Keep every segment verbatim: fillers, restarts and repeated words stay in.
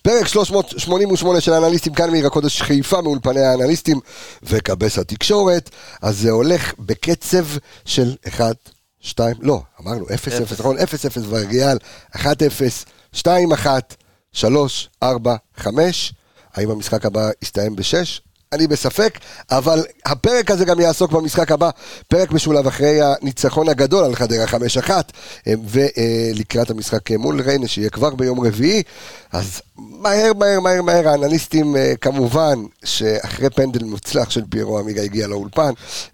פרק שלוש מאות שמונים ושמונה של האנליסטים, כאן מעיר הקודש חיפה, מאולפני האנליסטים וכבש התקשורת. אז זה הולך בקצב של אחת, שתיים, לא, אמרנו אפס אפס, נכון? אפס אפס והרגיאל, אחת אפס, שתיים אחת, שלוש, ארבע, חמש. האם המשחק הבא יסתיים בשש? אני בספק, אבל הפרק הזה גם יעסוק במשחק הבא, פרק משולב אחרי הניצחון הגדול על חדרה חמש אחת, ולקראת המשחק מול ריינה שיהיה כבר ביום רביעי. אז מהר מהר מהר מהר האנליסטים, כמובן שאחרי פנדל מוצלח של פיירו אמיגה הגיע לאולפן.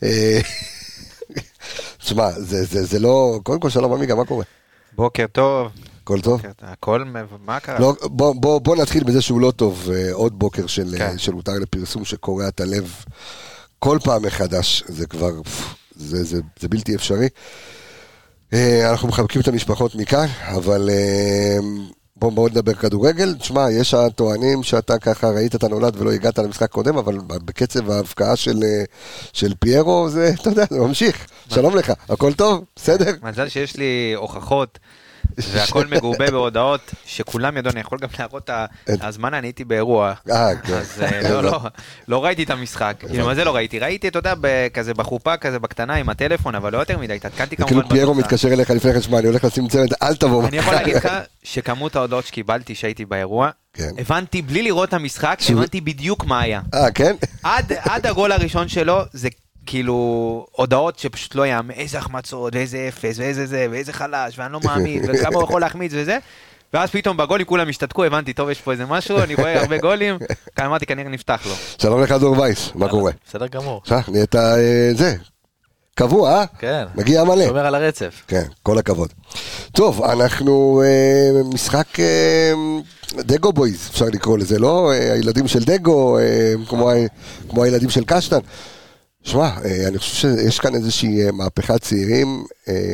תשמע, זה, זה, זה לא, קודם כל שלום אמיגה, מה קורה? בוקר טוב. הכל טוב? הכל, מה קרה? לא, בוא, בוא, בוא נתחיל בזה שהוא לא טוב, עוד בוקר של, כן. של הותר לפרסום שקורע את הלב כל פעם מחדש, זה כבר, זה, זה, זה בלתי אפשרי. אנחנו מחבקים את המשפחות מכאן, אבל בוא, בוא נדבר כדורגל. תשמע, יש הטוענים שאתה ככה ראית את הנולד ולא הגעת למשחק קודם, אבל בקצב ההבקעה של, של פיירו, זה, אתה יודע, זה ממשיך. שלום לך, הכל טוב? בסדר? מזל שיש לי הוכחות, והכל מגובה בהודעות שכולם ידעו, אני יכול גם להראות את הזמן, אני הייתי באירוע, אז לא, לא, לא ראיתי את המשחק, כאילו מה זה לא ראיתי, ראיתי, אתה יודע, כזה בחופה, כזה בקטנה עם הטלפון, אבל לא יותר מדי, התעדכנתי כמובן. כאילו פיירו מתקשר אליך לפני כן, שמע, אני הולך לשים צוות, אל תבוא. אני יכול להגיד לך שכמות ההודעות שקיבלתי שהייתי באירוע, הבנתי, בלי לראות את המשחק, הבנתי בדיוק מה היה. אה, כן? עד הגול הראשון שלו, זה כאילו הודעות שפשוט לא יאמן, איזה החמצות, ואיזה אפס, ואיזה זה, ואיזה חלש, ואני לא מאמין, וכמה הוא יכול להחמיץ וזה, ואז פתאום בגולים כולם השתתקו, הבנתי, טוב, יש פה איזה משהו, אני רואה הרבה גולים, כאן אמרתי, כנראה נפתח לו. שלום לך דור וייס, מה קורה? בסדר גמור. שח, נהיית זה, קבוע, אה? כן. מגיע מלא. שומר על הרצף. כן, כל הכבוד. טוב, אנחנו משחק דגו בויז, אפשר לקרוא לזה, לא? הילדים של דגו, כמו הילדים של קשטן. שמע, אני חושב שיש כאן איזושהי מהפכת צעירים,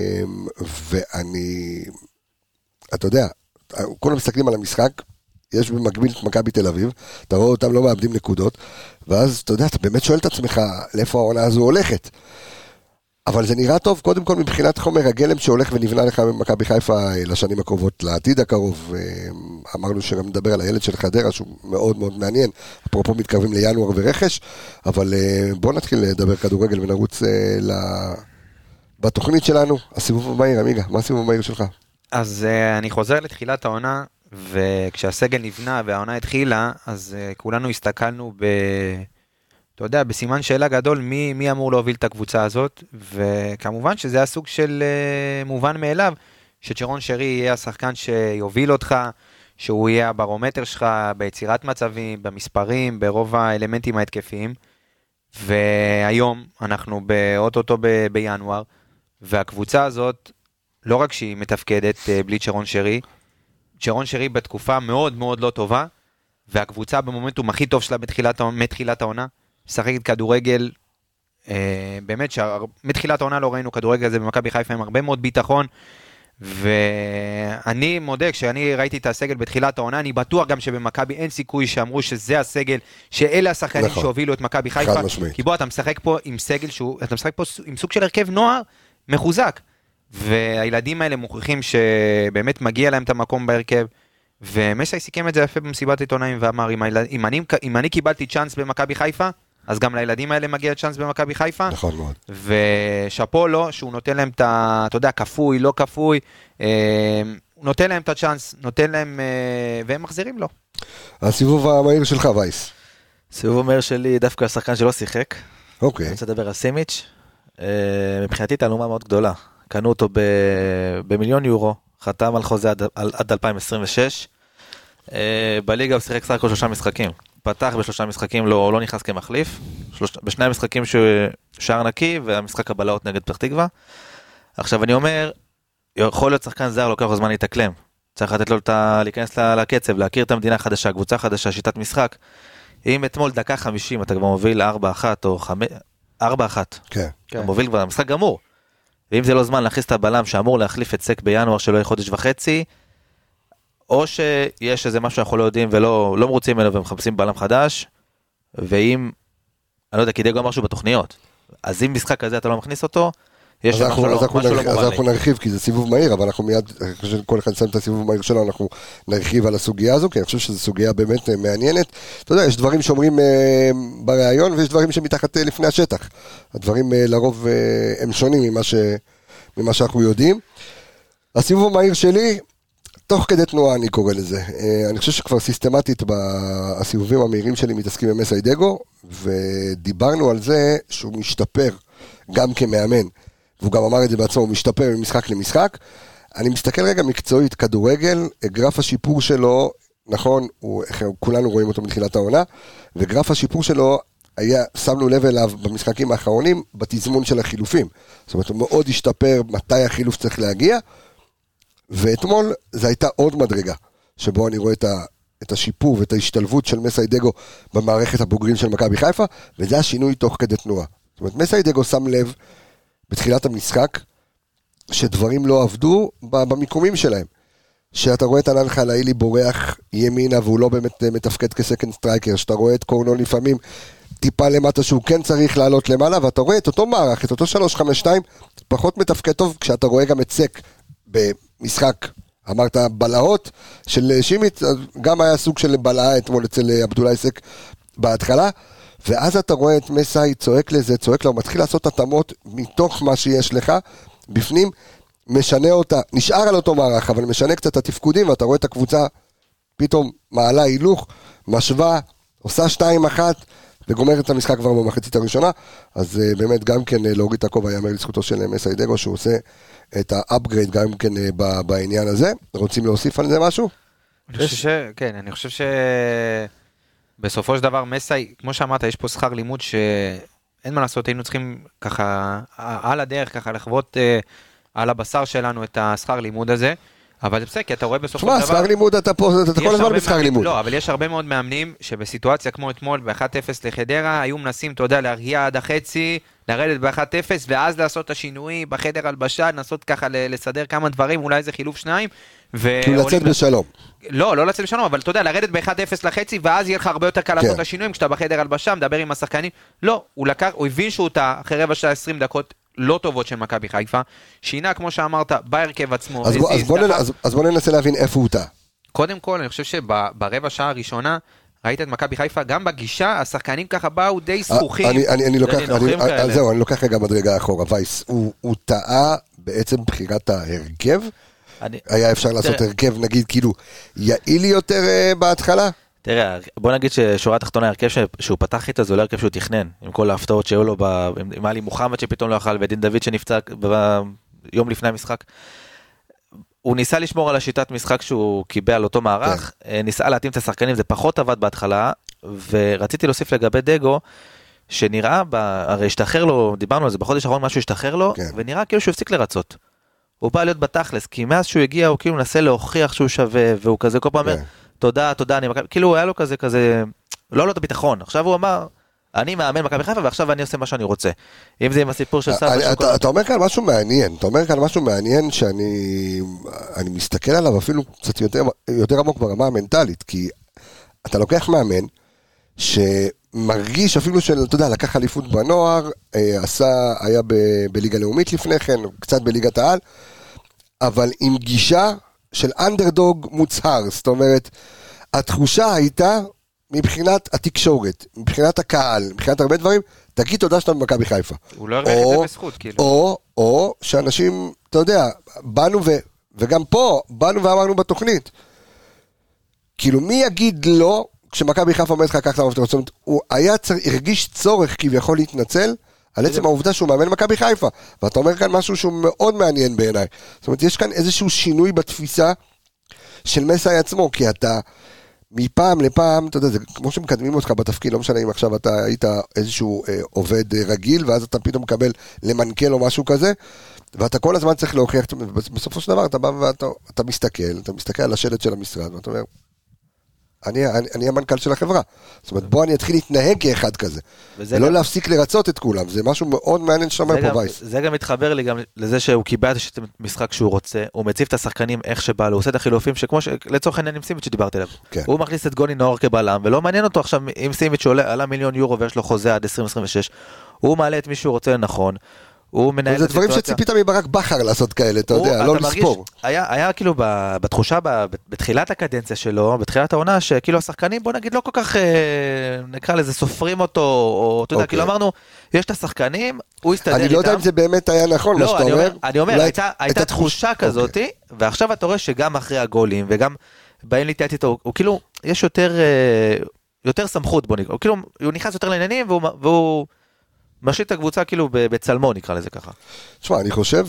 ואני, אתה יודע, כולם מסתכלים על המשחק, יש במקביל את מכבי תל אביב, אתה רואה אותם לא מאבדים נקודות, ואז אתה יודע, אתה באמת שואל את עצמך, לאיפה העונה הזו הולכת? אבל זה נראה טוב, קודם כל מבחינת חומר הגלם שהולך ונבנה לך במכבי חיפה לשנים הקרובות, לעתיד הקרוב. אמרנו שגם נדבר על הילד של חדרה, שהוא מאוד מאוד מעניין, אפרופו מתקרבים לינואר ורכש, אבל בוא נתחיל לדבר כדורגל ונרוץ בתוכנית שלנו, הסיבוב המהיר, אמיגה, מה הסיבוב המהיר שלך? אז אני חוזר לתחילת העונה, וכשהסגל נבנה והעונה התחילה, אז כולנו הסתכלנו ב... אתה יודע, בסימן שאלה גדול, מי, מי אמור להוביל את הקבוצה הזאת, וכמובן שזה הסוג של uh, מובן מאליו, שצ'רון שרי יהיה השחקן שיוביל אותך, שהוא יהיה הברומטר שלך ביצירת מצבים, במספרים, ברוב האלמנטים ההתקפיים, והיום אנחנו באוטוטו ב- בינואר, והקבוצה הזאת, לא רק שהיא מתפקדת uh, בלי צ'רון שרי, צ'רון שרי בתקופה מאוד מאוד לא טובה, והקבוצה במומנטום הכי טוב שלה בתחילת, מתחילת העונה, משחקת כדורגל, אה, באמת שמתחילת העונה לא ראינו כדורגל הזה במכבי חיפה עם הרבה מאוד ביטחון, ואני מודה, כשאני ראיתי את הסגל בתחילת העונה, אני בטוח גם שבמכבי אין סיכוי שאמרו שזה הסגל, שאלה השחקנים נכון. שהובילו את מכבי חיפה, כי בוא, אתה משחק פה עם סגל, שהוא, אתה משחק פה עם סוג של הרכב נוער מחוזק, והילדים האלה מוכיחים שבאמת מגיע להם את המקום בהרכב, ומסי סיכם את זה יפה במסיבת עיתונאים ואמר, אם, הילד, אם, אני, אם אני קיבלתי צ'אנס במכבי חיפה, אז גם לילדים האלה מגיע צ'אנס במכבי חיפה. נכון מאוד. ושפו לו, שהוא נותן להם את ה... אתה יודע, כפוי, לא כפוי, אה, הוא נותן להם את הצ'אנס, נותן להם, אה, והם מחזירים לו. הסיבוב המהיר שלך, וייס. הסיבוב המהיר שלי דווקא השחקן שלא שיחק. אוקיי. אני רוצה לדבר על סימיץ'. אה, מבחינתי תעלומה מאוד גדולה. קנו אותו ב... במיליון יורו, חתם על חוזה עד, עד אלפיים עשרים ושש. אה, בליגה הוא שיחק סך הכל שלושה משחקים. פתח בשלושה משחקים, לא, לא נכנס כמחליף, שלוש, בשני המשחקים שער נקי, והמשחק הבלעות נגד פתח תקווה. עכשיו אני אומר, יכול להיות שחקן זר, לוקח לו זמן להתאקלם, צריך לתת לו להיכנס לקצב, להכיר את המדינה החדשה, קבוצה חדשה, שיטת משחק. אם אתמול דקה חמישים, אתה כבר מוביל ארבע אחת או חמש, ארבע אחת, כן. אתה מוביל כבר, המשחק גמור. ואם זה לא זמן להכניס את הבלם שאמור להחליף את סק בינואר שלו חודש וחצי, או שיש איזה משהו שאנחנו לא יודעים ולא לא מרוצים ממנו ומחפשים בלם חדש, ואם, אני לא יודע, כי דגו משהו בתוכניות, אז אם משחק כזה אתה לא מכניס אותו, יש אז שם אנחנו, משהו אז לא אנחנו, משהו נרח, לא אז מובן אנחנו לי. נרחיב, כי זה סיבוב מהיר, אבל אנחנו מיד, כל אחד נסיים את הסיבוב המהיר שלנו, אנחנו נרחיב על הסוגיה הזו, כי אני חושב שזו סוגיה באמת מעניינת. אתה יודע, יש דברים שאומרים אה, בראיון, ויש דברים שמתחת אה, לפני השטח. הדברים אה, לרוב אה, הם שונים ממה, ש, ממה שאנחנו יודעים. הסיבוב המהיר שלי, תוך כדי תנועה אני קורא לזה. אה, אני חושב שכבר סיסטמטית בסיבובים המהירים שלי מתעסקים עם מסיידגו, ודיברנו על זה שהוא משתפר גם כמאמן. והוא גם אמר את זה בעצמו, הוא משתפר ממשחק למשחק. אני מסתכל רגע מקצועית, כדורגל, גרף השיפור שלו, נכון, הוא, כולנו רואים אותו מתחילת העונה, וגרף השיפור שלו היה, שמנו לב אליו במשחקים האחרונים, בתזמון של החילופים. זאת אומרת, הוא מאוד השתפר מתי החילוף צריך להגיע, ואתמול זה הייתה עוד מדרגה, שבו אני רואה את, ה, את השיפור ואת ההשתלבות של מסיידגו במערכת הבוגרים של מכבי חיפה, וזה השינוי תוך כדי תנועה. זאת אומרת, מסיידגו שם לב, בתחילת המשחק, שדברים לא עבדו במיקומים שלהם. שאתה רואה את ענן חלאילי בורח ימינה, והוא לא באמת מתפקד כסקנד סטרייקר, שאתה רואה את קורנו לפעמים טיפה למטה, שהוא כן צריך לעלות למעלה, ואתה רואה את אותו מערך, את אותו שלוש חמש שתיים, פחות מתפקד טוב, כשאתה רואה גם את סק במשחק, אמרת בלהות של שימית, גם היה סוג של בלהה אתמול אצל עבדולאי סק בהתחלה, ואז אתה רואה את מסאי צועק לזה, צועק לה, הוא מתחיל לעשות התאמות מתוך מה שיש לך, בפנים, משנה אותה, נשאר על אותו מערך, אבל משנה קצת את התפקודים, ואתה רואה את הקבוצה, פתאום מעלה הילוך, משווה, עושה שתיים אחת, וגומרת את המשחק כבר במחצית הראשונה, אז uh, באמת גם כן uh, להוריד את הכובע, יאמר לזכותו של מסיידגו, שהוא עושה את האפגרייד גם כן uh, ב- בעניין הזה. רוצים להוסיף על זה משהו? אני חושב ש... כן, אני חושב ש... בסופו של דבר מסי, כמו שאמרת, יש פה שכר לימוד שאין מה לעשות, היינו צריכים ככה, על הדרך ככה לחוות אה, על הבשר שלנו את השכר לימוד הזה, אבל זה בסדר, כי אתה רואה בסופו של דבר... שמה, שכר לימוד, אתה פה, אתה כל הזמן בשכר לימוד. לא, אבל יש הרבה מאוד מאמנים שבסיטואציה כמו אתמול, ב-אחת אפס לחדרה, היו מנסים, אתה יודע, להרגיע עד החצי, לרדת ב-אחת אפס, ואז לעשות את השינוי בחדר הלבשה, לנסות ככה לסדר כמה דברים, אולי איזה חילוף שניים, כאילו לצאת בשלום. לא, לא לצאת בשלום, אבל אתה יודע, לרדת ב-אחת אפס לחצי, ואז יהיה לך הרבה יותר קל לעשות את השינויים, כשאתה בחדר הלבשה, מדבר עם השחקנים. לא, הוא לקח, הוא הבין שהוא אותה, אחרי רבע שעה עשרים דקות לא טובות של מכבי חיפה, שינה, כמו שאמרת, בהרכב עצמו. אז בוא, אז בוא, אז, אז בוא ננסה להבין איפה הוא טעה. קודם כל, אני חושב שברבע שעה הראשונה, ראית את מכבי חיפה, גם בגישה, השחקנים ככה באו די זכוכים. אני, אני, אני לוקח, אני, זהו, אני לוקח רגע מדרגה אחורה, וייס, הוא, הוא טעה בעצם בחירת ההרכב, אני... היה אפשר לעשות תראה... הרכב, נגיד, כאילו, יעיל יותר uh, בהתחלה? תראה, בוא נגיד ששורה תחתונה הרכב שהוא פתח איתה, זה לא הרכב שהוא תכנן, עם כל ההפתעות שהיו לו, ב... עם עלי מוחמד שפתאום לא יכל, ודין דוד שנפצע ביום לפני המשחק, הוא ניסה לשמור על השיטת משחק שהוא קיבל על אותו מערך, כן. ניסה להתאים את השחקנים, זה פחות עבד בהתחלה, ורציתי להוסיף לגבי דגו, שנראה, ב... הרי השתחרר לו, דיברנו על זה, בחודש האחרון משהו השתחרר לו, כן. ונראה כאילו שהוא הפסיק לרצות. הוא בא להיות בתכלס, כי מאז שהוא הגיע, הוא כאילו מנסה להוכיח שהוא שווה, והוא כזה כל פעם אומר, תודה, תודה, אני מכבי, כאילו היה לו כזה, כזה, לא לו את הביטחון, עכשיו הוא אמר, אני מאמן מכבי חיפה, ועכשיו אני עושה מה שאני רוצה. אם זה עם הסיפור של סבא... אתה אומר כאן משהו מעניין, אתה אומר כאן משהו מעניין, שאני מסתכל עליו אפילו קצת יותר עמוק ברמה המנטלית, כי אתה לוקח מאמן, שמרגיש אפילו של, אתה יודע, לקח אליפות בנוער, עשה, היה בליגה לאומית לפני כן, קצת בליגת העל, אבל עם גישה של אנדרדוג מוצהר, זאת אומרת, התחושה הייתה מבחינת התקשורת, מבחינת הקהל, מבחינת הרבה דברים, תגיד תודה שאתה במכבי חיפה. הוא לא הרוויח את זה בזכות, כאילו. או, או, שאנשים, אתה יודע, באנו ו, וגם פה, באנו ואמרנו בתוכנית, כאילו מי יגיד לא, כשמכבי חיפה אומרת לך כך, זאת אומרת, הוא היה צר, הרגיש צורך כביכול להתנצל, על עצם העובדה שהוא מאמן מכבי חיפה, ואתה אומר כאן משהו שהוא מאוד מעניין בעיניי, זאת אומרת, יש כאן איזשהו שינוי בתפיסה של מסי עצמו, כי אתה מפעם לפעם, אתה יודע, זה כמו שמקדמים אותך בתפקיד, לא משנה אם עכשיו אתה היית איזשהו אה, עובד אה, רגיל, ואז אתה פתאום מקבל למנכ"ל או משהו כזה, ואתה כל הזמן צריך להוכיח, בסופו של דבר אתה בא ואתה אתה מסתכל, אתה מסתכל על השלט של המשרד, ואתה אומר, אני, אני, אני המנכ"ל של החברה. זאת אומרת, בוא אני אתחיל להתנהג כאחד כזה. ולא גם... להפסיק לרצות את כולם. זה משהו מאוד מעניין שאומר פה וייס. זה גם מתחבר לי גם לזה שהוא קיבל את המשחק שהוא רוצה, הוא מציב את השחקנים איך שבא לו, הוא עושה את החילופים שכמו לצורך העניין עם סימיץ' שדיברתי עליו. כן. הוא מכניס את גוני נאור כבלם, ולא מעניין אותו עכשיו אם סימיץ' שעולה עלה מיליון יורו ויש לו חוזה עד עשרים עשרים ושש, הוא מעלה את מי שהוא רוצה לנכון, הוא מנהל את זה דברים הסיטואציה. שציפית מברק בכר לעשות כאלה, אתה הוא- יודע, לא אתה מרגיש- לספור. היה היה כאילו ב- בתחושה ב- בתחילת הקדנציה שלו, בתחילת העונה, שכאילו השחקנים, בוא נגיד, לא כל כך, אה, נקרא לזה, סופרים אותו, או אתה יודע, אוקיי. כאילו אמרנו, יש את השחקנים, הוא יסתדר איתם. אני לא יודע אם זה באמת היה נכון, מה לא, שאתה אני אומר. אומר, אני אומר, אולי הייתה, הייתה התחוש- תחושה אוקיי. כזאת, ועכשיו אתה רואה שגם אחרי הגולים, וגם באים להתייעץ איתו, הוא, הוא כאילו, יש יותר, אה, יותר סמכות, בוא נקרא, הוא כאילו, הוא נכנס יותר לעניינים, והוא, והוא משאיר את הקבוצה כאילו ב- בצלמו, נקרא לזה ככה. תשמע, אני חושב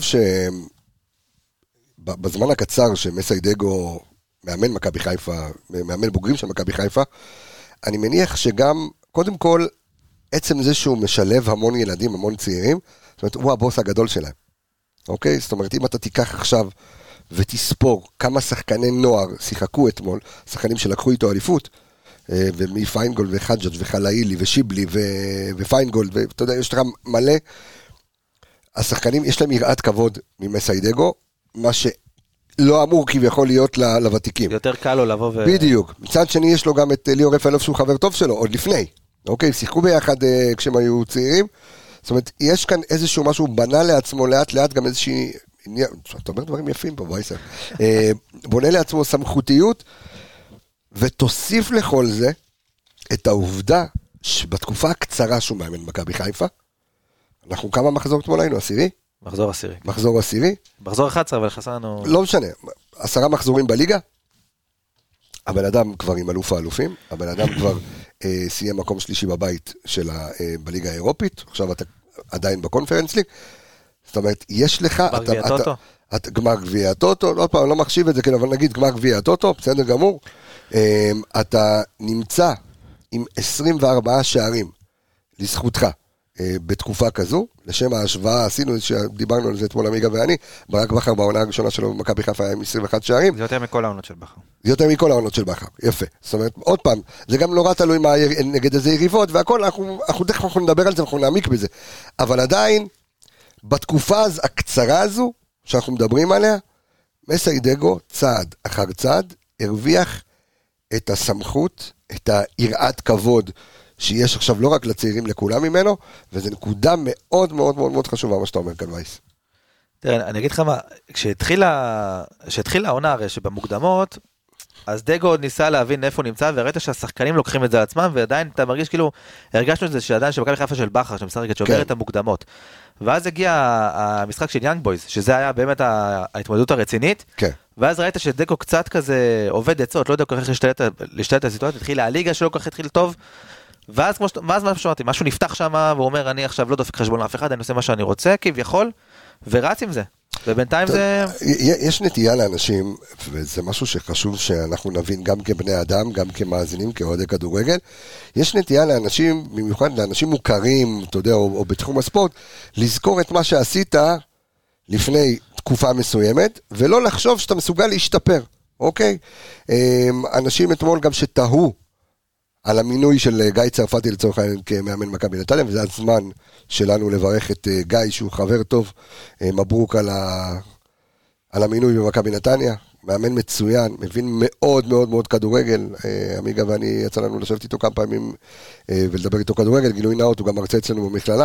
שבזמן הקצר שמסיידגו מאמן מכבי חיפה, מאמן בוגרים של מכבי חיפה, אני מניח שגם, קודם כל, עצם זה שהוא משלב המון ילדים, המון צעירים, זאת אומרת, הוא הבוס הגדול שלהם. אוקיי? זאת אומרת, אם אתה תיקח עכשיו ותספור כמה שחקני נוער שיחקו אתמול, שחקנים שלקחו איתו אליפות, ומפיינגולד וחג'ג' וחלאילי ושיבלי ו- ופיינגולד, ואתה יודע, יש לך מלא, השחקנים יש להם יראת כבוד ממסיידגו, מה שלא אמור כביכול להיות לוותיקים. יותר קל לו לבוא ו... בדיוק. מצד שני יש לו גם את ליאור רפאלוב שהוא חבר טוב שלו, עוד לפני. אוקיי, שיחקו ביחד uh, כשהם היו צעירים. זאת אומרת, יש כאן איזשהו משהו, בנה לעצמו לאט לאט גם איזושהי, אתה אומר דברים יפים פה, וייסר. בונה לעצמו סמכותיות, ותוסיף לכל זה את העובדה שבתקופה הקצרה שהוא מאמן מכבי חיפה, אנחנו כמה מחזור אתמול היינו, עשירי? מחזור עשירי. מחזור עשירי? מחזור אחת עשרה, אבל חסרנו... לא משנה, עשרה מחזורים בליגה, הבן אדם כבר עם אלוף האלופים, הבן אדם כבר אה, סיים מקום שלישי בבית של ה, אה, בליגה האירופית, עכשיו אתה עדיין בקונפרנס ליג, זאת אומרת, יש לך... גמר גביע הטוטו? אתה, גמר גביע הטוטו, לא פעם, לא מחשיב את זה, כן, אבל נגיד גמר גביע הטוטו, בסדר גמור, אה, אתה נמצא עם עשרים וארבעה שערים לזכותך, בתקופה כזו, לשם ההשוואה, עשינו, דיברנו על זה אתמול עמיגה ואני, ברק בכר בעונה הראשונה שלו במכבי חיפה היה עם עשרים ואחד שערים. זה יותר מכל העונות של בכר. זה יותר מכל העונות של בכר, יפה. זאת אומרת, עוד פעם, זה גם נורא תלוי מה, נגד איזה יריבות, והכל, אנחנו, אנחנו דרך אנחנו נדבר על זה, אנחנו נעמיק בזה. אבל עדיין, בתקופה הקצרה הזו, שאנחנו מדברים עליה, מסיידגו, צעד אחר צעד, הרוויח את הסמכות, את היראת כבוד, שיש עכשיו לא רק לצעירים, לכולם ממנו, וזו נקודה מאוד מאוד מאוד מאוד חשובה, מה שאתה אומר כאן וייס. תראה, אני אגיד לך מה, כשהתחילה, כשהתחילה העונה הרי שבמוקדמות, אז דגו ניסה להבין איפה הוא נמצא, וראית שהשחקנים לוקחים את זה על עצמם, ועדיין אתה מרגיש כאילו, הרגשנו את זה שעדיין שמכבי חיפה של בכר, שמשחקת שעובר את המוקדמות. ואז הגיע המשחק של יאנג בויז, שזה היה באמת ההתמודדות הרצינית, כן. ואז ראית שדגו קצת כזה עובד עצות, לא יודע כל כך להשתלט את הסיטואציה, התחילה הליגה שלו כל כך התחיל טוב, ואז כמו ואז מה ששמעתי, משהו נפתח שם, והוא אומר, אני עכשיו לא דופק חשבון לאף אחד, אני עושה מה שאני רוצה, כביכול, ורץ עם זה. ובינתיים זה... יש נטייה לאנשים, וזה משהו שחשוב שאנחנו נבין גם כבני אדם, גם כמאזינים, כאוהדי כדורגל, יש נטייה לאנשים, במיוחד לאנשים מוכרים, אתה יודע, או, או בתחום הספורט, לזכור את מה שעשית לפני תקופה מסוימת, ולא לחשוב שאתה מסוגל להשתפר, אוקיי? אנשים אתמול גם שתהו, על המינוי של גיא צרפתי לצורך העניין כמאמן מכבי נתניה, וזה הזמן שלנו לברך את גיא שהוא חבר טוב, מברוק על, ה... על המינוי במכבי נתניה, מאמן מצוין, מבין מאוד מאוד מאוד כדורגל, עמיגה ואני יצא לנו לשבת איתו כמה פעמים ולדבר איתו כדורגל, גילוי נאות, הוא גם מרצה אצלנו במכללה,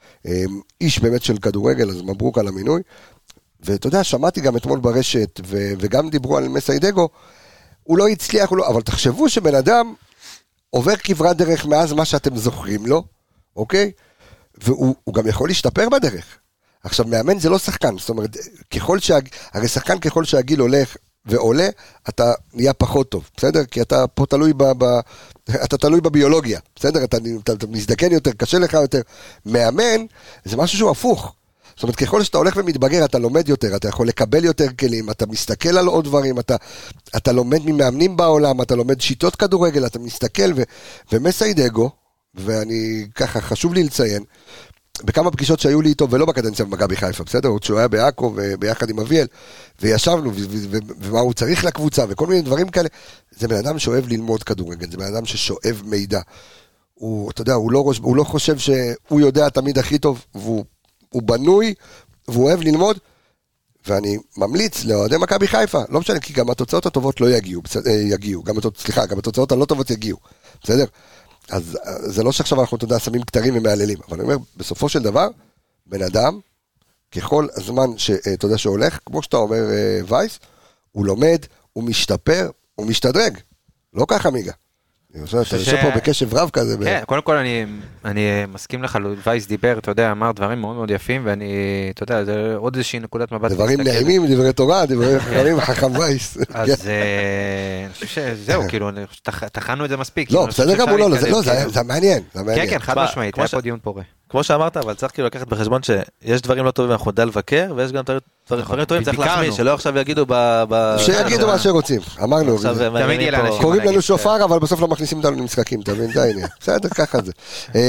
איש באמת של כדורגל, אז מברוק על המינוי, ואתה יודע, שמעתי גם אתמול ברשת, ו... וגם דיברו על מסיידגו, הוא לא הצליח, הוא לא... אבל תחשבו שבן אדם, עובר כברת דרך מאז מה שאתם זוכרים לו, אוקיי? והוא גם יכול להשתפר בדרך. עכשיו, מאמן זה לא שחקן, זאת אומרת, ככל שה... הרי שחקן ככל שהגיל הולך ועולה, אתה נהיה פחות טוב, בסדר? כי אתה פה תלוי ב... ב... אתה תלוי בביולוגיה, בסדר? אתה, אתה, אתה מזדקן יותר, קשה לך יותר. מאמן זה משהו שהוא הפוך. זאת אומרת, ככל שאתה הולך ומתבגר, אתה לומד יותר, אתה יכול לקבל יותר כלים, אתה מסתכל על עוד דברים, אתה, אתה לומד ממאמנים בעולם, אתה לומד שיטות כדורגל, אתה מסתכל, ו, ומסיידגו, ואני ככה, חשוב לי לציין, בכמה פגישות שהיו לי איתו, ולא בקדנציה במכבי חיפה, בסדר? עוד שהוא היה בעכו, וביחד עם אביאל, וישבנו, ו- ו- ו- ומה הוא צריך לקבוצה, וכל מיני דברים כאלה, זה בן אדם שאוהב ללמוד כדורגל, זה בן אדם ששואב מידע, הוא, אתה יודע, הוא לא, הוא לא חושב שהוא יודע תמיד הכי טוב, והוא הוא בנוי, והוא אוהב ללמוד, ואני ממליץ לאוהדי מכבי חיפה, לא משנה, כי גם התוצאות הטובות לא יגיעו, יגיעו, גם, סליחה, גם התוצאות הלא טובות יגיעו, בסדר? אז זה לא שעכשיו אנחנו, אתה יודע, שמים כתרים ומעללים, אבל אני אומר, בסופו של דבר, בן אדם ככל הזמן שאתה יודע שהולך, כמו שאתה אומר וייס, הוא לומד, הוא משתפר, הוא משתדרג. לא ככה מיגה. אתה יושב פה בקשב רב כזה. כן, קודם כל אני מסכים לך, וייס דיבר, אתה יודע, אמר דברים מאוד מאוד יפים, ואני, אתה יודע, זה עוד איזושהי נקודת מבט. דברים נעימים, דברי תורה, דברים חכמים, חכם וייס. אז אני חושב שזהו, כאילו, תחנו את זה מספיק. לא, בסדר גם לא, זה מעניין. כן, כן, חד משמעית, היה פה דיון פורה. כמו שאמרת, אבל צריך כאילו לקחת בחשבון שיש דברים לא טובים, אנחנו נדע לבקר, ויש גם דברים טובים, צריך להחמיא, שלא עכשיו יגידו ב... שיגידו מה שרוצים, אמרנו, קוראים לנו שופר, אבל בסוף לא מכניסים אותנו למשחקים, תבין, זה העניין. בסדר, ככה זה.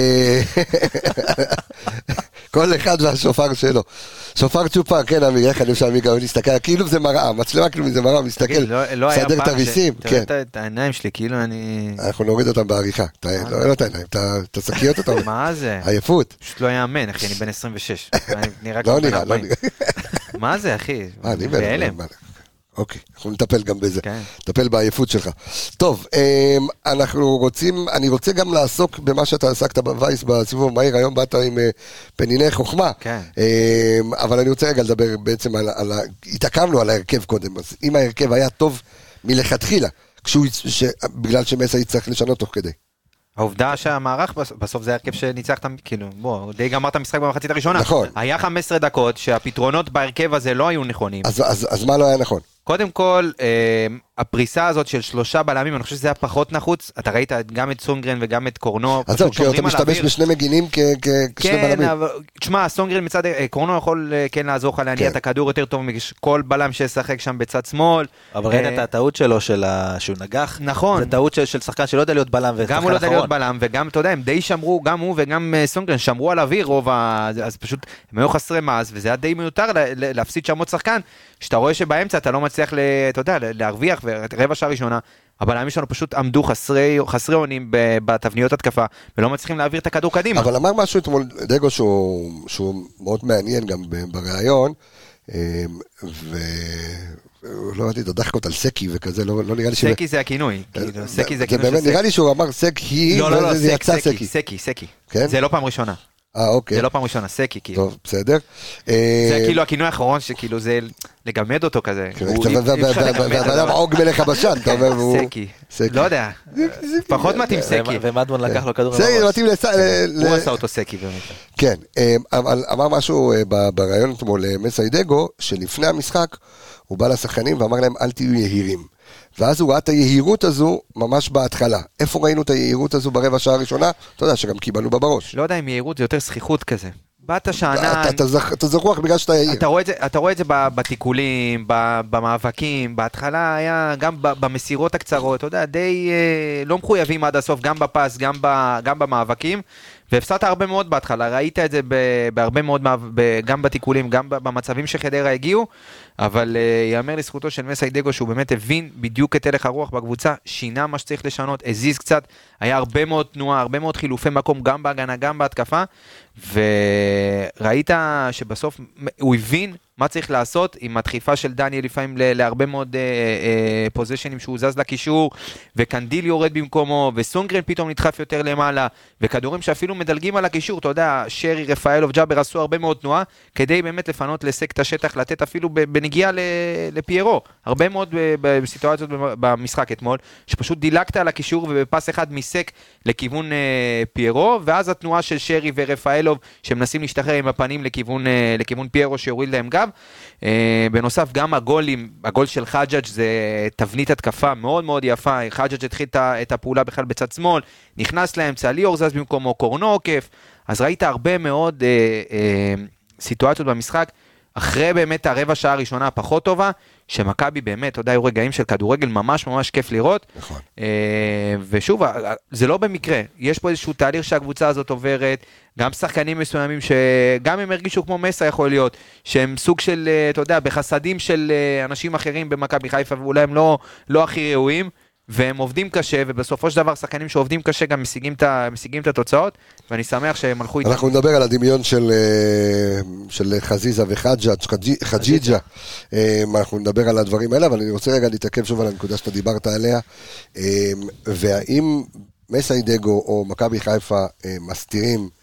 כל אחד והשופר שלו. שופר צ'ופר, כן, אמיר, איך אני חושב עמיגה, הוא נסתכל, כאילו זה מראה, מצלמה כאילו זה מראה, הוא מסתכל, סדר את הריסים, כן. תראה את העיניים שלי, כאילו אני... אנחנו נוריד אותם בעריכה, לא את העיניים, את השקיות אותם. מה זה? עייפות. פשוט לא יאמן, אחי, אני בן עשרים ושש. לא נראה, לא נראה. מה זה, אחי? אני בהלם. אוקיי, אנחנו נטפל גם בזה. נטפל בעייפות שלך. טוב, אנחנו רוצים, אני רוצה גם לעסוק במה שאתה עסקת בווייס בסיבוב המהיר, היום באת עם פניני חוכמה. אבל אני רוצה רגע לדבר בעצם על, התעכבנו על ההרכב קודם, אז אם ההרכב היה טוב מלכתחילה, בגלל שמסע יצטרך לשנות תוך כדי. העובדה שהמערך בסוף זה הרכב שניצחת, כאילו, בוא, די גמרת המשחק במחצית הראשונה. נכון. היה חמש עשרה דקות שהפתרונות בהרכב הזה לא היו נכונים. אז, אז, אז מה לא היה נכון? קודם כל, אה, הפריסה הזאת של שלושה בלמים, אני חושב שזה היה פחות נחוץ, אתה ראית גם את סונגרן וגם את קורנו. אז זהו, כי אתה משתמש בשני מגינים כשני בלמים. כן, אבל, תשמע, סונגרן מצד, קורנו יכול כן לעזור לך להניע את הכדור יותר טוב מכל בלם שישחק שם בצד שמאל. אבל ראית את הטעות שלו, שהוא נגח. נכון. זה טעות של שחקן שלא יודע להיות בלם ושחקן אחרון. גם הוא לא יודע להיות בלם, וגם, אתה יודע, הם די שמרו, גם הוא וגם סונגרן שמרו על אוויר רוב ה... אז פשוט הם היו חסרי מאז, וזה היה די מיותר להפסיד שם עוד שחקן, שאתה רואה שבאמצע אתה לא מצליח, אתה יודע, להרוויח, ורבע שעה ראשונה, הבלמים שלנו פשוט עמדו חסרי, חסרי עונים בתבניות התקפה, ולא מצליחים להעביר את הכדור קדימה. אבל אמר משהו אתמול דגו שהוא, שהוא מאוד מעניין גם בראיון, ולא ראיתי את הדחקות על סקי וכזה, לא, לא נראה לי ש... סקי זה הכינוי, סקי זה הכינוי של סקי. נראה לי שהוא אמר סקי, לא, לא, לא, וזה יצא סקי, סקי, סקי. זה לא פעם ראשונה. אה, אוקיי. זה לא פעם ראשונה, סקי, כאילו. טוב, בסדר. זה כאילו הכינוי האחרון, שכאילו זה לגמד אותו כזה. ואדם עוג מלך הבשן, אתה אומר, הוא... סקי. לא יודע. פחות מתאים סקי. ומדמון לקח לו כדור. סקי, זה מתאים לס... הוא עשה אותו סקי באמת. כן, אבל אמר משהו ברעיון אתמול למסיידגו, שלפני המשחק, הוא בא לשחקנים ואמר להם, אל תהיו יהירים. ואז הוא ראה את היהירות הזו ממש בהתחלה. איפה ראינו את היהירות הזו ברבע שעה הראשונה? אתה יודע שגם קיבלנו בבראש. לא יודע אם יהירות זה יותר שכיחות כזה. באת שענן... אתה זרוח בגלל שאתה יהיר. אתה רואה את זה בתיקולים, במאבקים, בהתחלה היה גם במסירות הקצרות, אתה יודע, די לא מחויבים עד הסוף, גם בפס, גם במאבקים, והפסדת הרבה מאוד בהתחלה, ראית את זה בהרבה מאוד, גם בתיקולים, גם במצבים שחדרה הגיעו, אבל יאמר לזכותו של מסיידגו שהוא באמת הבין בדיוק את הלך הרוח בקבוצה, שינה מה שצריך לשנות, הזיז קצת, היה הרבה מאוד תנועה, הרבה מאוד חילופי מקום, גם בהגנה, גם בהתקפה, וראית שבסוף הוא הבין מה צריך לעשות עם הדחיפה של דניאל לפעמים להרבה מאוד פוזישנים שהוא זז לקישור, וקנדיל יורד במקומו, וסונגרן פתאום נדחף יותר למעלה, וכדורים שאפילו מדלגים על הקישור, אתה יודע, שרי, רפאלוב, ג'אבר עשו הרבה מאוד תנועה, כדי באמת לפנות לסק את השטח, לתת אפילו בנגיעה לפיירו, הרבה מאוד בסיטואציות במשחק אתמול, שפשוט דילגת על הקישור ובפס אחד מסק לכיוון פיירו, ואז התנועה של שרי ורפאלוב, שמנסים להשתחרר עם הפנים לכיוון, לכיוון פיירו שיוריד להם גב. בנוסף גם הגולים, הגול של חג'אג' זה תבנית התקפה מאוד מאוד יפה, חג'אג' התחיל את הפעולה בכלל בצד שמאל, נכנס לאמצע, ליאור זז במקומו, קורנו עוקף, אז ראית הרבה מאוד אה, אה, סיטואציות במשחק, אחרי באמת הרבע שעה הראשונה הפחות טובה, שמכבי באמת, אתה יודע, היו רגעים של כדורגל ממש ממש כיף לראות. נכון. ושוב, זה לא במקרה. יש פה איזשהו תהליך שהקבוצה הזאת עוברת, גם שחקנים מסוימים שגם הם הרגישו כמו מסע יכול להיות, שהם סוג של, אתה יודע, בחסדים של אנשים אחרים במכבי חיפה, ואולי הם לא, לא הכי ראויים, והם עובדים קשה, ובסופו של דבר שחקנים שעובדים קשה גם משיגים את, משיגים את התוצאות, ואני שמח שהם הלכו איתם. אנחנו נדבר על הדמיון של, של חזיזה וחג'אג' חג'יג'ה, אנחנו נדבר על הדברים האלה, אבל אני רוצה רגע להתעכב שוב על הנקודה שאתה דיברת עליה, והאם מסיידגו או מכבי חיפה מסתירים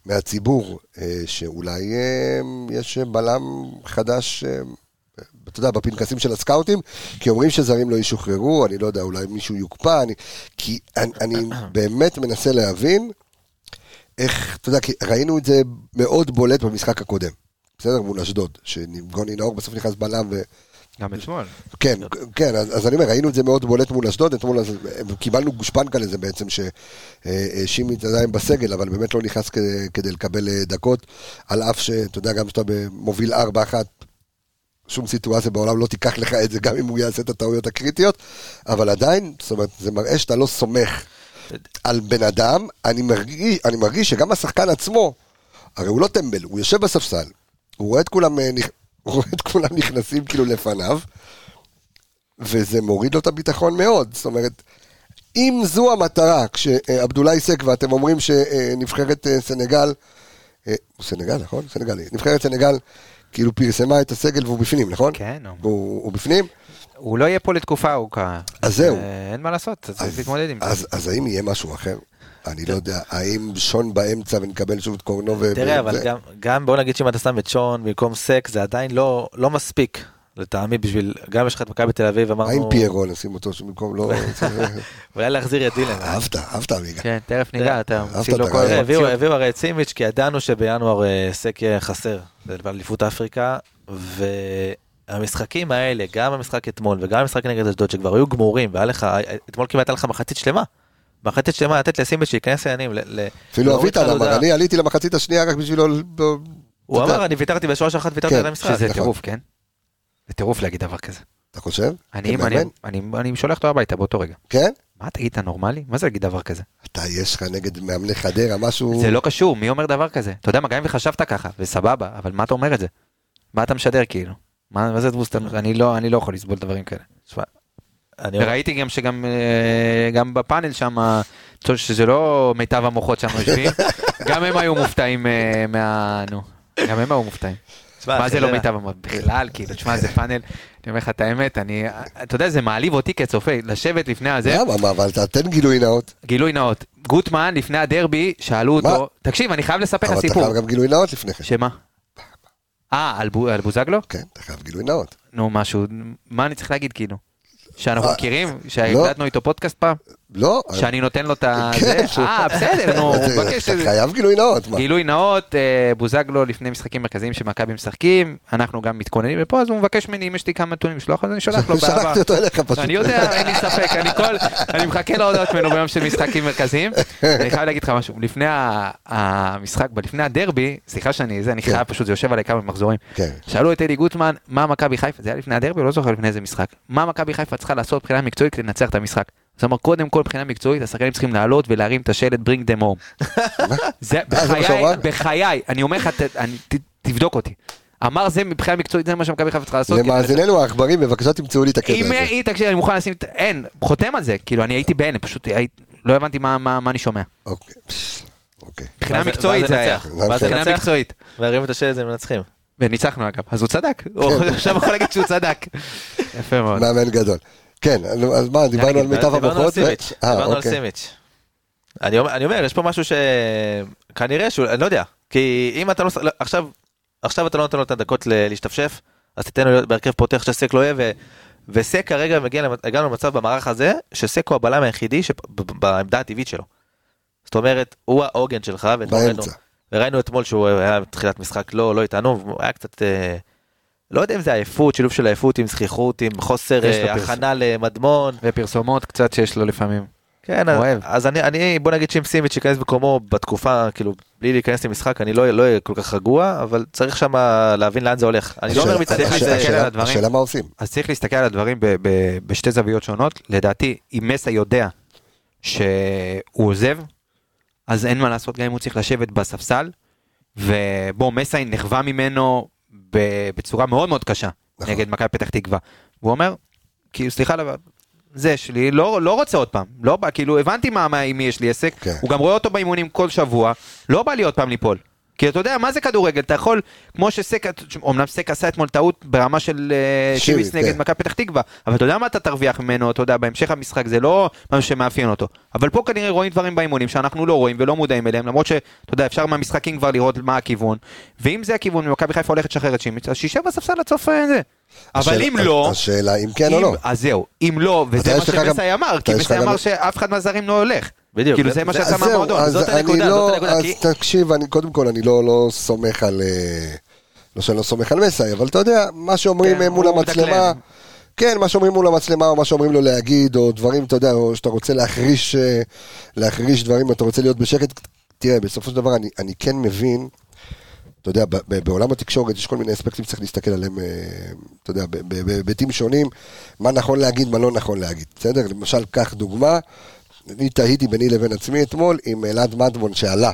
מהציבור, שאולי יש בלם חדש, אתה יודע, בפנקסים של הסקאוטים, כי אומרים שזרים לא ישוחררו, אני לא יודע, אולי מישהו יוקפא, אני, כי אני, אני באמת מנסה להבין, איך, אתה יודע, כי ראינו את זה מאוד בולט במשחק הקודם, בסדר, מול אשדוד, שגוני נאור בסוף נכנס בלם ו... גם אתמול. כן, כן, אז, אז אני אומר, ראינו את זה מאוד בולט מול אשדוד, אתמול אז, קיבלנו גושפנקה לזה בעצם, ששימית עדיין בסגל, אבל באמת לא נכנס כדי, כדי לקבל דקות, על אף שאתה יודע, גם שאתה מוביל ארבע אחת, שום סיטואציה בעולם לא תיקח לך את זה, גם אם הוא יעשה את הטעויות הקריטיות, אבל עדיין, זאת אומרת, זה מראה שאתה לא סומך על בן אדם, אני מרגיש, אני מרגיש שגם השחקן עצמו, הרי הוא לא טמבל, הוא יושב בספסל, הוא רואה את כולם, הוא רואה את כולם נכנסים כאילו לפניו, וזה מוריד לו את הביטחון מאוד, זאת אומרת, אם זו המטרה, כשעבדולאי סק ואתם אומרים שנבחרת סנגל, הוא סנגל, נכון? סנגל, נבחרת סנגל, כאילו פרסמה את הסגל והוא בפנים, נכון? כן. הוא, הוא בפנים? הוא לא יהיה פה לתקופה ארוכה. אז זהו. אין מה לעשות, צריך להתמודד עם זה. אז, אז האם יהיה משהו אחר? אני לא יודע, האם שון באמצע ונקבל שוב את קורנו ו... תראה, אבל גם, גם בוא נגיד שאם אתה שם את שון במקום סק, זה עדיין לא, לא מספיק. לטעמי בשביל, גם יש לך את מכבי בתל אביב, אמרנו... האם פיירו נשים אותו שבמקום לא... ואולי להחזיר את דילן. אהבת, אהבת אמיגה. כן, תכף ניגע, אתה... הביאו הרי את סימיץ', כי ידענו שבינואר סק יהיה חסר, זה באליפות אפריקה, והמשחקים האלה, גם המשחק אתמול, וגם המשחק נגד אשדוד, שכבר היו גמורים, והיה לך, אתמול כמעט היה לך מחצית שלמה, מחצית שלמה לתת לסימיץ' שייכנס לעניינים. אפילו אביטן אמר, אני עליתי למחצית השנייה רק בשבילו... הוא אמר, אני ויתרתי בשלוש אחת, ויתרתי על המשחק. שזה טירוף, כן? זה טירוף להגיד דבר כזה. אתה חושב? אני, אני, אני, אני שולח אותו הביתה באותו רגע. כן? מה, תגיד, אתה נורמלי? מה זה להגיד דבר כזה? אתה, יש לך נגד מאמני חדרה, משהו... זה לא קשור, מי אומר דבר כזה? אתה יודע מה, גם אם חשבת ככה, וסבבה, אבל מה אתה אומר את זה? מה אתה משדר כאילו? מה, מה זה דבוס? אני לא, אני לא יכול לסבול דברים כאלה. וראיתי גם שגם גם בפאנל שם, שזה לא מיטב המוחות שם יושבים, גם הם היו מופתעים מה... נו, גם הם היו מופתעים. מה זה לא מיטב המוחות? בכלל, כאילו, תשמע, זה פאנל, אני אומר לך את האמת, אני, אתה יודע, זה מעליב אותי כצופה, לשבת לפני הזה. למה, אבל אתה תן גילוי נאות. גילוי נאות. גוטמן, לפני הדרבי, שאלו אותו, תקשיב, אני חייב לספר לך סיפור. אבל אתה חייב גם גילוי נאות לפני כן. שמה? אה, על בוזגלו? כן, אתה חייב גילוי נאות. נו, משהו, מה אני צריך להגיד, כאילו? שאנחנו מכירים? שהקלטנו איתו פודקאסט פעם? לא. שאני נותן לו את זה? אה, בסדר, נו. אתה חייב גילוי נאות. גילוי נאות, בוזגלו לפני משחקים מרכזיים שמכבי משחקים, אנחנו גם מתכוננים לפה, אז הוא מבקש ממני, אם יש לי כמה נתונים לשלוח, אז אני שולח לו בעבר. שלחתי אותו אליך פשוט. אני יודע, אין לי ספק, אני מחכה להודעות ממנו ביום של משחקים מרכזיים. אני חייב להגיד לך משהו, לפני המשחק, לפני הדרבי, סליחה שאני, אני חייב פשוט, זה יושב עליי כמה מחזורים. שאלו את אלי גוטמן, מה מכבי חיפה, זה היה לפני הדרבי, לא זוכר לפני איזה משחק. מה מכבי חיפה צריכה לעשות בחינה מקצועית כדי לנצח את המשחק? זאת אומרת, קודם כל בחינה מקצועית, השחקנים צריכים לעלות ולהרים את השלט bring them home. זה בחיי, בחיי, אני אומר לך, תבדוק אותי. אמר זה מבחינה מקצועית, זה מה שמכבי חיפה צריכה לעשות. למאזיננו העכברים, בבקשה תמצאו לי את הקטע הזה. אם תקשיב, אני מוכן לשים, אין, חותם על זה, כאילו אני הייתי בהן, פשוט לא הבנתי מה אני שומע. אוקיי. בחינה מקצועית זה היה. בחינה מקצועית. והרים את השלט זה מנצחים. וניצחנו אגב, אז הוא צדק. עכשיו יכול להגיד שהוא צדק. יפה מאוד. מאמן גדול. כן, אז מה, דיברנו על מיטב המוחות? דיברנו על סימיץ'. אני אומר, יש פה משהו שכנראה שהוא, אני לא יודע, כי אם אתה לא, עכשיו, עכשיו אתה לא נותן לו את הדקות להשתפשף, אז תתן לו בהרכב פותח שסק לא יהיה, וסק כרגע הגענו למצב במערך הזה, שסק הוא הבלם היחידי בעמדה הטבעית שלו. זאת אומרת, הוא העוגן שלך, וראינו אתמול שהוא היה בתחילת משחק לא איתנו, הוא היה קצת... לא יודע אם זה עייפות, שילוב של עייפות עם זכיחות, עם חוסר הכנה למדמון. ופרסומות קצת שיש לו לפעמים. כן, אז אני, בוא נגיד שאם סימיץ' ייכנס בקומו בתקופה, כאילו, בלי להיכנס למשחק, אני לא אהיה כל כך רגוע, אבל צריך שם להבין לאן זה הולך. אני לא אומר מצד להסתכל על הדברים. השאלה מה עושים? אז צריך להסתכל על הדברים בשתי זוויות שונות. לדעתי, אם מסה יודע שהוא עוזב, אז אין מה לעשות, גם אם הוא צריך לשבת בספסל, ובו מסה נחווה ממנו בצורה מאוד מאוד קשה, נגד מכבי פתח תקווה. הוא אומר, כאילו, סליחה, זה שלי, לא, לא רוצה עוד פעם, לא בא, כאילו, הבנתי מה, עם מי יש לי עסק, הוא גם רואה אותו באימונים כל שבוע, לא בא לי עוד פעם ליפול, כי אתה יודע, מה זה כדורגל? אתה יכול, כמו שסק, אומנם סק עשה אתמול טעות ברמה של שימיס נגד מכבי פתח תקווה, אבל אתה יודע מה אתה תרוויח ממנו, אתה יודע, בהמשך המשחק זה לא משהו שמאפיין אותו. אבל פה כנראה רואים דברים באימונים שאנחנו לא רואים ולא מודעים אליהם, למרות שאתה יודע, אפשר מהמשחקים כבר לראות מה הכיוון, ואם זה הכיוון, מכבי חיפה הולכת לשחרר את שימיס, אז שישב בספסל לצוף זה. אבל אם לא, השאלה אם כן או לא. אז זהו, אם לא, וזה מה שמסי אמר, כי מסי אמר שאף אחד מהזרים לא הולך. בדיוק. כאילו זה מה שאתה מהמועדון. זאת הנקודה, זאת הנקודה. אז תקשיב, קודם כל אני לא סומך על, לא שאני לא סומך על מסי, אבל אתה יודע, מה שאומרים מול המצלמה, כן, מה שאומרים מול המצלמה, או מה שאומרים לו להגיד, או דברים, אתה יודע, או שאתה רוצה להחריש, להחריש דברים, אתה רוצה להיות בשקט, תראה, בסופו של דבר אני כן מבין, אתה יודע, בעולם התקשורת יש כל מיני אספקטים שצריך להסתכל עליהם, אתה יודע, בביתים שונים, מה נכון להגיד, מה לא נכון להגיד, בסדר? למשל, כך דוגמה, אני תהיתי ביני לבין עצמי אתמול, עם אלעד מדמון שעלה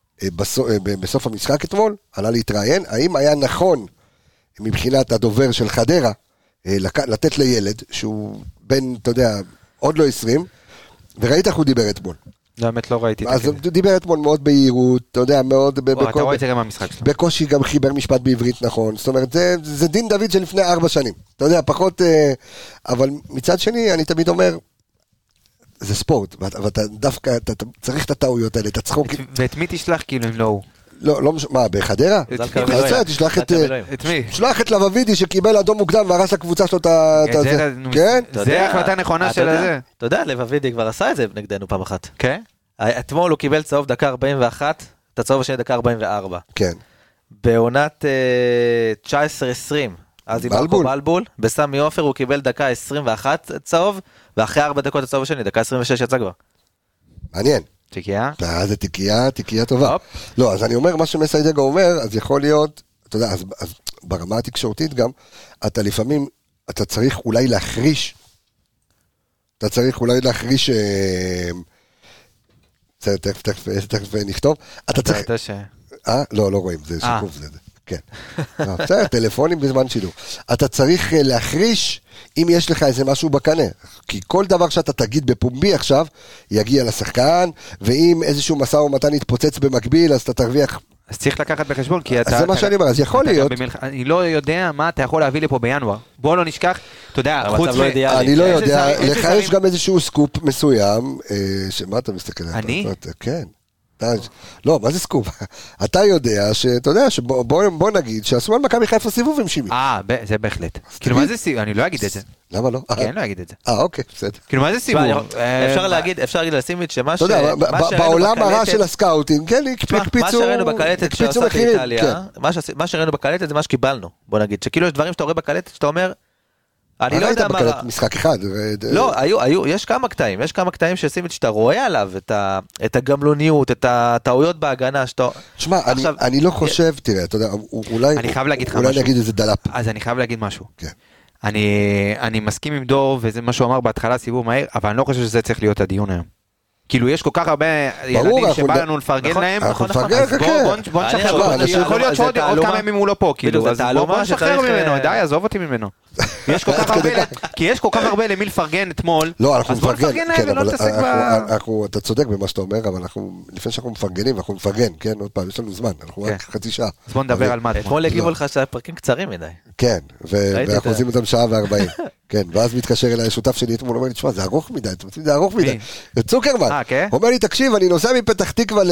בסוף המשחק אתמול, עלה להתראיין, האם היה נכון, מבחינת הדובר של חדרה, לתת לילד, שהוא בין, אתה יודע, עוד לא עשרים, וראית איך הוא דיבר אתמול. באמת לא ראיתי. אז הוא דיבר אתמול מאוד בהירות, אתה יודע, מאוד... אתה רואה את זה גם במשחק שלו. בקושי גם חיבר משפט בעברית נכון, זאת אומרת, זה דין דוד של לפני ארבע שנים, אתה יודע, פחות... אבל מצד שני, אני תמיד אומר, זה ספורט, ואתה דווקא, אתה צריך את הטעויות האלה, אתה צחוק... ואת מי תשלח כאילו אם לא הוא? לא, לא, מה, בחדרה? תשלח את... את מי? תשלח את לבבידי שקיבל אדום מוקדם והרס לקבוצה שלו את זה. כן? זה החלטה נכונה של זה. אתה יודע, לבבידי כבר עשה את זה נגדנו פעם אחת. כן? אתמול הוא קיבל צהוב דקה ארבעים ואחת, את הצהוב השני דקה ארבעים וארבע. כן. בעונת תשע עשרה עשרים, אז עם מרקו בלבול, בסמי עופר הוא קיבל דקה עשרים ואחת צהוב, ואחרי ארבע דקות הצהוב השני, דקה עשרים ושש יצא כבר. מעניין. תיקייה? זה תיקייה, תיקייה טובה. לא, אז אני אומר, מה שמסיידגו אומר, אז יכול להיות, אתה יודע, אז ברמה התקשורתית גם, אתה לפעמים, אתה צריך אולי להחריש, אתה צריך אולי להחריש, תכף, תכף, תכף נכתוב, אתה צריך, אה, לא, לא רואים, זה שקוף זה, כן. בסדר, טלפונים בזמן שידור. אתה צריך להחריש אם יש לך איזה משהו בקנה, כי כל דבר שאתה תגיד בפומבי עכשיו, יגיע לשחקן, ואם איזשהו מסע ומתן יתפוצץ במקביל, אז אתה תרוויח... אז צריך לקחת בחשבון, כי אתה... אז זה מה שאני אומר, אז יכול להיות... אני לא יודע מה אתה יכול להביא לפה בינואר. בוא לא נשכח, אתה יודע, חוץ מ... אני לא יודע, לך יש גם איזשהו סקופ מסוים, שמה אתה מסתכל? אני? כן. לא, מה זה סקופ? אתה יודע שאתה יודע שבוא נגיד שעשו על מכבי חיפה סיבוב עם שימי. אה, זה בהחלט. כאילו מה זה סיבוב? אני לא אגיד את זה. למה לא? כן, לא אגיד את זה. אה, אוקיי, בסדר. כאילו מה זה סיבוב? אפשר להגיד, אפשר להגיד לסימית שמה ש... אתה יודע, בעולם הרע של הסקאוטינג, כן, הקפיצו... מה שראינו בקלטת שעושה באיטליה, מה שראינו בקלטת זה מה שקיבלנו. בוא נגיד, שכאילו יש דברים שאתה רואה בקלטת שאתה אומר... אני לא יודע מה... משחק אחד. לא, היו, היו, יש כמה קטעים, יש כמה קטעים שעושים שאתה רואה עליו את הגמלוניות, את הטעויות בהגנה, שאתה... תשמע, אני לא חושב, תראה, אתה יודע, אולי... אני חייב להגיד לך משהו. אולי נגיד איזה דלאפ. אז אני חייב להגיד משהו. אני מסכים עם דור, וזה מה שהוא אמר בהתחלה, סיבוב מהיר, אבל אני לא חושב שזה צריך להיות הדיון היום. כאילו יש כל כך הרבה ילדים שבא לנו לפרגן להם, אנחנו נפרגן, בוא נשחרר, יכול להיות שעוד כמה ימים הוא לא פה, אז בוא נשחרר ממנו, די, עזוב אותי ממנו. כי יש כל כך הרבה למי לפרגן אתמול, אז בוא נפרגן להם ולא נתעסק ב... אתה צודק במה שאתה אומר, אבל לפני שאנחנו מפרגנים, אנחנו נפרגן, כן, עוד פעם, יש לנו זמן, אנחנו רק חצי שעה. אז בוא נדבר על מה. אתמול הגיבו לך שהפרקים קצרים מדי. כן, ואנחנו עושים אותם שעה וארבעים. כן, ואז מתקשר אליי שותף שלי אתמול, אומר לי, תשמע, זה ארוך מדי, אתם רוצים, זה ארוך מדי. צוקרמן, אומר לי, תקשיב, אני נוסע מפתח תקווה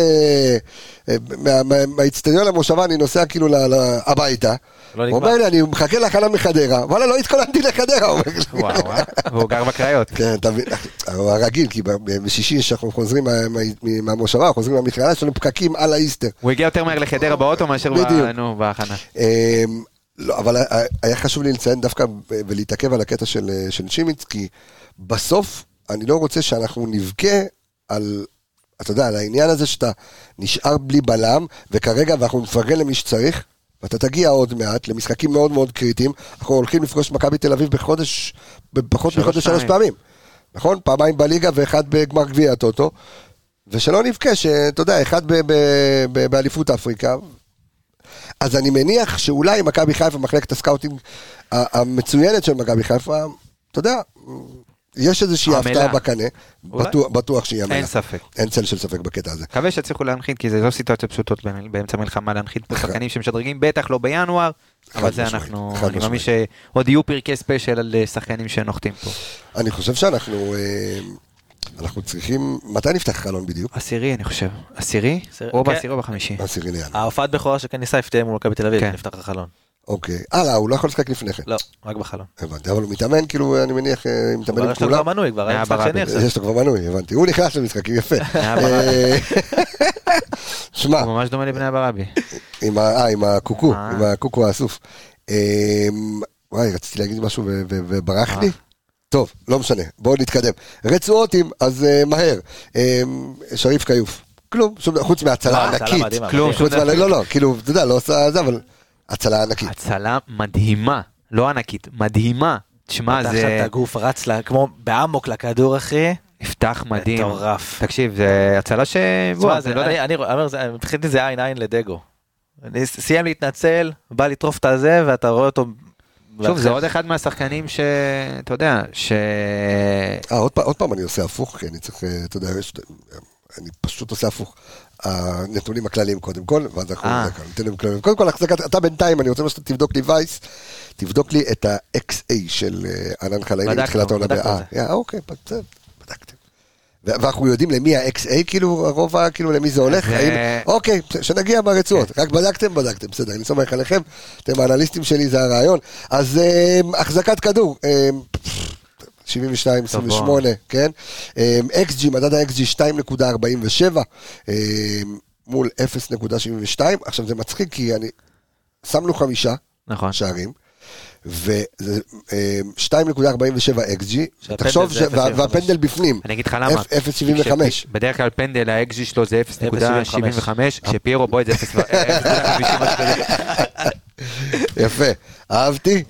מהאצטדיון למושבה, אני נוסע כאילו הביתה. הוא אומר לי, אני מחכה להכנה מחדרה, וואלה, לא התכוננתי לחדרה, הוא אומר לי. וואו, והוא גר בקריות. כן, הוא הרגיל, כי בשישי שאנחנו חוזרים מהמושבה, חוזרים מהמכללה, יש לנו פקקים על האיסטר. הוא הגיע יותר מהר לחדרה באוטו מאשר בהכנה. לא, אבל היה חשוב לי לציין דווקא ולהתעכב על הקטע של, של שימיץ, כי בסוף אני לא רוצה שאנחנו נבכה על, אתה יודע, על העניין הזה שאתה נשאר בלי בלם, וכרגע ואנחנו נפרגן למי שצריך, ואתה תגיע עוד מעט למשחקים מאוד מאוד קריטיים, אנחנו הולכים לפגוש מכבי תל אביב בחודש, בפחות מחודש שלוש פעמים, נכון? פעמיים בליגה ואחד בגמר גביע הטוטו, ושלא נבכה שאתה יודע, אחד ב, ב, ב, באליפות אפריקה, אז אני מניח שאולי מכבי חיפה, מחלקת הסקאוטינג המצוינת של מכבי חיפה, אתה יודע, יש איזושהי המלה. הפתעה בקנה, אולי? בטוח, בטוח שהיא המלה. אין ספק. אין צל של ספק בקטע הזה. מקווה שצריכו להנחית, כי זה לא סיטואציות פשוטות באמצע מלחמה להנחית פה שחקנים שמשדרגים, בטח לא בינואר, אבל זה משמעית, אנחנו, חד אני מאמין משמעית. שעוד יהיו פרקי ספיישל על שחקנים שנוחתים פה. אני חושב שאנחנו אה, אנחנו צריכים, מתי נפתח חלון בדיוק? עשירי, אני חושב. עשירי? עשירי, או כן. בעשירי או בחמישי. עשירי לינואר. ההופעת בכורה של קני סייף תהיה מול מכבי תל אביב, כן. נפתח החלון. אוקיי. אה, לא, הוא לא יכול לשחק לפני כן. לא, רק בחלון. הבנתי, אבל הוא מתאמן, כאילו, אני מניח, אה, מתאמן כבר עם יש לו כבר כולם. מנוי, כבר היה משחק ברבי. שני עכשיו. יש לו כבר מנוי, הבנתי. הוא נכנס למשחקים, יפה. היה ברבי. אה, שמע, הוא ממש דומה לבני אברבי. עם ה- אה, עם הקוקו, אה. עם הקוקו האסוף. אה, וואי, רציתי להגיד משהו ו- ו- וברח לי. טוב, לא משנה, בואו נתקדם. רצואותים, אז אה, מהר. אה, שריף כיוף. כלום, שום דבר, חוץ מהצלה לא, הצלה ענקית. מדהימה, כלום, מדהים. חוץ מה, לא, לא, כאילו, אתה יודע, לא עושה זה, אבל הצלה ענקית. הצלה מדהימה, לא ענקית, מדהימה. תשמע, פתח זה שם את הגוף, רץ לה, כמו באמוק לכדור, אחי. יפתח מדהים. מטורף. תקשיב, זה הצלה ש... בוא, תשמע, זה זה- לא יודע. אני אני אומר, זה- מבחינתי זה עין עין לדגו. אני סיים להתנצל, בא לטרוף את הזה, ואתה רואה אותו... שוב, זה עוד אחד מהשחקנים ש... אתה יודע, ש... אה, עוד פעם, עוד פעם אני עושה הפוך, כי אני צריך, אה, אתה יודע, יש, אני פשוט עושה הפוך. הנתונים הכלליים קודם כל, ואז אנחנו אה. ניתן להם כלליים. קודם כל, החזקת, אתה בינתיים, אני רוצה שאתה תבדוק לי וייס, תבדוק לי את ה-אקס איי של אה, ענן חלאילי בדקנו, מתחילת העונה. בדקנו אה, את אה, אוקיי, בסדר, בדקתם. ו- ואנחנו יודעים למי ה-אקס איי, כאילו, הרובע, כאילו, למי זה הולך? אז, האם- אה, אוקיי, שנגיע ברצועות. רק בדקתם, בדקתם, בסדר, אני סומך עליכם, אתם האנליסטים שלי, זה הרעיון. אז אה, החזקת כדור, אה, שבעים ושתיים עשרים ושמונה, כן? אקס ג'י, מדד ה-אקס ג'י שתיים נקודה ארבעים ושבע, מול אפס נקודה שבעים ושתיים. עכשיו זה מצחיק כי אני, שמנו חמישה נכון. שערים, וזה שתיים נקודה ארבעים ושבע אקס ג'י, שהפנדל תחשוב, זה ש- אפס נקודה שבעים וחמש. והפנדל בפנים, אני אגיד לך למה. אפס נקודה שבעים וחמש. בדרך כלל פנדל האקזי שלו זה אפס נקודה שבעים וחמש, כשפיירו בועט זה אפס נקודה חמישים. יפה, אהבתי.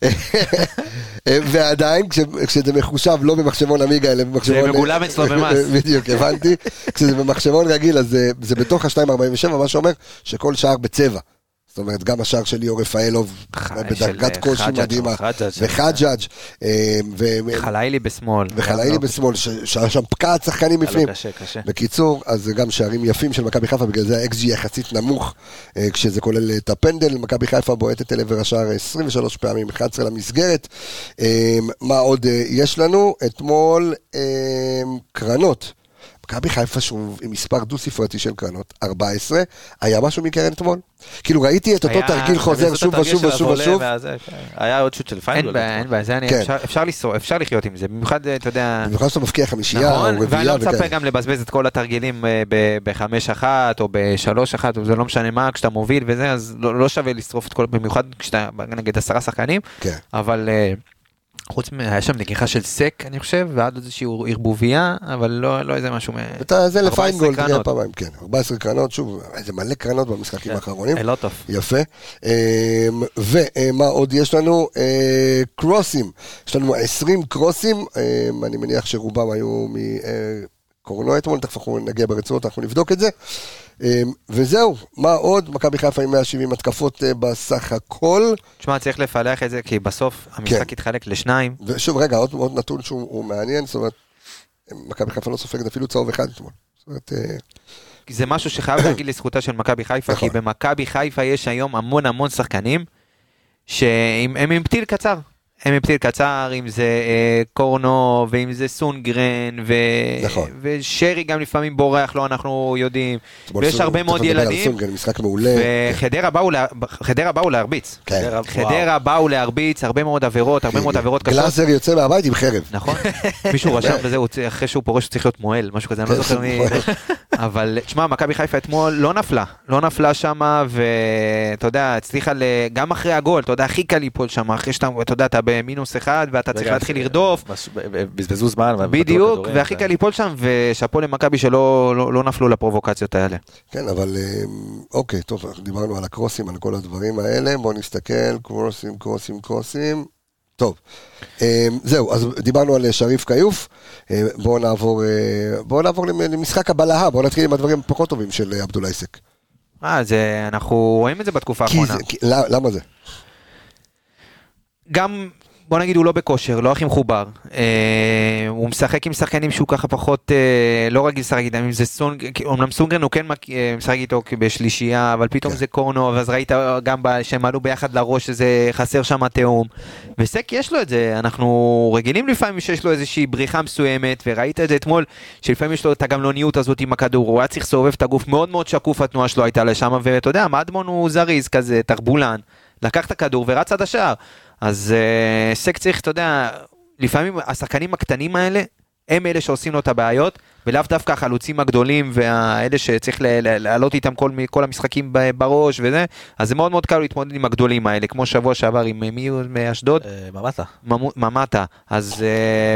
ועדיין, כש- כשזה מחושב לא במחשבון עמיגה, אלא במחשבון... זה מגולם אצלו במס. בדיוק, הבנתי. כשזה במחשבון רגיל, אז זה- זה בתוך ה-שתיים נקודה ארבעים ושבע, מה שאומר שכל שער בצבע. זאת אומרת, גם השער של ליאור רפאלוב, ח- בדרגת של קושי חג'אג', מדהימה, חג'אג'. וחג'אג', אה, ו- חלאילי בשמאל. וחלאילי בשמאל, ש- שהיה שם פקעת שחקנים היה לו בפנים. קשה, קשה. בקיצור, אז זה גם שערים יפים של מכבי חיפה, בגלל זה ה-אקס ג'י יחסית נמוך, אה, כשזה כולל את הפנדל. מכבי חיפה בועטת אל עבר השער עשרים ושלוש פעמים, אחת עשרה למסגרת. אה, מה עוד אה, יש לנו? אתמול אה, קרנות. מכבי חיפה שוב עם מספר דו ספרתי של קרנות, ארבע עשרה, היה משהו מקרן אתמול? כאילו ראיתי את אותו היה- תרגיל חוזר שוב ושוב ושוב ושוב. היה עוד שוט של פיינגול. אין בעיה, אין בעיה, זה אני, כן. אפשר- אפשר לסור, אפשר לחיות עם זה, במיוחד, אתה יודע, במיוחד שאתה מפקיע חמישייה או נכון, ואני רביעייה לא מצפה וכאלה. גם לבזבז את כל התרגילים אה, ב- בחמש אחת או בשלוש אחת, זה לא משנה מה, כשאתה מוביל וזה, אז לא לא שווה לשרוף את כל, במיוחד כשאתה נגד עשרה שחקנים, כן. אבל אה, חוץ מה, היה שם נגיחה של סק, אני חושב, ועד איזושהי ערבוביה, אבל לא לא איזה משהו, מ- אתה זה ארבע עשרה לפיינגולד, תראה קרנות. פעמיים, כן, ארבע עשרה קרנות, שוב, איזה מלא קרנות במשחקים האחרונים. לא טוב. יפה. אמ, ומה עוד יש לנו? אה, קרוסים. יש לנו עשרים קרוסים, אמ, אני מניח שרובם היו מקורנו אתמול, תכף אנחנו נגיע ברצועות, אנחנו נבדוק את זה. אמ, וזהו, מה עוד? מכבי חיפה עם מאה ושבעים התקפות אה, בסך הכל. תשמע, צריך לפלח את זה, כי בסוף המשחק יתחלק לשניים, ושוב, רגע, עוד, עוד נתון שהוא הוא מעניין, זאת אומרת, מכבי חיפה לא סופגת אפילו צהוב אחד אתמול. זאת אומרת, אה, זה משהו שחייב להגיד לזכותה של מכבי חיפה, נכון. כי במכבי חיפה יש היום המון המון שחקנים, שהם הם עם פתיל קצר, הם עם פתיל קצר, אם זה אה, קורנו, ואם זה סונגרן, ו... נכון. ושרי גם לפעמים בורח, לא אנחנו יודעים, אתמול ויש סונגרן- הרבה מאוד תכף נדבר על ילדים, סונגרן, משחק מעולה. וחדרה באו, לה... חדרה באו להרביץ, כן. חדרה באו להרביץ, הרבה מאוד עבירות, הרבה מאוד עבירות קשות. גלאזר יוצא מהבית עם חרב. נכון, מישהו רשם בזה, הוא צ- אחרי שהוא פורש הוא צריך להיות מועל, משהו כזה, אני לא זוכר מי, אבל תשמע, מכבי חיפה אתמול לא נפלה, לא נפלה שמה, ואתה יודע, הצליחה, ל- גם אחרי הגול, אתה יודע, הכי קל ליפול שמה, אחרי שאתה, אתה יודע, אתה במינוס אחד, ואתה צריך להתחיל לרדוף, בזבזו זמן. בדיוק, והכי קל ליפול שם, ושאפו למכבי שלא לא- לא נפלו לפרובוקציות האלה. כן, אבל אוקיי, טוב, דיברנו על הקרוסים, על כל הדברים האלה, בואו נסתכל, קרוסים, קרוסים, קרוסים. טוב, זהו, אז דיברנו על שריף כיוף, בואו נעבור, בואו נעבור למשחק הבלהה, בואו נתחיל עם הדברים הפחות טובים של עבדולאי סק. אה, זה, אנחנו רואים את זה בתקופה כי האחרונה. זה, כי- למה זה? גם, בוא נגיד הוא לא בכושר, לא הכי מחובר, אה, הוא משחק עם שחקנים שהוא ככה פחות, אה, לא רגיל לשחק איתם, אם זה סונג, אומנם סונגרן הוא כן אה, משחק איתו בשלישייה, אבל פתאום כן. זה קורנו, ואז ראית גם שהם עלו ביחד לראש, שזה חסר שם תאום, וסק יש לו את זה, אנחנו רגילים לפעמים שיש לו איזושהי בריחה מסוימת, וראית את זה אתמול, שלפעמים יש לו את הגמלוניות הזאת עם הכדור, הוא היה צריך סובב את הגוף, מאוד מאוד שקוף התנועה שלו הייתה לשם, ואתה יודע, מדמון הוא זריז כזה, תרבולן, לקח את הכדור ורץ עד השער. אז uh, סק צריך, אתה יודע, לפעמים השחקנים הקטנים האלה, הם אלה שעושים לו את הבעיות, ולאו דווקא החלוצים הגדולים, והאלה שצריך לעלות איתם כל, כל המשחקים בראש וזה, אז זה מאוד מאוד קל להתמודד עם הגדולים האלה, כמו שבוע שעבר עם מי מאשדוד? ממטה. ממטה. אז,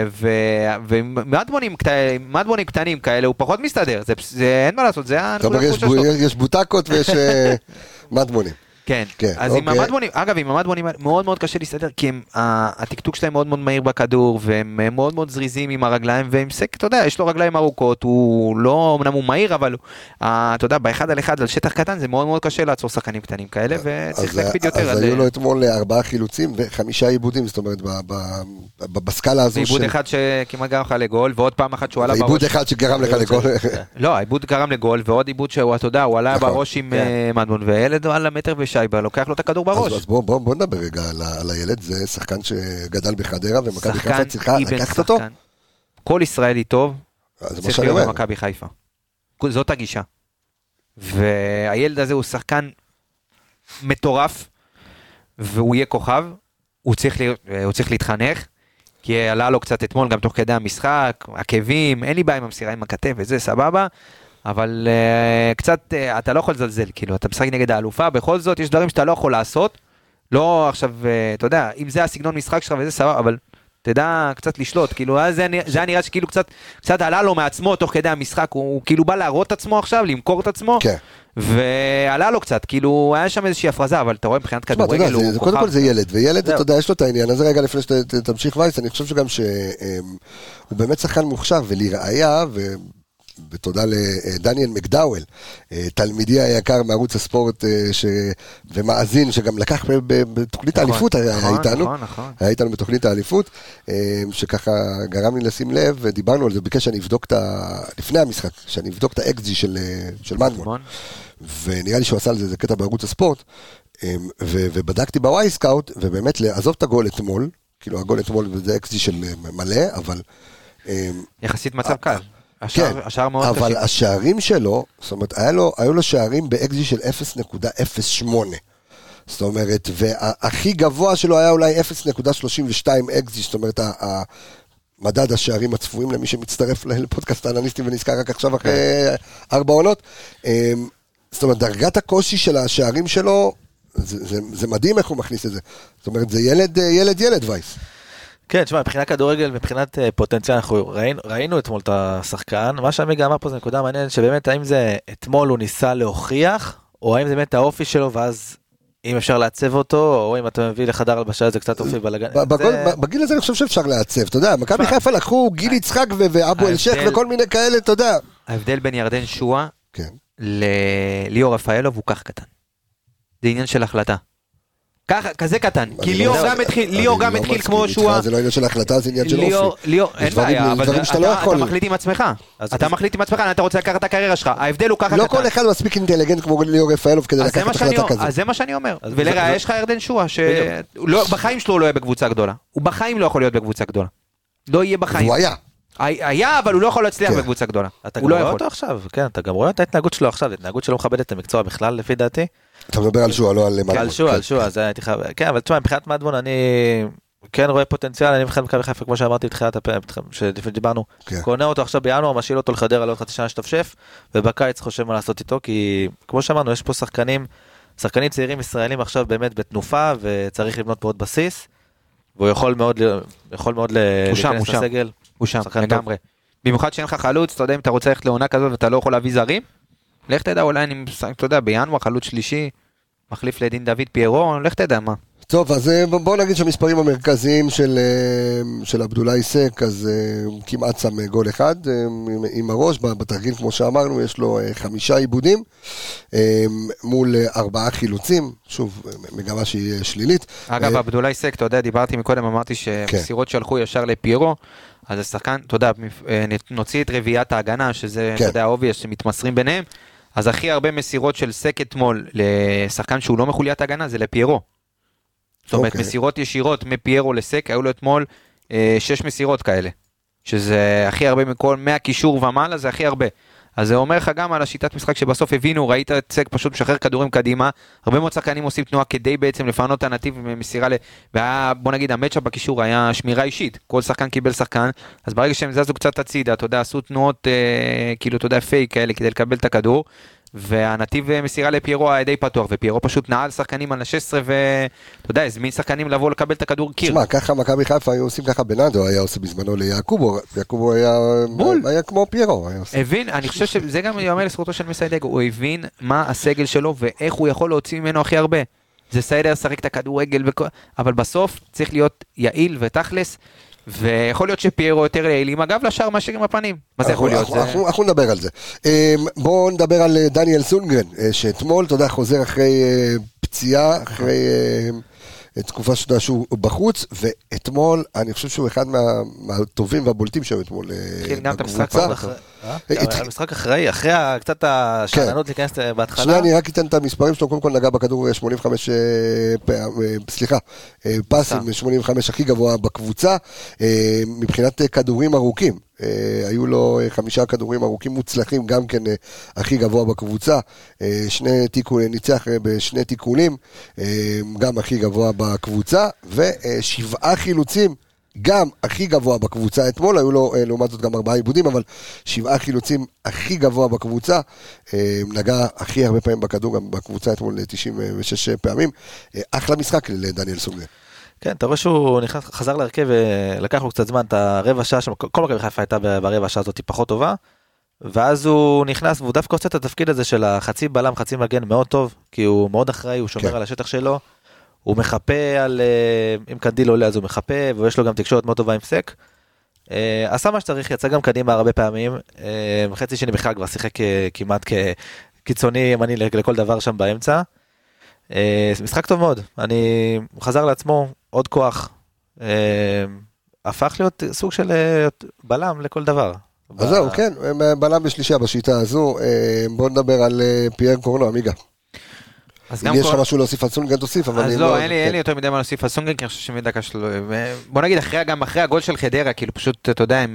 ומדמונים קטנים כאלה, הוא פחות מסתדר, זה, זה אין מה לעשות, זה הנקודה החושה שלו. יש בוטקות ויש מדמונים. כן, כן, אז אוקיי. עם המדמונים, אגב, עם המדמונים מאוד מאוד קשה להסתדר, כי הם, הטקטוק שלהם מאוד מאוד מהיר בכדור, והם מאוד מאוד זריזים עם הרגליים, והם סק, אתה יודע, יש לו רגליים ארוכות, הוא לא, אמנם הוא מהיר, אבל אתה יודע, באחד על אחד, על שטח קטן, זה מאוד מאוד קשה לעצור שחקנים קטנים כאלה, וצריך להקפיד יותר. אז היו לו אתמול ארבעה חילוצים, וחמישה עיבודים, זאת אומרת, בסקאלה הזו. עיבוד אחד שכמעט גרם לך לגול, ועוד פעם אחת שהוא עלה בראש. עיבוד אחד שגרם לך לגול. לא, העיבוד גרם לגול, ועוד עיבוד שהוא, אתה יודע, הוא עלה בראש עם מדמון, וילד על המטר ושייבה, לוקח לו את הכדור בראש. אז בוא, בוא, בוא נדבר רגע על, על הילד, זה שחקן שגדל בחדרה, ומכבי חיפה צריכה לקחת אותו. כל ישראלי טוב, צריך להיות במכבי חיפה. זאת הגישה. והילד הזה הוא שחקן מטורף, והוא יהיה כוכב, הוא צריך, להיות, הוא צריך להתחנך, כי עלה לו קצת אתמול, גם תוך כדי המשחק, עקבים, אין לי בעיה עם המסירה עם הכתף, וזה סבבה, אבל uh, קצת, uh, אתה לא יכול לזלזל, כאילו, אתה משחק נגד האלופה, בכל זאת יש דברים שאתה לא יכול לעשות, לא עכשיו, uh, אתה יודע, אם זה הסגנון משחק שלך וזה סבבה, אבל תדע קצת לשלוט, כאילו, זה, זה היה נראה שכאילו קצת, קצת עלה לו מעצמו תוך כדי המשחק, הוא, הוא כאילו בא להראות את עצמו עכשיו, למכור את עצמו, כן. ועלה לו קצת, כאילו, היה שם איזושהי הפרזה, אבל אתה רואה מבחינת כדורגל, הוא כוכב. קודם כל זה ילד, וילד, אתה יודע, יש לו את העניין, אז רגע לפני שתמשיך וייס, אני חושב שגם שהוא באמת שחקן מוכשר, ולראיה, ו... ותודה לדניאל מקדאוול, תלמידי היקר מערוץ הספורט ש... ומאזין, שגם לקח בתוכנית נכון, האליפות, נכון, היה איתנו, נכון, נכון. היה איתנו בתוכנית האליפות, שככה גרם לי לשים לב, ודיברנו על זה, ביקש שאני אבדוק את ה... לפני המשחק, שאני אבדוק את האקסג'י של, של מדמון, ונראה לי שהוא עשה על זה, זה קטע בערוץ הספורט, ו... ובדקתי בוואי סקאוט, ובאמת לעזוב את הגול אתמול, כאילו הגול אתמול זה אקסג'י של מלא, אבל... יחסית מצב קל. כן, השער מאוד אבל קשה. השערים שלו, זאת אומרת, היה לו, היו לו שערים באקסג'י של אפס נקודה אפס שמונה. זאת אומרת, והכי גבוה שלו היה אולי אפס נקודה שלושים ושתיים אקסג'י, זאת אומרת, מדד השערים הצפויים למי שמצטרף לפודקאסט האנליסטים ונזכר רק עכשיו אחרי ארבע עונות. זאת אומרת, דרגת הקושי של השערים שלו, זה, זה, זה מדהים איך הוא מכניס את זה. זאת אומרת, זה ילד, ילד, ילד וייס. כן, תשמע, מבחינת כדורגל, מבחינת פוטנציאל, אנחנו ראינו, ראינו אתמול את השחקן, מה שעמיגה אמר פה זה נקודה מעניינת, שבאמת האם זה אתמול הוא ניסה להוכיח, או האם זה באמת האופי שלו, ואז אם אפשר לעצב אותו, או אם אתה מביא לחדר הלבשה, זה קצת אופי בלגן. בגיל הזה אני חושב שאפשר לעצב, אתה יודע, מכבי חיפה לקחו גיל יצחק ואבו אלשייך וכל מיני כאלה, אתה יודע. ההבדל בין ירדן שועה לליאור רפאלוב הוא כך קטן. זה עניין של החלטה. ככה, כזה קטן, כי ליאור גם התחיל, ליאור גם התחיל כמו שועה. זה לא עניין של החלטה, זה עניין של אופי. ליאור, אין בעיה, אבל אתה מחליט עם עצמך. אתה מחליט עם עצמך, אתה רוצה לקחת את הקריירה שלך. ההבדל הוא ככה קטן. לא כל אחד מספיק אינטליגנט כמו ליאור רפאלוב כדי לקחת החלטה כזאת. אז זה מה שאני אומר. ולראה, יש לך ירדן שועה, שבחיים שלו לא יהיה בקבוצה גדולה. הוא בחיים לא יכול להיות בקבוצה גדולה. לא יהיה בחיים. הוא היה. היה, אבל הוא לא יכול להצליח בקבוצה גדולה. אתה גם רואה אותו עכשיו, כן, אתה גם רואה את ההתנהגות שלו עכשיו, ההתנהגות שלו מכבדת את המקצוע בכלל, לפי דעתי. אתה מדבר על שועה, לא על מדמון. על שועה, על שועה, זה הייתי חייב, כן, אבל תשמע, מבחינת מדמון אני כן רואה פוטנציאל, אני מבחינת מכבי חיפה, כמו שאמרתי בתחילת הפעם, שדיברנו, קונה אותו עכשיו בינואר, משאיל אותו לחדרה, לא חצי שנה שתפשף, ובקיץ חושב מה לעשות איתו, כי כמו שאמרנו, יש פה שחקנים, שחקנים צעירים ישראלים עכשיו באמת בתנופה, וצריך לבנות פה עוד בסיס, והוא יכול מאוד, יכול מאוד להיכנס לסגל. הוא שם, לגמרי. במיוחד שאין לך חלוץ, אתה יודע, אם אתה רוצה ללכת לעונה כזאת ואתה לא יכול להביא זרים, לך תדע, אולי אני, אתה יודע, בינואר חלוץ שלישי, מחליף לדין דוד פיירו, לך תדע מה. טוב, אז בואו נגיד שהמספרים המרכזיים של, של עבדולאי סק, אז כמעט שם גול אחד עם הראש, בתרגיל כמו שאמרנו, יש לו חמישה עיבודים, מול ארבעה חילוצים, שוב, מגמה שהיא שלילית. אגב, עבדולאי סק, אתה יודע, דיברתי מקודם, אמרתי שמסירות שהלכו ישר לפיירו, אז השחקן, אתה יודע, נוציא את רביעיית ההגנה, שזה, אתה יודע, אובייס, שמתמסרים ביניהם, אז הכי הרבה מסירות של סק אתמול לשחקן שהוא לא מחוליית ההגנה, זה לפיירו. זאת אומרת, okay. מסירות ישירות מפיירו לסק, היו לו אתמול אה, שש מסירות כאלה, שזה הכי הרבה מכל, מהקישור ומעלה, זה הכי הרבה. אז זה אומר לך גם על השיטת משחק שבסוף הבינו, ראית את סק פשוט משחרר כדורים קדימה, הרבה מאוד שחקנים עושים תנועה כדי בעצם לפנות את הנתיב ומסירה, ל... והיה, בוא נגיד, המאצ'אפ בקישור היה שמירה אישית, כל שחקן קיבל שחקן, אז ברגע שהם זזו קצת הצידה, אתה יודע, עשו תנועות, אה, כאילו, אתה יודע, פייק כאלה, כדי לקבל את הכדור, והנתיב מסירה לפיירו היה די פתוח, ופיירו פשוט נעל שחקנים על ה-שש עשרה, ואתה יודע, הזמין שחקנים לבוא לקבל את הכדור קיר. תשמע, ככה מכבי חיפה היו עושים ככה בנאדו, היה עושה בזמנו ליעקובו, יעקובו היה, היה כמו פיירו. הבין, אני חושב שזה גם יאמר לזכותו של מסיידגו, הוא הבין מה הסגל שלו, ואיך הוא יכול להוציא ממנו הכי הרבה. זה סיידר שחק את הכדורגל, אבל בסוף צריך להיות יעיל ותכלס, ויכול להיות שפיירו יותר יעילים, אגב לשאר מאשר עם הפנים. מה זה יכול להיות? אנחנו נדבר על זה. בואו נדבר על דניאל סונגרן, שאתמול, אתה יודע, חוזר אחרי פציעה, אחרי תקופה שאתה שהוא בחוץ, ואתמול, אני חושב שהוא אחד מהטובים והבולטים שם אתמול בקבוצה. המשחק אחרי, אחרי קצת השעננות להיכנס בהתחלה. שנייה, אני רק אתן את המספרים שלו, קודם כל נגע בכדור שמונים וחמש, סליחה, פסים שמונים וחמש הכי גבוה בקבוצה, מבחינת כדורים ארוכים. היו לו חמישה כדורים ארוכים מוצלחים, גם כן הכי גבוה בקבוצה, שני תיקולים, ניצח בשני תיקולים, גם הכי גבוה בקבוצה, ושבעה חילוצים, גם הכי גבוה בקבוצה אתמול, היו לו לעומת זאת גם ארבעה עיבודים, אבל שבעה חילוצים הכי גבוה בקבוצה, נגע הכי הרבה פעמים בכדור, גם בקבוצה אתמול תשעים ושש פעמים, אחלה משחק לדניאל סונגרן. כן, אתה רואה שהוא נכנס, חזר להרכב ולקח לו קצת זמן, את הרבע שעה, כל מכבי חיפה הייתה ברבע שעה הזאת פחות טובה, ואז הוא נכנס, והוא דווקא עושה את התפקיד הזה של החצי בלם, חצי מגן מאוד טוב, כי הוא מאוד אחראי, הוא שומר כן. על השטח שלו, הוא מחפה על, אם קנדיל עולה אז הוא מחפה, ויש לו גם תקשורת מאוד טובה עם סק, עשה מה שצריך, יצא גם קדימה הרבה פעמים, חצי שני בכלל כבר שיחק כמעט כקיצוני ימני לכל דבר שם באמצע, משחק טוב מאוד, אני חזר לעצמו, עוד כוח, הפך להיות סוג של בלם לכל דבר. אז זהו, כן, בלם בשלישה בשיטה הזו, בואו נדבר על פייר קורנו, אמיגה. אם יש לך משהו להוסיף על סונגרן תוסיף, אבל... אז לא, אין לי יותר מדי מה להוסיף על סונגרן, כי אני חושב שמדקה שלו... בוא נגיד, גם אחרי הגול של חדרה, כאילו פשוט, אתה יודע,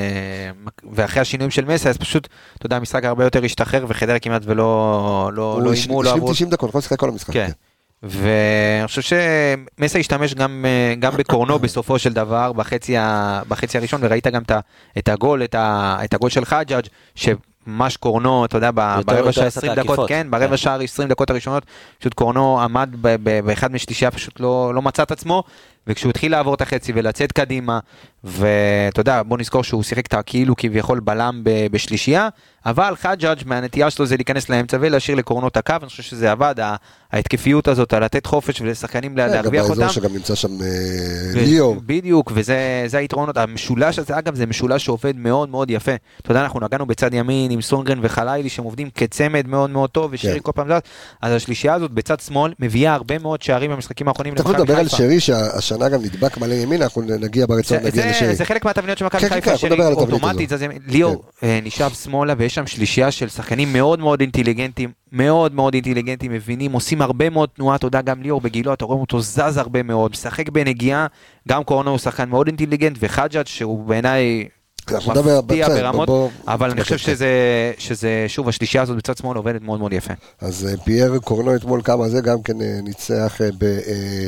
ואחרי השינויים של מסי, אז פשוט, אתה יודע, המשחק הרבה יותר השתחרר, וחדרה כמעט ולא אימו, לא עברו... תשעים דקות, יכול לשחק כל המשחק. כן. ואני חושב שמסי השתמש גם בקורנו בסופו של דבר, בחצי הראשון, וראית גם את הגול, את הגול של חג'אג' ש... ממש קורנו, אתה יודע, ברבע שעה עשרים דקות, כן, ברבע שעה עשרים דקות הראשונות, פשוט קורנו עמד באחד משלישייה, פשוט לא מצא את עצמו, וכשהוא התחיל לעבור את החצי ולצאת קדימה, ואתה יודע, בוא נזכור שהוא שיחק כאילו כביכול בלם בשלישייה, אבל חג'אג' מהנטייה שלו זה להיכנס לאמצע ולהשאיר לקורנו את הקו, אני חושב שזה עבד, ההתקפיות הזאת, לתת חופש ולשחקנים להרוויח אותם. גם באזור שגם נמצא שם ליאו. בדיוק, וזה היתרונות, המשולש הזה, אגב, זה משולש שעובד מאוד מאוד יפה. אתה יודע, אנחנו נגענו בצד ימין עם סונגרן וחלילי, שהם עובדים כצמד מאוד מאוד טוב, ושירי כל פעם זאת, אז השלישייה הזאת בצד שמאל מביאה הרבה מאוד שערים במשחקים האחרונים. אתה יכול לדבר על שרי שהשנה גם נדבק מלא ימין, אנחנו נגיע ברצון להגיע לשרי. זה חלק מהתבניות של מכבי חיפה, שרי אוטומטית, ליאו נשאב שמאלה, ויש שם שלישייה של שחקנים מאוד מאוד אינטליגנטים, מאוד מאוד אינטליגנטים, מבינים, עושים הרבה מאוד תנועה, אתה יודע, גם ליאור בגילו, אתה רואה אותו זז הרבה מאוד, משחק בנגיעה, גם קורנו הוא שחקן מאוד אינטליגנט, וחג'אג' שהוא בעיניי מפתיע ברמות, אבל אני חושב שזה, שוב, השלישייה הזאת בצד שמאל עובדת מאוד מאוד יפה. אז פייר קורנו אתמול כמה זה, גם כן ניצח ב...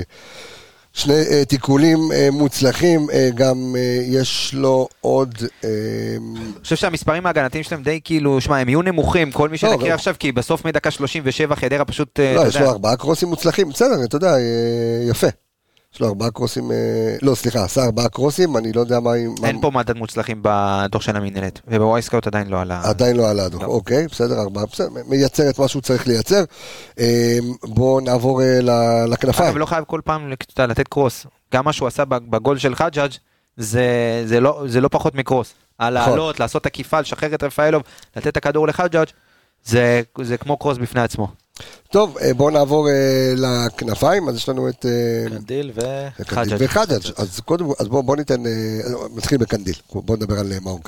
שני תיקולים מוצלחים, גם יש לו עוד... אני חושב שהמספרים ההגנתיים שלהם די כאילו, שמה, הם יהיו נמוכים, כל מי שנקריא עכשיו, כי בסוף מדקה שלושים ושבע חדרה פשוט... לא, יש לו ארבעה קרוסים מוצלחים, בסדר, אתה יודע, יפה. יש לו ארבעה קרוסים, לא סליחה, עשה ארבעה קרוסים, אני לא יודע מה... אין פה מדד מוצלחים בדוח של המנהלת, ובווייסקאוט עדיין לא עלה. עדיין לא עלה הדוח, אוקיי, בסדר, ארבעה, בסדר, מייצר את מה שהוא צריך לייצר. בואו נעבור לכנפיים. אגב, לא חייב כל פעם לתת קרוס, גם מה שהוא עשה בגול של חג'אג' זה לא פחות מקרוס. על לעלות, לעשות עקיפה, לשחרר את רפאלוב, לתת את הכדור לחג'אג' זה כמו קרוס בפני עצמו. טוב, בואו נעבור לכנפיים, אז יש לנו את... קנדיל וחג'אג'. אז קודם, אז בואו ניתן, נתחיל בקנדיל, בואו נדבר על מאור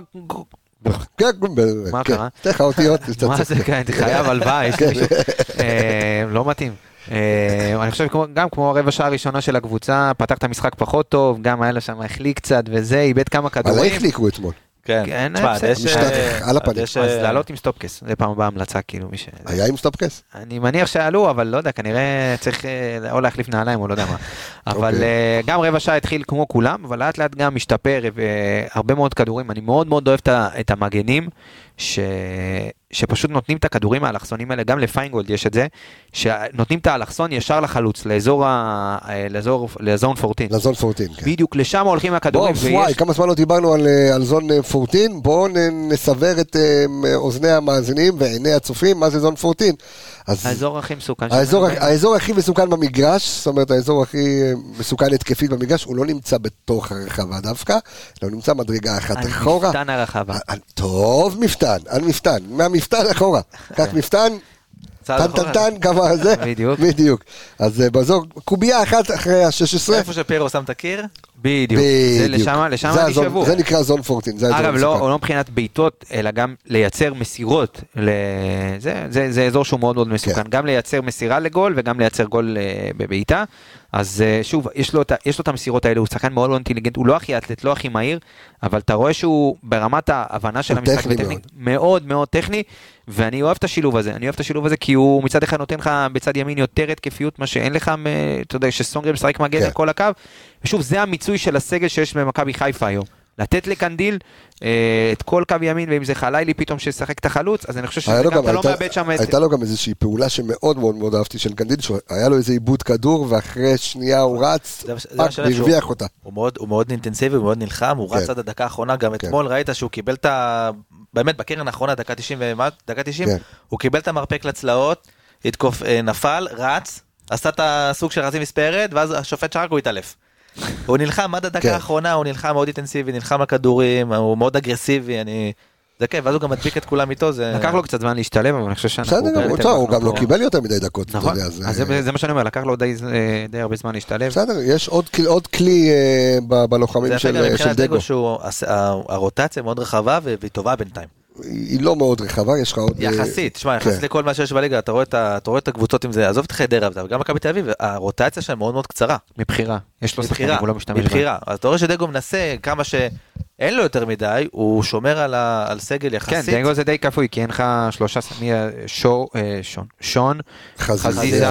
קנדיל. מה קרה? תלך האותיות. מה זה, כן, חייב הלוואי, לא מתאים. אני חושב גם כמו הרבע שעה הראשונה של הקבוצה, פתח את המשחק פחות טוב, גם היה לו שם החליק קצת וזה, איבד כמה כדורים. אבל החליקו אתמול. כן, על הפנים. אז לעלות עם סטופקס, זה פעם הבאה המלצה כאילו. היה עם סטופקס? אני מניח שעלו, אבל לא יודע, כנראה צריך או להחליף נעליים או לא יודע מה. אבל גם רבע שעה התחיל כמו כולם, אבל לאט לאט גם משתפר, הרבה מאוד כדורים, אני מאוד מאוד אוהב את המגנים, שפשוט נותנים את הכדורים מהאלכסונים האלה, גם לפיינגולד יש את זה, שנותנים את האלכסון ישר לחלוץ, לאזור לזון ארבע עשרה. לזון ארבע עשרה, כן. בדיוק, לשם הולכים הכדורים. בואו, וואי, כמה זמן לא דיברנו על זון ארבע עשרה, בואו נסבר את אוזני המאזינים ועיני הצופים, מה זה זון ארבע עשרה? האזור הכי מסוכן. האזור הכי מסוכן במגרש, זאת אומרת, האזור הכי מסוכן התקפית במגרש, הוא לא נמצא בתוך הרחבה דווקא, לא נמצא מדרגה אחת אחורה. על מפתן הרחבה. טוב, מפתן, על מפתן, מהמפתן אחורה. כך מפתן, טן טן טן, כמה זה. בדיוק. בדיוק. אז בזור, קובייה אחת אחרי ה-שש עשרה. איפה שפיירו שם את הקיר? בדיוק. זה לשם, לשם אני שבוע. זה נקרא זון ארבע עשרה. אגב, לא, לא מבחינת ביתות, אלא גם לייצר מסירות. זה, זה, זה אזור שהוא מאוד מאוד מסוכן. גם לייצר מסירה לגול, וגם לייצר גול בביתה. אז שוב, יש לו, יש לו את המסירות האלה, הוא שחקן מאוד מאוד אינטליגנט, הוא לא הכי אטלט, לא הכי מהיר, אבל אתה רואה שהוא ברמת ההבנה של המשחק, טכני מאוד מאוד טכני, ואני אוהב את השילוב הזה, אני אוהב את השילוב הזה, כי הוא מצד אחד נותן לך בצד ימין יותר התקפיות, מה שאין לך, אתה יודע, שסונגרם משחק מגן על כל הקו, ושוב, זה המיצוי של הסגל שיש במכבי חיפה היום. לתת לקנדיל את כל קו ימין, ואם זה חלילי פתאום ששחק את החלוץ, אז אני חושב שזה גם אתה לא מאבד שם את... הייתה לו גם איזושהי פעולה שמאוד מאוד מאוד אהבתי של קנדיל, שהיה לו איזה עיבוד כדור, ואחרי שנייה הוא רץ, והרוויח אותה. הוא מאוד אינטנסיבי, הוא מאוד נלחם, הוא רץ עד הדקה האחרונה, גם אתמול ראית שהוא קיבל את ה... באמת בקרן האחרונה, דקה תשעים ומה? דקה תשעים? הוא קיבל את המרפק לצלעות, התקוף, נפל, רץ, עשה את הסוג של רזים מספרת, ואז השופט שרק הוא התעלף. הוא נלחם עד הדקה האחרונה, הוא נלחם מאוד אינטנסיבי, נלחם על כדורים, הוא מאוד אגרסיבי, אני... זה כן, ואז הוא גם מדביק את כולם איתו, זה... לקח לו קצת זמן להשתלב, אבל אני חושב שאנחנו... בסדר, הוא גם לא קיבל יותר מדי דקות. נכון, אז זה מה שאני אומר, לקח לו די הרבה זמן להשתלב. בסדר, יש עוד כלי בלוחמים של דגו. הרוטציה מאוד רחבה והיא טובה בינתיים. היא לא מאוד רחבה, יש לך עוד... יחסית, תשמע, יחסית לכל מה שיש בליגה, אתה רואה את הקבוצות עם זה, עזוב את חדרה, גם מכבי תל אביב, הרוטציה שלהם מאוד מאוד קצרה. מבחירה, יש לו שחקנים, הוא לא משתמש בהם. מבחירה, אז אתה רואה שדגו מנסה כמה שאין לו יותר מדי, הוא שומר על סגל יחסית. כן, דגו זה די כפוי, כי אין לך שלושה סמי, שון, שון, חזיזה,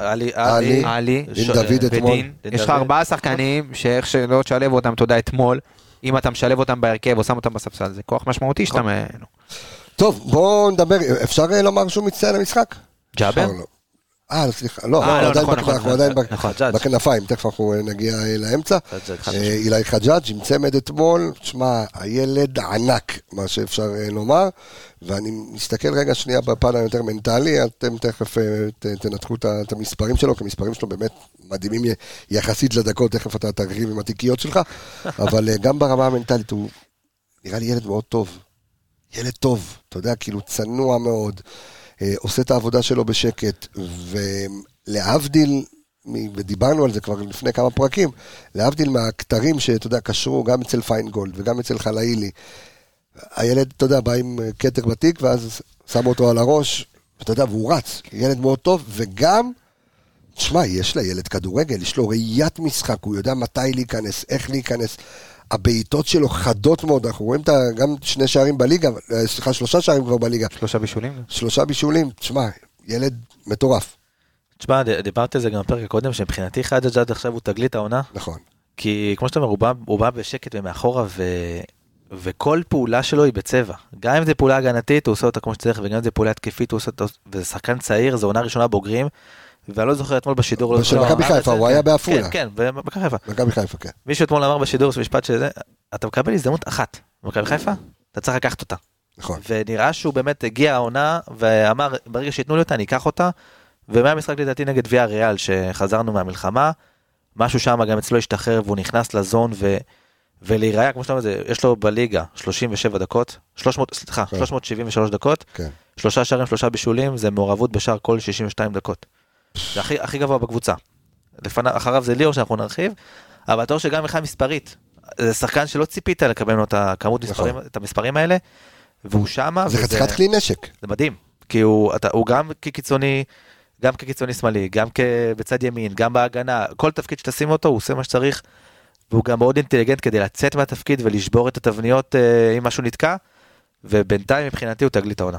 עלי, ודין, יש לך ארבעה שחקנים, שאיך שלא תשלב אותם, תודה אתמול, אם אתה משלב אותם בהרכב או שם אותם בספסל, זה כוח משמעותי שאתה... טוב, בואו נדבר, אפשר לומר שהוא מצטיין למשחק? ג'אבר? אה, סליחה, לא, אנחנו עדיין בכנפיים, תכף אנחנו נגיע לאמצע. אילי חג'אג' עם צמד אתמול, תשמע, הילד ענק, מה שאפשר לומר, ואני מסתכל רגע שנייה בפן היותר מנטלי, אתם תכף תנתחו את המספרים שלו, כי המספרים שלו באמת מדהימים יחסית לדקות, תכף אתה תרחיב עם התיקיות שלך, אבל גם ברמה המנטלית הוא נראה לי ילד מאוד טוב, ילד טוב, אתה יודע, כאילו צנוע מאוד, עושה את העבודה שלו בשקט, ולהבדיל, ודיברנו על זה כבר לפני כמה פרקים, להבדיל מהכתרים שאתה יודע, קשרו גם אצל פיינגולד וגם אצל חלאילי, הילד, אתה יודע, בא עם קטר בתיק, ואז שם אותו על הראש, ואתה יודע, והוא רץ, ילד מאוד טוב, וגם, תשמע, יש לה ילד כדורגל, יש לו ראיית משחק, הוא יודע מתי להיכנס, איך להיכנס, הבעיטות שלו חדות מאוד, אנחנו רואים גם שני שערים בליגה, סליחה, שלושה שערים כבר בליגה. שלושה בישולים? שלושה בישולים, תשמע, ילד מטורף. תשמע, דיברתי על זה גם בפרק הקודם, שמבחינתי חג'אג' עכשיו הוא תגלית העונה. נכון. כי כמו שאתה אומר, הוא בא, הוא בא בשקט ומאחורה, ו... וכל פעולה שלו היא בצבע. גם אם זה פעולה הגנתית, הוא עושה אותה כמו שצריך, וגם אם זה פעולה התקפית, הוא עושה אותה, וזה שחקן צעיר, זו עונה ראשונה בוגרים, ואני לא זוכר אתמול בשידור. של מכבי חיפה, הוא היה בעפולה. כן, כן, במכבי חיפה. מכבי חיפה, כן. מישהו אתמול אמר בשידור משפט שזה, אתה מקבל הזדמנות אחת במכבי חיפה, אתה צריך לקחת אותה. נכון. ונראה שהוא באמת הגיע העונה, ואמר, ברגע שיתנו לי אותה, אני אקח אותה, ומהמשחק לדעתי נגד ויה ריאל, שחזרנו מהמלחמה, משהו שם גם אצלו השתחרר, והוא נכנס לזון, ו... ולהיראה, כמו שאתה אומר, יש לו בליגה שלושים ושבע דקות, שלוש מאות, סליחה, שלוש מאות שבעים ושלוש דקות, כן. שלושה שערים, שלושה בישולים, זה מעורבות בשער כל שישים ושתיים דקות. זה הכי, הכי גבוה בקבוצה. לפני, אחריו זה ליאור שאנחנו נרחיב, אבל התואר שגם אחד מספרית, זה שחקן שלא ציפית לקבל לו את הכמות מספרים, את המספרים האלה, והוא שמה. זה חתיכת כלי נשק. זה מדהים, כי הוא, אתה, הוא גם כקיצוני, גם כקיצוני שמאלי, גם בצד ימין, גם בהגנה, כל תפקיד שתשים אותו, הוא עושה מה שצריך, והוא גם מאוד אינטליגנט כדי לצאת מהתפקיד ולשבור את התבניות אה, אם משהו נתקע, ובינתיים מבחינתי הוא תגלית העונה.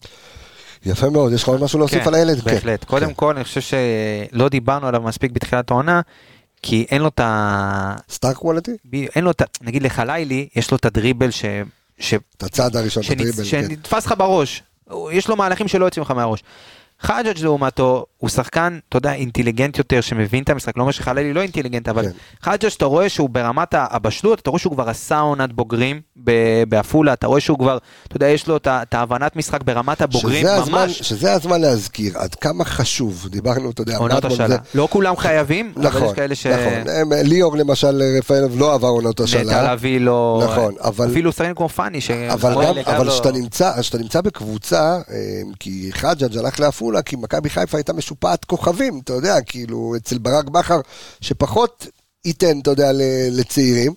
יפה מאוד, יש לך עוד משהו להוסיף על הילד? בהחלט. קודם כל, אני חושב שלא דיברנו עליו מספיק בתחילת העונה, כי אין לו את ה... סטאר קוואליטי? אין לו את ה... נגיד לחלילי, יש לו את הדריבל ש... את הצעד הראשון, את הדריבל. שנתפס לך בראש. יש לו מהלכים שלא יוצאים לך מהראש. חג'אג' לעומתו, הוא שחקן, אתה יודע, אינטליגנט יותר, שמבין את המשחק, לא אומר שחלילי לא אינטליגנט, אבל חג'אג' אתה רואה שהוא ברמת הבשלות, אתה רואה שהוא כבר עשה עונת בוגרים בעפולה, אתה רואה שהוא כבר, אתה יודע, יש לו את ההבנת משחק ברמת הבוגרים, ממש. שזה הזמן להזכיר, עד כמה חשוב, דיברנו, אתה יודע, עונות השאלה. לא כולם חייבים, אבל יש כאלה ש... נכון, ליאור למשל, רפאלוב לא עבר עונות השאלה. נטע לביא לא... נכון, אבל... אפילו שחקן כמו פאני, אבל שאתה נמצא בקבוצה, כי חג'אג' הלך לעפולה, כי מכבי חיפה הייתה משופעת כוכבים, אתה יודע, כאילו, אצל ברק בכר, שפחות ייתן, אתה יודע, לצעירים,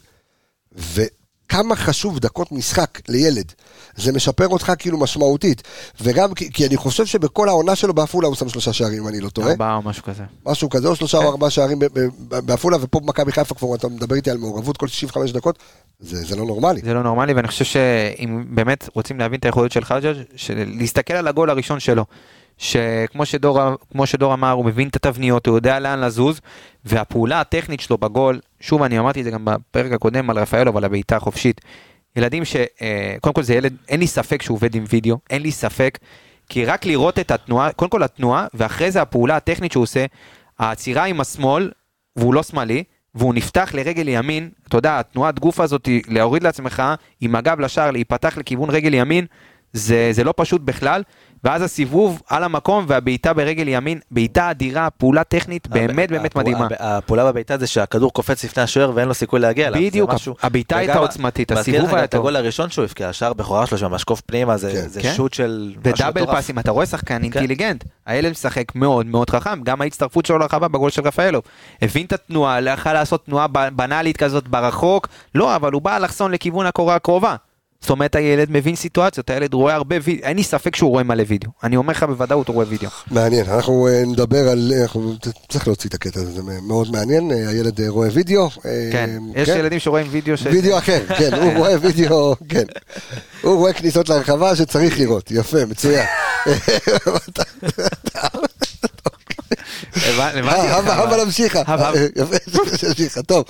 וכמה חשוב דקות משחק לילד, זה משפר אותך כאילו משמעותית, וגם כי, כי אני חושב שבכל העונה שלו בעפולה הוא שם שלושה שערים, אני לא טועה. ארבעה או משהו כזה. משהו כזה, או שלושה או ארבעה שערים בעפולה, ופה במכבי חיפה כבר אתה מדבר איתי על מעורבות כל שישים וחמש דקות, זה, זה לא נורמלי. זה לא נורמלי, ואני חושב שאם באמת רוצים להבין את היכולת של חג'אג', להסתכל על הגול הראשון שלו, שכמו שדור, כמו שדור אמר, הוא מבין את התבניות, הוא יודע לאן לזוז, והפעולה הטכנית שלו בגול, שוב אני אמרתי את זה גם בפרק הקודם על רפאלוב, על הבעיטה החופשית, ילדים ש... קודם כל זה ילד, אין לי ספק שהוא עובד עם וידאו, אין לי ספק, כי רק לראות את התנועה, קודם כל התנועה, ואחרי זה הפעולה הטכנית שהוא עושה, העצירה עם השמאל, והוא לא שמאלי, והוא נפתח לרגל ימין, אתה יודע, התנועת גוף הזאת, להוריד לעצמך, עם הגב לשער, להיפתח לכיוון רגל ימין, זה, זה לא פשוט בכלל, ואז הסיבוב על המקום והבעיטה ברגל ימין, בעיטה אדירה, פעולה טכנית באמת באמת מדהימה. הפעולה בבעיטה זה שהכדור קופץ לפני השוער ואין לו סיכוי להגיע אליו. בדיוק, הבעיטה הייתה עוצמתית, הסיבוב היה טוב. הגול הראשון שהוא הפקיע, השער בכורה שלו שם, משקוף פנימה, זה שוט של... ודאבל פאסים, אתה רואה שחקן אינטליגנט, הילד משחק מאוד מאוד חכם, גם ההצטרפות שלו לרחבה בגול של רפאלוב, הבין את התנועה, יכול לעשות תנועה בנאלית כזאת ברחוק, לא, אבל הוא בא לחסון לכיוון הקורה הקרובה. זאת אומרת, הילד מבין סיטואציות, הילד רואה הרבה וידאו, אין לי ספק שהוא רואה מלא וידאו. אני אומר לך בוודאות, הוא רואה וידאו. מעניין, אנחנו נדבר על, אנחנו צריך להוציא את הקטע הזה, זה מאוד מעניין, הילד רואה וידאו. כן, יש ילדים שרואים וידאו ש... וידאו אחר, כן, הוא רואה וידאו, כן. הוא רואה כניסות לרחבה שצריך לראות, יפה, מצוין. אבל המשיכה. המשיכה, טוב.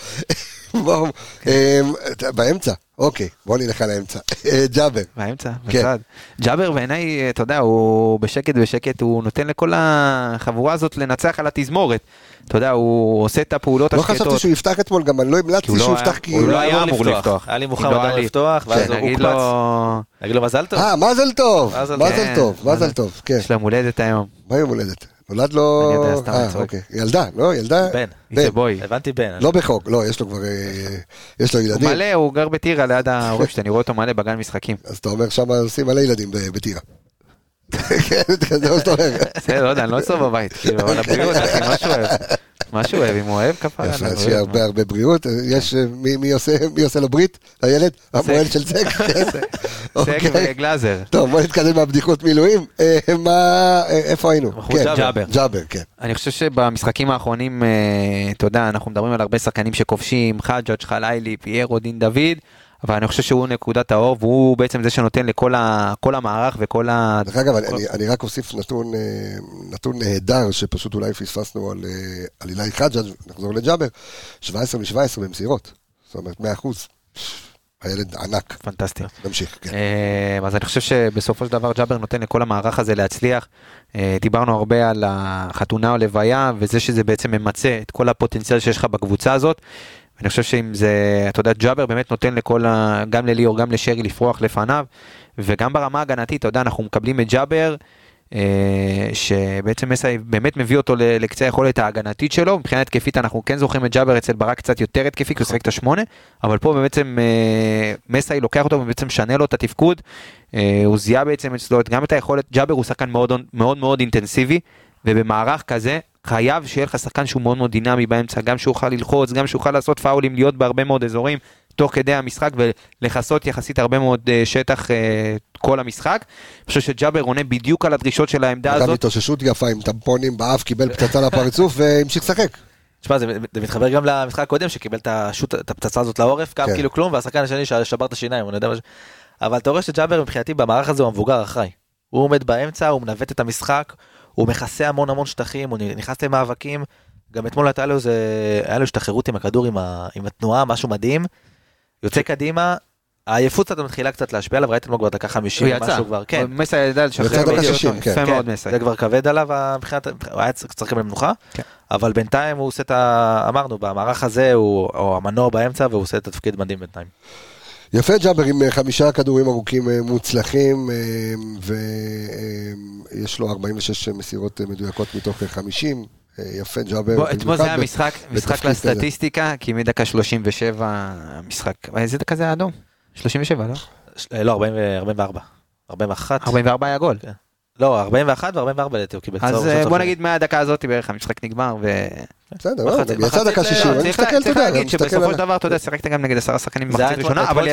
באמצע, אוקיי, בוא נלך על האמצע. ג'אבר. באמצע, בצד. ג'אבר בעיניי, אתה יודע, הוא בשקט בשקט, הוא נותן לכל החבורה הזאת לנצח על התזמורת. אתה יודע, הוא עושה את הפעולות השקטות. לא חשבתי שהוא יפתח אתמול, גם אני לא המלצתי שהוא יפתח כי... הוא לא היה אמור לפתוח. היה לי מוכן עדיין לפתוח, ואז הוא הוקפץ. להגיד לו מזל טוב. אה, מזל טוב. מזל טוב, מזל טוב, כן. יש לה מולדת היום. מה יום הולדת? נולד לו... אני יודע, סתם אה, אוקיי. ילדה, לא? ילדה? בן. זה בוי. הבנתי בן. לא בחוק, לא, יש לו כבר... יש לו ילדים. הוא מלא, הוא גר בטירה ליד ההורים שלי, אני רואה אותו מלא בגן משחקים. אז אתה אומר שם עושים מלא ילדים בטירה. כן, זה מה שאתה אומר. זה לא יודע, אני לא אצלו בבית, כאילו, אבל הבריאות, אחי, מה שהוא אוהב. מה שהוא אוהב, אם הוא אוהב כפה. יפה, אז שיהיה הרבה הרבה בריאות. יש, מי עושה לו ברית? הילד? המועל של צק? צק וגלאזר. טוב, בוא נתקדם מהבדיחות מילואים. איפה היינו? ג'אבר. ג'אבר, כן. אני חושב שבמשחקים האחרונים, אתה יודע, אנחנו מדברים על הרבה שחקנים שכובשים, חג'אג', חלילי, פיירו, דין דוד, אבל אני חושב שהוא נקודת האור, והוא בעצם זה שנותן לכל המערך וכל ה... דרך אגב, אני רק אוסיף נתון נהדר, שפשוט אולי פספסנו על אילי חג'אג', נחזור לג'אבר, שבע עשרה משבע עשרה במסירות, זאת אומרת מאה אחוז. הילד ענק. פנטסטי. נמשיך, כן. אז אני חושב שבסופו של דבר ג'אבר נותן לכל המערך הזה להצליח. דיברנו הרבה על החתונה או לוויה, וזה שזה בעצם ממצא את כל הפוטנציאל שיש לך בקבוצה הזאת. אני חושב שאם זה, אתה יודע, ג'אבר באמת נותן לכל, גם לליאור, גם לשרי לפרוח לפניו, וגם ברמה הגנתית, אתה יודע, אנחנו מקבלים את ג'אבר, שבעצם מסי באמת מביא אותו לקצה היכולת ההגנתית שלו. מבחינה התקפית אנחנו כן זוכרים את ג'אבר אצל ברק קצת יותר התקפי, כי הוא שחק את השמונה, אבל פה בעצם מסי לוקח אותו ובעצם שנה לו את התפקוד, הוא זיהה בעצם אצלו גם את היכולת. ג'אבר הוא שחקן מאוד מאוד מאוד אינטנסיבי, ובמערך כזה חייב שיהיה לך שחקן שהוא מאוד מאוד דינמי באמצע, גם שהוא יוכל ללחוץ, גם שהוא יוכל לעשות פאולים, להיות בהרבה מאוד אזורים תוך כדי המשחק, ולחסות יחסית הרבה מאוד שטח כל המשחק. אני חושב שג'אבר עונה בדיוק על הדרישות של העמדה הזאת. גם התאוששות יפה עם טמפונים באף, קיבל פצצה לפרצוף והמשיך לשחק. תשמע, זה מתחבר גם למשחק הקודם, שקיבל את הפצצה הזאת לעורף, קם כאילו כלום, והשחקן השני שבר את השיניים, אבל אתה רואה שג'אבר מבחינתי במערך הזה הוא המבוגר אחראי. הוא עומד באמצע, הוא מנווט את המשחק, הוא מכסה המון המון שטחים, הוא נכנס למאבקים. גם אתמול הייתה לו, היה לו השתחררות עם הכדור, עם, ה, עם התנועה, משהו מדהים. יוצא קדימה, העייפות קצת מתחילה קצת להשפיע עליו, ראיתם לו כבר דקה חמישים, משהו כבר, כן. מסי ידע לשחרר, יפה מאוד מסי. זה כבר כבד עליו, הוא היה צריך לקבל מנוחה, אבל בינתיים הוא עושה את ה... אמרנו, במערך הזה הוא המנוע באמצע, והוא עושה את התפקיד מדהים בינתיים. יפה ג'אבר עם חמישה כדורים ארוכים מוצלחים, ויש לו ארבעים ושש מסירות מדויקות מתוך חמישים. יפה ג'אבר. אתמול זה היה משחק, משחק לסטטיסטיקה, כי מדקה שלושים ושבע המשחק, איזה דקה זה האדום? שלושים ושבע, לא? לא, ארבעים וארבע. ארבעים ואחת. ארבעים וארבע היה גול. לא, ארבעים ואחת ו-ארבעים וארבע לדעתי הוא קיבל צהוב. אז בוא נגיד מהדקה הזאת בערך המשחק נגמר ו... בסדר, לא, יצא דקה שישים, אני מסתכל, צריך להגיד שבסופו של דבר, אתה יודע, שיחקת גם נגד עשרה שחקנים במחצית ראשונה, אבל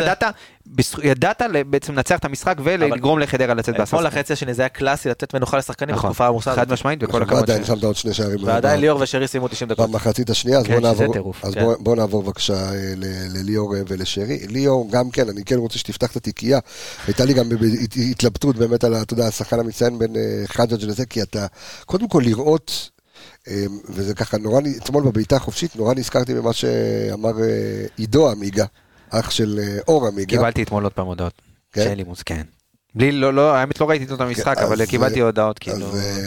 ידעת בעצם לנצח את המשחק ולגרום לחדרה לצאת בעשרה. אתמול החצי השני, זה היה קלאסי לתת מנוחה לשחקנים בתקופה העמוסה. חד משמעית וכל הכבוד. ועדיין שמת עוד שני שערים. ועדיין ליאור ושרי סיימו תשעים דקות. במחצית השנייה, אז בוא נעבור בבקשה לליאור ולשרי. ליאור, גם כן, אני כן רוצה שתפתח את התיקייה. הייתה לי גם התלבטות באמת על, אתה יודע, השחקן המצטיין בין חג'ג' לזה, כי אתה קודם כל לראות, וזה ככה נורא, אתמול בביתה החופשית, נורא נזכרתי במה שאמר עידו עמיגה, אח של אור עמיגה. קיבלתי אתמול עוד פעם הודעות, שאין לי מוס, כן. בלי, לא, לא, האמת לא ראיתי את המשחק, אבל קיבלתי הודעות, כאילו.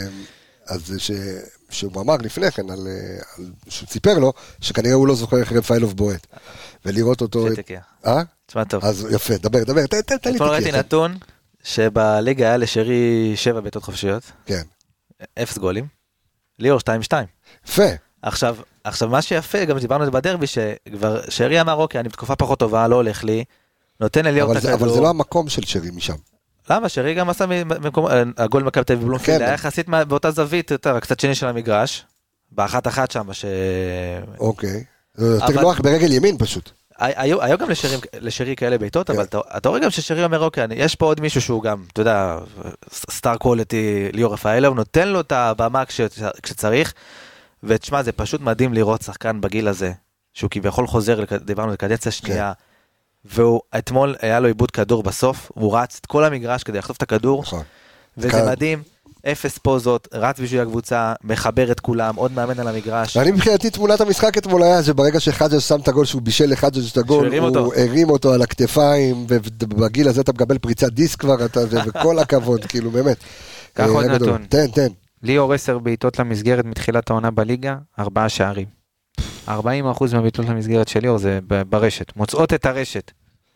אז שהוא אמר לפני כן, שהוא ציפר לו, שכנראה הוא לא זוכר איך רפאלוב בועט. ולראות אותו... שתקיע. אה? תשמע טוב. אז יפה, דבר, דבר, תן לי תקיע. אתמול ראיתי נתון, שבליגה היה לשרי שבע בעיטות חופשיות. כן. אפס גולים. ליאור שתיים שתיים. יפה. עכשיו, עכשיו מה שיפה, גם דיברנו את זה בדרבי, שכבר שרי אמר, אוקיי, אני בתקופה פחות טובה, לא הולך לי, נותן לליאור את הכדור. אבל זה לא המקום של שרי משם. למה? שרי גם עשה מקום, הגול מכבי תל אביב בבלומפילד, היה יחסית באותה זווית, קצת שני של המגרש, באחת אחת שם, ש... אוקיי. יותר נוח ברגל ימין פשוט. היו גם לשרי כאלה בעיטות, אבל אתה רואה גם ששרי אומר, אוקיי, יש פה עוד מישהו שהוא גם, אתה יודע, סטאר קואליטי ליאור רפאלוב, נותן לו את הבמה כשצריך, ותשמע, זה פשוט מדהים לראות שחקן בגיל הזה, שהוא כביכול חוזר, דיברנו לקדנציה שנייה, והוא אתמול היה לו איבוד כדור בסוף, הוא רץ את כל המגרש כדי לחטוף את הכדור, וזה מדהים. אפס פוזות, רץ בשביל הקבוצה, מחבר את כולם, עוד מאמן על המגרש. אני מבחינתי תמונת המשחק אתמול היה, שברגע שחג'ג' שם את הגול, שהוא בישל לחג'ג' את הגול, הוא הרים אותו על הכתפיים, ובגיל הזה אתה מקבל פריצת דיסק כבר, וכל הכבוד, כאילו באמת. קח עוד נתון. תן, תן. ליאור עשר בעיטות למסגרת מתחילת העונה בליגה, ארבעה שערים. ארבעים אחוז מהבעיטות למסגרת של ליאור זה ברשת, מוצאות את הרשת.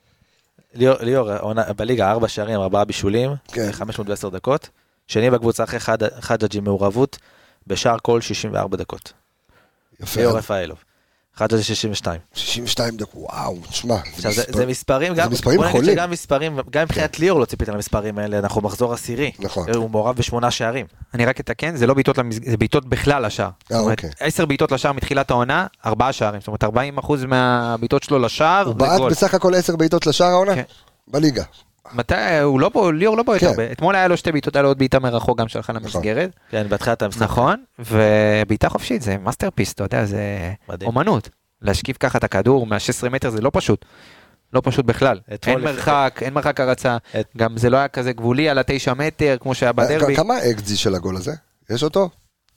ליאור, בליגה ארבע שערים, ארבעה בישולים, חמש מאות ועשר דקות. שני בקבוצה אחרי חג'ג' עם מעורבות, בשער כל שישים וארבע דקות. יפה. ליאור רפאלוב. חג'ג' שישים ושתיים. שישים ושתיים דקות, וואו, תשמע. עכשיו, זה מספרים, זה מספרים חולים. גם מספרים, גם מבחינת ליאור לא ציפית על המספרים האלה, אנחנו מחזור עשירי. נכון. הוא מעורב בשמונה שערים. אני רק אתקן, זה לא בעיטות למסגרת, זה בעיטות בכלל לשער. אה, אוקיי. עשר בעיטות לשער מתחילת העונה, ארבעה שערים. זאת אומרת, ארבעים אחוז מהבעיטות שלו לשער, הוא בעט בסך הכל עשר בעיטות לשער העונה? בליגה. מתי, הוא לא בו, ליאור לא בועט הרבה. אתמול היה לו שתי בעיטות, היה לו עוד בעיטה מרחוק גם שלך למסגרת. כן, בהתחלת המשחק. נכון, ובעיטה חופשית זה מאסטרפיס, אתה יודע, זה אומנות. להשקיף ככה את הכדור מה-שש עשרה מטר זה לא פשוט. לא פשוט בכלל. אין מרחק, אין מרחק הרצה. גם זה לא היה כזה גבולי על התשע מטר, כמו שהיה בדרבי. כמה האקסג'י של הגול הזה? יש אותו?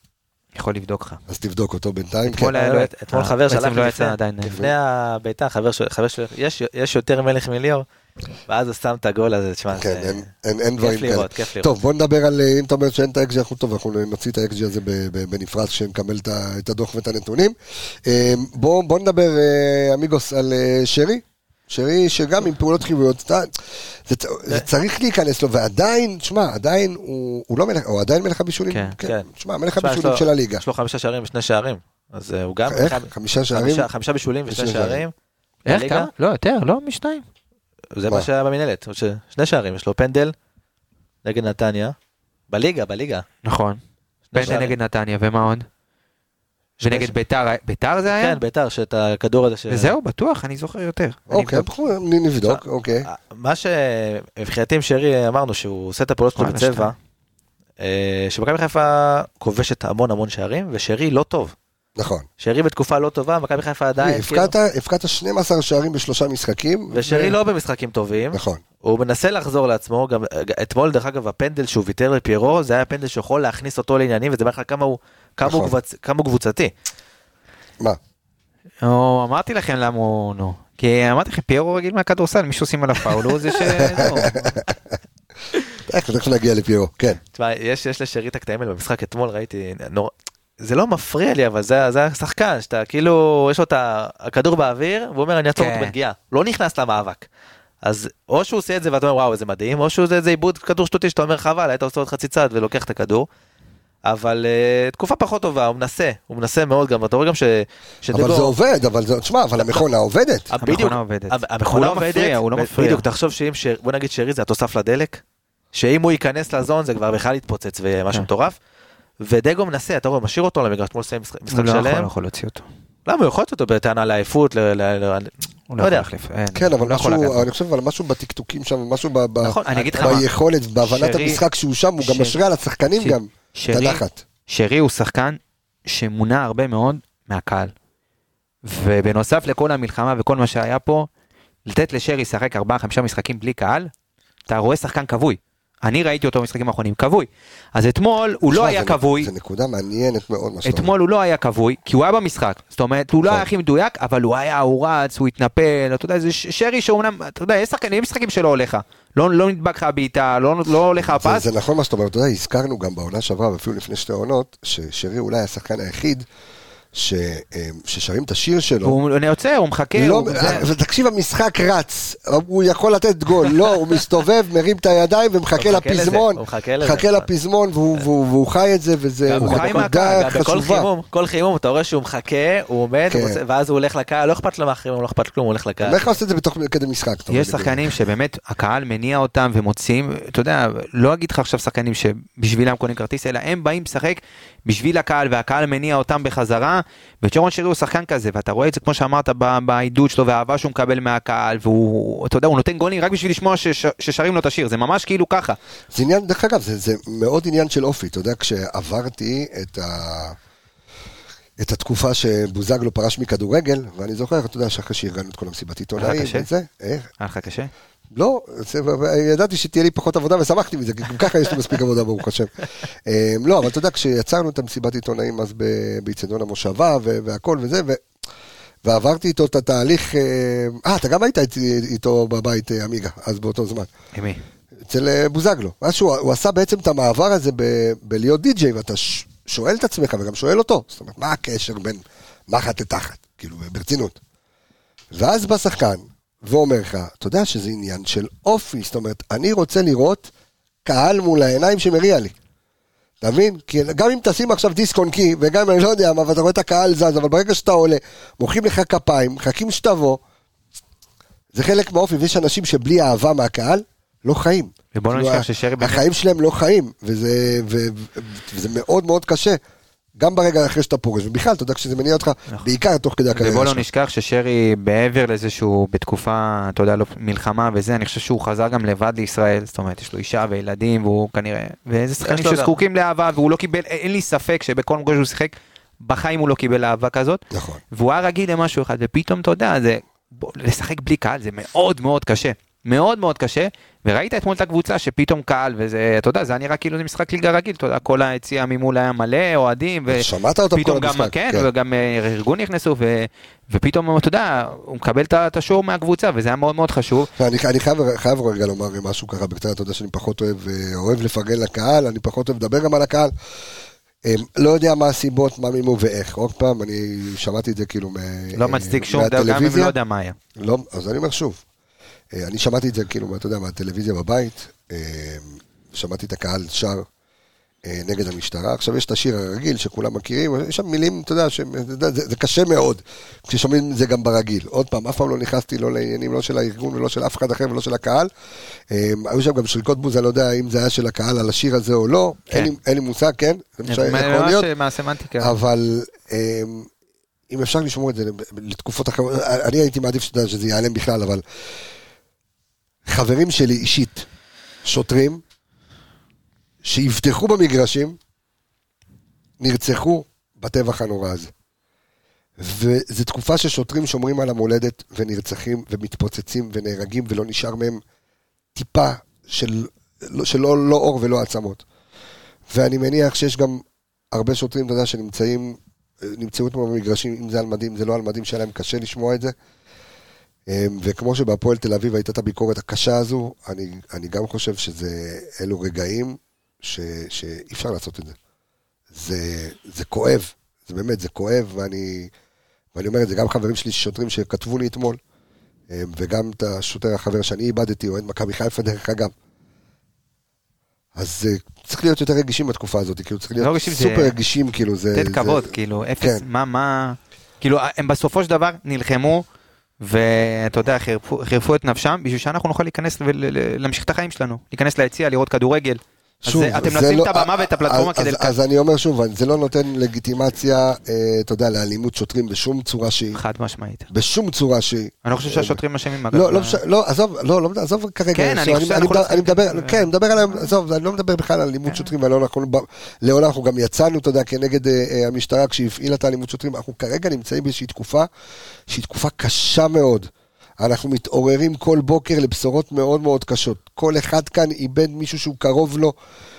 יכול לבדוק לך. אז תבדוק אותו בינתיים. אתמול כן. היה לו- אתמול אה, חבר בעצם שלח לא לי יצא לפני- עדיין. לפני הביתה, חבר של- חבר של... יש- יש יותר מלך מליאור, ואז הוא שם את הגול הזה, תשמע, כן, זה- אין- אין- אין דברים כיף כאלה. לראות, כיף לראות. טוב, בוא נדבר על, אה, אם אתה אומר שאין את האקסג'י, אנחנו טוב, אנחנו נוציא את האקסג'י הזה ב- ב- בנפרד כשנקבל את ה- את הדוח ואת הנתונים. אה, בוא בוא נדבר, אה, אמיגוס, על אה, שרי. שרי שגם עם פעולות חיוביות, אתה- זה צ- זה צריך להיכנס לו, ועדיין, תשמע, עדיין הוא הוא לא מלך, הוא עדיין מלך הבישולים. כן, כן. תשמע, מלך תשמע, יש הבישולים לו- של הליגה. יש לו חמישה שערים ושני שערים, אז אה, הוא גם... איך? אחד- חמישה שערים? חמישה- חמישה בישולים ושני ושני שערים. איך בליגה? כמה? לא, יותר, לא, משניים. זה מה? מה שהיה במנהלת, ש- שני שערים, יש לו פנדל נגד נתניה, בליגה, בליגה. נכון. שני פנדל שערים. נגד נתניה, ומה עוד? שני ונגד ש- ביתר, ביתר זה היה? כן, ביתר, שאת הכדור הזה ש... וזהו, בטוח, אני זוכר יותר. אני אוקיי, אבדוק. אנחנו נבדוק, אוקיי. מה שמבחינתי עם שרי אמרנו שהוא עושה את הפעולות שלו וואלה, בצבע, שתיים. אה, שמכבי חיפה כובשת המון המון שערים, ושרי לא טוב. נכון. שרי בתקופה לא טובה, מכבי חיפה עדיין, כאילו, הפקעת הפקעת שנים עשר שערים בשלושה משחקים. ושרי ו- לא במשחקים טובים, נכון. הוא מנסה לחזור לעצמו, גם אתמול דרך אגב הפנדל שהוא ויתר לפיירו, זה היה פנדל שיכול להכניס אותו לעניינים, וזה אומר לך כמה הוא כמה הוא נכון. קבוצ- כמה הוא קבוצתי. מה? או, אמרתי לכם למה הוא, נו. כי אמרתי לכם, פיירו רגיל מהכדורסל, מישהו עושים עליו פאול, הוא זה ש... זהו. איך, תכף נגיע לפיירו, כן. תשמע, יש, יש לשרי את הקטעים האלה במשחק אתמול, ראיתי, נור... זה לא מפריע לי, אבל זה, זה השחקן, שאתה כאילו, יש לו את ה- הכדור באוויר, והוא אומר, אני אעצור כן. אותו בנגיעה, לא נכנס למאבק. אז או שהוא עושה את זה ואתה אומר, וואו, זה מדהים, או שהוא עושה את זה עיבוד כדור שטותי, שאתה אומר, חבל, היית עושה עוד חצי צעד ולוקח את הכדור. אבל uh, תקופה פחות טובה, הוא מנסה, הוא מנסה מאוד גם, ואתה רואה גם ש... שדגו... אבל זה עובד, אבל זה, תשמע, אבל המכונה עובדת. בדיוק, המכונה עובדת. המכונה הוא לא עובדת, מפריע, הוא לא ו- מפריע. בדיוק, תחשוב שאם, שר... בוא נגיד שרי זה התוסף לדלק, שאם הוא ייכנס לזון זה כבר בכלל יתפוצץ ומשהו כן. מטורף, ודגו מנסה, אתה רואה, משאיר אותו למגרש, כמו לסיים משחק הוא לא יכול, שלם, לא יכול להוציא אותו. למה הוא יכול להיות אותו בטענה לעייפות, ל- ל- ל- הוא לא יודע. יכול להחליף, אין. כן, אבל הוא לא יכול משהו, לגעת. אני חושב, אבל משהו בטקטוקים שם, משהו ב- ב- נכון, אני אגיד לך מה, ביכולת, בהבנת שרי- המשחק שהוא שם, הוא גם שרי- משרה על השחקנים ש- גם, שרי- תנחת. שרי הוא שחקן שמונע הרבה מאוד מהקהל. ובנוסף לכל המלחמה וכל מה שהיה פה, לתת לשרי לשחק ארבעה חמישה משחקים בלי קהל, אתה רואה שחקן כבוי. אני ראיתי אותו במשחקים האחרונים, כבוי. אז אתמול הוא לא תשמע, היה זה- כבוי, זה נקודה מעניינת מאוד, מה שאתה אומר. אתמול הוא לא היה כבוי, כי הוא היה במשחק. זאת אומרת, הוא לא נכון. היה הכי מדויק, אבל הוא היה, הוא רץ, הוא התנפל, אתה יודע, זה ש- שרי שאומנם, אתה יודע, יש שחקנים, יש משחקים שלא הולך. לא לא נדבק לך בעיטה, לא לא הולך זה- הפס. זה נכון מה שאתה אומר, אתה יודע, הזכרנו גם בעונה שעברה, ואפילו לפני שתי עונות, ששרי אולי השחקן היחיד, ש- ששרים את השיר שלו, הוא יוצא, הוא מחכה. לא, הוא- זה- ותקשיב, המשחק רץ, הוא יכול לתת גול, לא, הוא מסתובב, מרים את הידיים ומחכה הוא מחכה לזה, לפזמון, הוא מחכה לזה. מחכה לפזמון והוא- והוא והוא חי את זה, וזה גם- הוא חי בכל- מהקהל, גם בכל חשובה. חימום, כל חימום אתה רואה שהוא מחכה, הוא עומד, כן. הוא רוצה- ואז הוא הולך לקהל, לא אכפת לו מאחרים, לא אכפת כלום, הוא הולך לקהל. איך עושה את זה בתוך כדי משחק? אתה יש אומר, שחקנים שבאמת הקהל מניע אותם ומוציאים, אתה יודע, לא אגיד לך עכשיו שחקנים שבשבילם קונים כרטיס, אלא הם באים לשחק בשביל הקהל, והקהל מניע אותם בחזרה, וצ'רון שרי הוא שחקן כזה, ואתה רואה את זה כמו שאמרת ב- בעידוד שלו, והאהבה שהוא מקבל מהקהל, והוא, אתה יודע, הוא נותן גולים רק בשביל לשמוע שש- ששרים לו את השיר, זה ממש כאילו ככה. זה עניין, דרך אגב, זה, זה מאוד עניין של אופי, אתה יודע, כשעברתי את ה... את התקופה שבוזגלו פרש מכדורגל, ואני זוכר, אתה יודע, שאחרי שארגנו את כל המסיבת עיתונאים, קשה? וזה, איך? היה לך קשה? לא, זה, ידעתי שתהיה לי פחות עבודה ושמחתי מזה, כי גם ככה יש לי מספיק עבודה, ברוך השם. אה, לא, אבל אתה יודע, כשיצרנו את המסיבת עיתונאים אז ב- באיצטדיון המושבה ו- והכל וזה, ו- ועברתי איתו את התהליך, אה, אה, אתה גם היית איתי- איתו בבית, אה, אמיגה, אז באותו זמן, עם מי? אצל אה, בוזגלו. אז שהוא הוא עשה בעצם את המעבר הזה ב- בלהיות די-ג'יי, ואתה ש- שואל את עצמך וגם שואל אותו, זאת אומרת, מה הקשר בין מחט לתחת, כאילו, ברצינות. ואז בא שחקן, ואומר לך, אתה יודע שזה עניין של אופי, זאת אומרת, אני רוצה לראות קהל מול העיניים שמריע לי. אתה מבין? כי גם אם תשים עכשיו דיסק און קי, וגם אני לא יודע מה, ואתה רואה את הקהל זז, אבל ברגע שאתה עולה, מוחאים לך כפיים, מחכים שתבוא, זה חלק מהאופי, ויש אנשים שבלי אהבה מהקהל, לא חיים. ובוא לא כאילו, נשכח ששרי באמת- החיים שלהם לא חיים, וזה, ו, ו, וזה מאוד מאוד קשה. גם ברגע אחרי שאתה פורש, ובכלל, אתה יודע, כשזה מניע אותך, בעיקר תוך כדי הקריירה ובוא לא שלך. נשכח ששרי בעבר לזה שהוא בתקופה, אתה יודע, לא מלחמה וזה, אני חושב שהוא חזר גם לבד לישראל, זאת אומרת, יש לו אישה וילדים, והוא כנראה, ואיזה שחקנים לו גם. שזקוקים לאהבה, והוא לא קיבל, אין לי ספק שבכל מקום שהוא שיחק, בחיים הוא לא קיבל אהבה כזאת, נכון. והוא היה רגיל למשהו אחד, ופתאום, אתה יודע, זה, בוא, לשחק בלי קהל זה מאוד מאוד קשה. מאוד מאוד קשה, וראית אתמול את הקבוצה שפתאום קהל, וזה, אתה יודע, זה נראה כאילו זה משחק ליגה רגיל, אתה יודע, כל היציאה ממול היה מלא, אוהדים, שמעת אותם כל המשחק. כן, וגם ארגון נכנסו, ופתאום, אתה יודע, הוא מקבל את השור מהקבוצה, וזה היה מאוד מאוד חשוב. אני חייב רגע לומר משהו ככה בקצרה, אתה יודע שאני פחות אוהב, אוהב לפרגן לקהל, אני פחות אוהב לדבר גם על הקהל, לא יודע מה הסיבות, מה מימו ואיך. עוד פעם, אני שמעתי את זה כאילו לא מצדיק שום דבר, גם אם לא יודע מה היה. לא, אז אני אומר שוב, אני שמעתי את זה כאילו, אתה יודע, מהטלוויזיה בבית, שמעתי את הקהל שר נגד המשטרה, עכשיו יש את השיר הרגיל שכולם מכירים, יש שם מילים, אתה יודע, זה, זה קשה מאוד, כששומעים זה גם ברגיל. עוד פעם, אף פעם לא נכנסתי לא לעניינים, לא של הארגון ולא של אף אחד אחר ולא של הקהל, היו שם גם שריקות בוז, אני לא יודע אם זה היה של הקהל על השיר הזה או לא, אין לי, אין לי מושג, כן? אבל אם אפשר לשמור את זה לתקופות אחרות, אני הייתי מעדיף שזה ייעלם בכלל, אבל חברים שלי אישית, שוטרים, שיבטחו במגרשים, נרצחו בטבח הנורא הזה. וזו תקופה ששוטרים שומרים על המולדת, ונרצחים, ומתפוצצים, ונהרגים, ולא נשאר מהם טיפה של, של לא, לא אור ולא עצמות. ואני מניח שיש גם הרבה שוטרים, אתה יודע, שנמצאים, נמצאו אתמול במגרשים, אם זה על מדים, זה לא על מדים, שלהם קשה לשמוע את זה. וכמו שבהפועל תל אביב הייתה את הביקורת הקשה הזו, אני, אני גם חושב שזה, אלו רגעים ש, שאי אפשר לעשות את זה. זה, זה כואב, זה באמת, זה כואב, ואני, ואני אומר את זה, גם חברים שלי שוטרים שכתבו לי אתמול, וגם את השוטר החבר שאני איבדתי, או את מכבי חיפה דרך אגב. אז צריך להיות יותר רגישים בתקופה הזאת, כאילו צריך להיות סופר רגישים, כאילו זה... תת כבוד, כאילו, אפס, מה, מה... כאילו, הם בסופו של דבר נלחמו, ואתה יודע, חירפו את נפשם, בשביל שאנחנו נוכל להיכנס ולהמשיך את החיים שלנו, להיכנס ליציאה, לראות כדורגל. שוב, אז אתם נשים את הבמה ואת הפלטפורמה כדי... אז אני אומר שוב, זה לא נותן לגיטימציה, אתה יודע, לאלימות שוטרים בשום צורה שהיא. חד משמעית. בשום צורה שהיא. אני לא חושב שהשוטרים אשמים. לא, לא, עזוב, לא, עזוב כרגע. כן, אני חושב שאנחנו... כן, מדבר עליהם, עזוב, אני לא מדבר בכלל על אלימות שוטרים, ולעולם אנחנו גם יצאנו, אתה יודע, כנגד המשטרה, כשהפעילה את האלימות שוטרים, אנחנו כרגע נמצאים באיזושהי תקופה, שהיא תקופה קשה מאוד. אנחנו מתעוררים כל בוקר לבשורות מאוד מאוד קשות. כל אחד כאן איבד מישהו שהוא קרוב לו,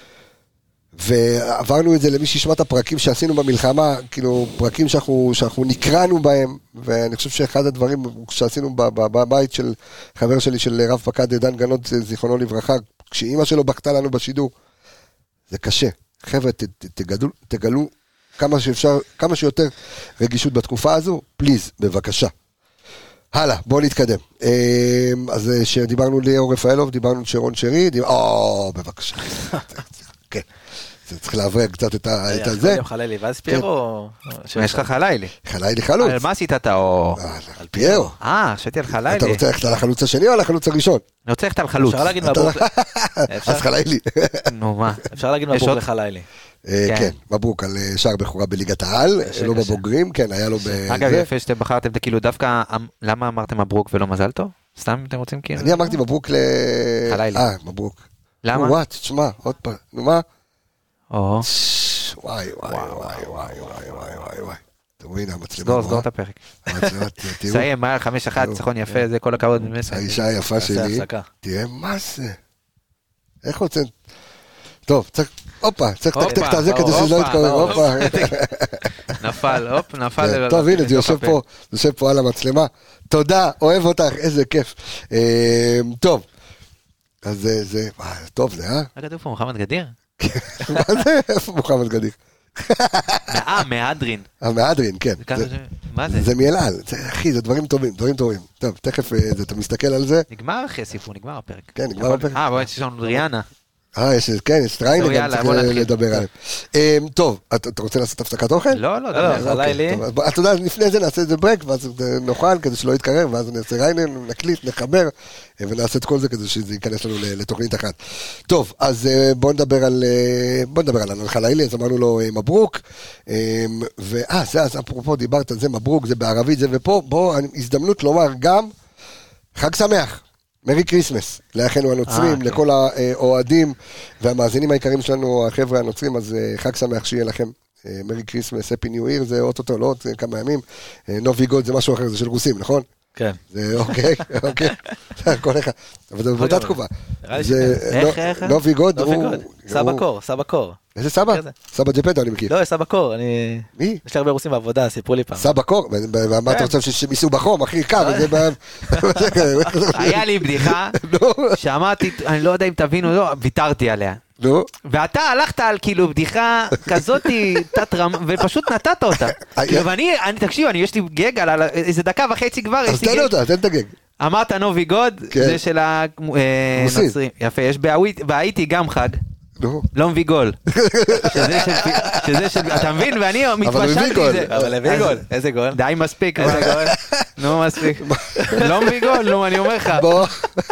ועברנו את זה למי שישמע את הפרקים שעשינו במלחמה, כאילו פרקים שאנחנו, שאנחנו נקראנו בהם, ואני חושב שאחד הדברים שעשינו בבית של חבר שלי, של רב פקד דן גנות, זיכרונו לברכה, כשאימא שלו בכתה לנו בשידור, זה קשה. חבר'ה, ת, ת, תגלו, תגלו כמה שאפשר, כמה שיותר רגישות בתקופה הזו, פליז, בבקשה. הלאה, בואו נתקדם. אז שדיברנו ליאור רפאלוב, דיברנו עם שרון שרי, או, בבקשה. כן, צריך להברג קצת את זה. יש חלילי, ואז פיירו? יש לך חלילי. חלילי חלוץ. על מה עשית את האו? על פיירו. אה, שתי על חלילי. אתה רוצה ללכת על החלוץ השני או על החלוץ הראשון? אני רוצה ללכת על חלוץ. אפשר להגיד מברוק. אז חלילי. נו, מה? אפשר להגיד מברוק לחלילי. כן, מברוק על שער בכורה בליגת העל, לא בבוגרים, כן, היה לו ב... אגב, יפה שאתם בחרתם, כאילו דווקא, למה אמרתם מברוק ולא מזל טוב? סתם אם אתם רוצים כאילו? אני אמרתי מברוק ל... חלילי. אה, מברוק. למה? וואט, תשמע, עוד פעם, נו מה? או. וואי, וואי, וואי, וואי, וואי, וואי, וואי, וואי. תראו, הנה המצלמה. סגור, סגור את הפרק. סיים, מה, חמש אחת, ניצחון יפה, זה כל הכבוד. האישה היפה שלי. תראה מה זה. איך רוצה... טוב, צריך... הופה, צריך לתקתק את זה כדי שזה לא יתקרב, הופה. נפל, הופ, נפל. טוב, הנה, זה יושב פה, זה יושב פה על המצלמה. תודה, אוהב אותך, איזה כיף. טוב, אז זה, טוב זה, אה? רגע, איפה מוחמד גדיר? מה זה? איפה מוחמד גדיר? אה, מהדרין. אה, מהדרין, כן. מה זה? זה מאלעל, אחי, זה דברים טובים, דברים טובים. טוב, תכף אתה מסתכל על זה. נגמר אחרי סיפור, נגמר הפרק. כן, נגמר הפרק. אה, בואי, יש לנו ריאנה. אה, יש, כן, יש טריינה, גם צריך לדבר עליהם. טוב, אתה רוצה לעשות הפסקת אוכל? לא, לא, דבר, לילי. אתה יודע, לפני זה נעשה את זה ברק, ואז נאכל כדי שלא יתקרב, ואז נעשה ריינה, נקליט, נחבר, ונעשה את כל זה כדי שזה ייכנס לנו לתוכנית אחת. טוב, אז בואו נדבר על, בואו נדבר על הנלכה לילי, אז אמרנו לו מברוק, ואה, זה, אז אפרופו דיברת על זה, מברוק, זה בערבית, זה ופה, בואו, הזדמנות לומר גם, חג שמח. מרי קריסמס, לאחינו הנוצרים, לכל האוהדים והמאזינים העיקריים שלנו, החבר'ה הנוצרים, אז חג שמח שיהיה לכם. מרי קריסמס, הפי ניו איר, זה אוטוטו, לא עוד כמה ימים. נובי גוד זה משהו אחר, זה של רוסים, נכון? כן. זה אוקיי, אוקיי. כל אחד. אבל זה באותה תקופה. איך, איך? נובי גוד. נובי גוד. סבא קור, סבא קור. איזה סבא? סבא ג'פטו אני מכיר. לא, סבא קור. מי? יש לי הרבה רוסים בעבודה, סיפרו לי פעם. סבא קור? מה אתה רוצה שמיסו בחום, אחי, קר. היה לי בדיחה, שאמרתי, אני לא יודע אם תבינו, לא, ויתרתי עליה. נו. ואתה הלכת על כאילו בדיחה כזאת תת-רמה, ופשוט נתת אותה. ואני, תקשיב, אני יש לי גג על איזה דקה וחצי כבר, אז תן אותה, תן את הגג. אמרת נובי גוד, זה של הנוצרים. יפה, יש בהאיטי גם חג. לא מביא גול. שזה של, אתה מבין? ואני מתפשטתי. אבל הביא גול. איזה גול? די מספיק. איזה גול? נו מספיק. לא מביא גול, נו אני אומר לך. בוא.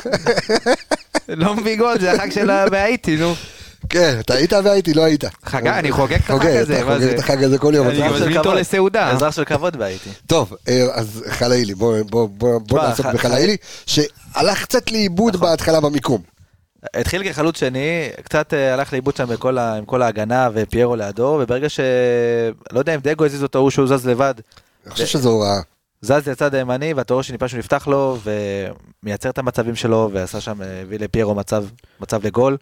לא מביא גול, זה החג של בהאיטי, נו. כן, אתה היית והייתי, לא היית. חגג, אני חוגג את החג הזה. אתה חוגג את החג הזה כל יום. אני גם מזמין אותו לסעודה. אזרח של כבוד בהייתי. טוב, אז חלאילי, בוא נעסוק בחלאילי, שהלך קצת לאיבוד בהתחלה במיקום. התחיל כחלוץ שני, קצת הלך לאיבוד שם עם כל ההגנה ופיירו לידו, וברגע ש... לא יודע אם דגו הזיז אותו, הוא שהוא זז לבד. אני חושב שזו הוראה. זז לצד הימני, והתיאור שני פשוט נפתח לו, ומייצר את המצבים שלו, ועשה שם, הביא לפיירו מצב, מצב לגול.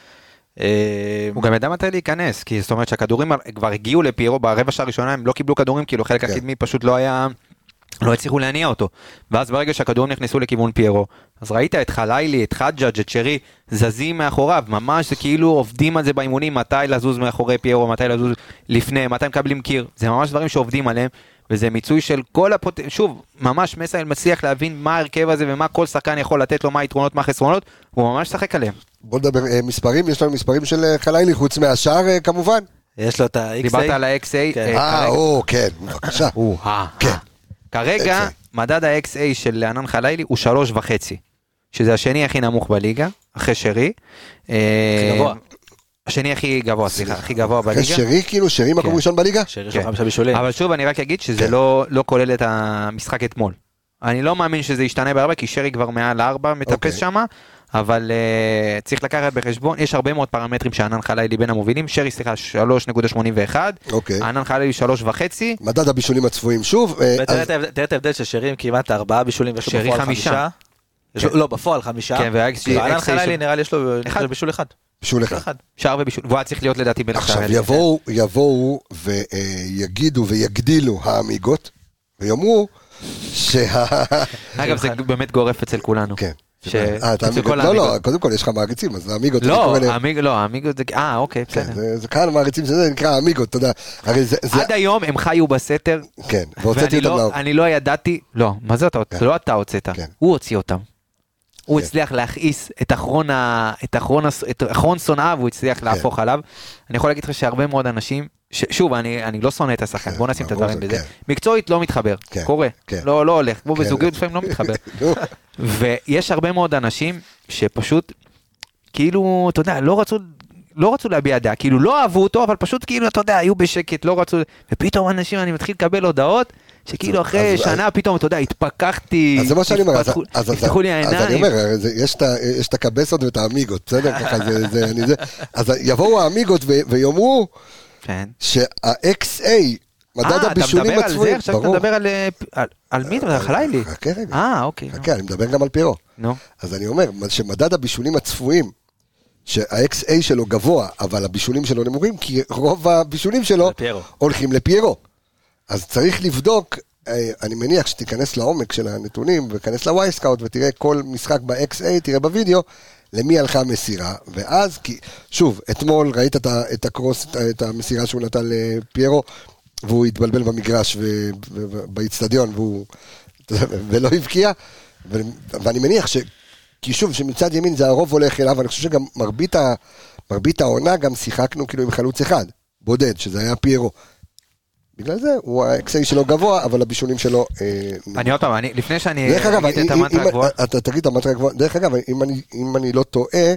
הוא גם ידע מתי להיכנס, כי זאת אומרת שהכדורים כבר הגיעו לפיירו, ברבע שעה הראשונה הם לא קיבלו כדורים, כאילו חלק הקדמי פשוט לא היה... לא הצליחו להניע אותו, ואז ברגע שהכדורים נכנסו לכיוון פיירו, אז ראית את חלאילי, את חג'אג', את שרי, זזים מאחוריו, ממש זה כאילו עובדים על זה באימונים, מתי לזוז מאחורי פיירו, מתי לזוז לפני, מתי מקבלים קיר, זה ממש דברים שעובדים עליהם, וזה מיצוי של כל הפוט... שוב, ממש מסייל מצליח להבין מה הרכב הזה, ומה כל שחקן יכול לתת לו, מה היתרונות, מה החסרונות, הוא ממש שחק עליהם. בוא נדבר מספרים, יש לנו מספרים של חלאילי, חוץ מהשאר כמובן. יש לו את ה-אקס איי. דיברת על ה-אקס איי. אה, או, כן, בבקשה. כן. כרגע, מדד ה-אקס איי של ענן חלאילי הוא שלוש וחצי, שזה השני הכי נמוך בליגה, אחרי שרי. הכי גבוה. השני הכי גבוה, סליחה, הכי גבוה בליגה. אחרי שרי, כאילו, שרי מקום ראשון בליגה? שרי שלו חמישה בישולים. אבל שוב, אני רק אגיד שזה לא כולל את המשחק אתמול. אני לא מאמין שזה ישתנה בהרבה, כי שרי כבר מעל ארבע מטפס שמה, אבל uh, צריך לקחת בחשבון, יש הרבה מאוד פרמטרים שענן חלאילי בין המובילים, שרי סליחה שלוש נקודה שמונים ואחת, אוקיי. ענן חלאילי שלוש וחצי. מדד הבישולים הצפויים שוב. ותראה את ההבדל של שרי עם כמעט ארבעה בישולים, ויש לו בפועל חמישה. לא, בפועל חמישה. כן, וענן חלאילי נראה לי יש לו בישול אחד. בישול אחד. שער ובישול, והוא צריך להיות לדעתי בין השער. עכשיו יבואו, יבואו ויגידו ויגדילו האמיגות, ויאמרו שה... אגב, זה באמת גורף אצל כולנו. כן. לא, לא, קודם כל יש לך מעריצים, אז האמיגות... לא, האמיגות זה... אה, אוקיי, בסדר. זה קהל מעריצים שזה נקרא האמיגות, אתה יודע. עד היום הם חיו בסתר. כן, והוצאתי אותם לאור. אני לא ידעתי, לא, מה זה אתה? לא אתה הוצאת, הוא הוציא אותם. הוא הצליח להכעיס את אחרון, את אחרון, את אחרון שונאיו, הוא הצליח להפוך עליו. אני יכול להגיד לך שהרבה מאוד אנשים, שוב, אני, אני לא שונא את השחקן, בוא נשים את הדברים בזה. מקצועית לא מתחבר, קורה, לא, לא הולך, בוא בזוגיות לפעמים לא מתחבר. ויש הרבה מאוד אנשים שפשוט, כאילו, אתה יודע, לא רצו, לא רצו להביע דעה, כאילו לא אהבו אותו, אבל פשוט כאילו, אתה יודע, היו בשקט, לא רצו, ופתאום אנשים, אני מתחיל לקבל הודעות, שכאילו אחרי שנה פתאום, אתה יודע, התפכחתי, אז זה מה שאני אומר, נפתחו לי העיניים. אז אני אומר, יש את הקבסות ואת האמיגות, בסדר? אז יבואו האמיגות ויאמרו שה-אקס איי, מדד הבישולים הצפויים, אה, עכשיו אתה מדבר על מי? אתה מדבר על חלאילי? חכה רגע. אה, אוקיי. חכה, אני מדבר גם על פירו. נו. אז אני אומר, שמדד הבישולים הצפויים, שה-אקס איי שלו גבוה, אבל הבישולים שלו נמוכים, כי רוב הבישולים שלו הולכים לפיירו. אז צריך לבדוק, אני מניח שתיכנס לעומק של הנתונים, וכנס לוואי סקאוט ותראה כל משחק ב-אקס איי, תראה בווידאו, למי הלכה המסירה, ואז, כי, שוב, אתמול ראית את, ה, את הקרוס, את המסירה שהוא נתן לפיירו, והוא התבלבל במגרש ובאצטדיון, והוא, ולא הבקיע, ו, ואני מניח ש, כי שוב, שמצד ימין זה הרוב הולך אליו, ואני חושב שגם מרבית, ה, מרבית העונה גם שיחקנו כאילו עם חלוץ אחד, בודד, שזה היה פיירו. בגלל זה, הוא האקס איי שלו גבוה, אבל הבישולים שלו... אני עוד פעם, לפני שאני אגיד את המטרה הגבוהה... אתה תגיד את המטרה הגבוהה, דרך אגב, אם אני לא טועה,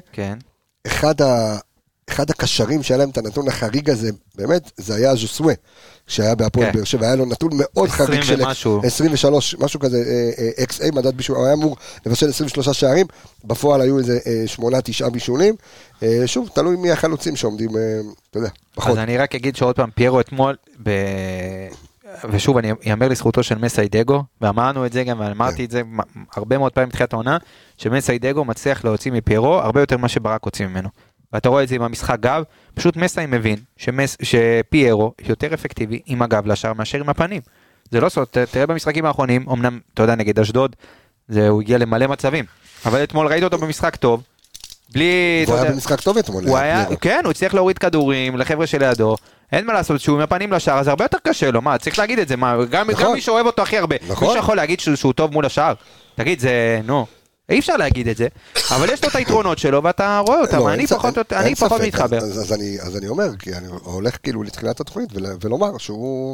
אחד הקשרים שהיה להם את הנתון החריג הזה, באמת, זה היה ז'וסווה, שהיה בהפועל באר שבע, היה לו נתון מאוד חריג של עשרים ושלוש, משהו כזה, אקס איי, מדד בישול, הוא היה אמור לבשל עשרים ושלושה שערים, בפועל היו איזה שמונה, תשעה בישולים, שוב, תלוי מי החלוצים שעומדים, אתה יודע, פחות. אז אני רק אגיד שעוד פעם, פיירו אתמול, ושוב, אני אאמר לזכותו של מסיידגו, ואמרנו את זה גם, ואמרתי את זה הרבה מאוד פעמים בתחילת העונה, שמסיידגו מצליח להוציא מפיירו הרבה יותר ממה שברק הוציא ממנו. ואתה רואה את זה עם המשחק גב, פשוט מסי מבין שמס, שפיירו יותר אפקטיבי עם הגב לשער מאשר עם הפנים. זה לא סוד, תראה במשחקים האחרונים, אמנם, אתה יודע, נגד אשדוד, הוא הגיע למלא מצבים, אבל אתמול ראית אותו במשחק טוב, בלי... הוא היה במשחק טוב אתמול. הוא היה, כן, הוא הצליח להוריד כדורים לחבר'ה שלידו, אין מה לעשות, שהוא עם הפנים לשער, אז הרבה יותר קשה לו, מה, צריך להגיד את זה, מה, גם מי שאוהב אותו הכי הרבה, מי שיכול להגיד שהוא טוב מול השער, תגיד, זה, נו, אי אפשר להגיד את זה, אבל יש לו את היתרונות שלו, ואתה רואה אותם, אני פחות מתחבר. אז אני אומר, כי אני הולך כאילו לתחילת התוכנית, ולומר שהוא,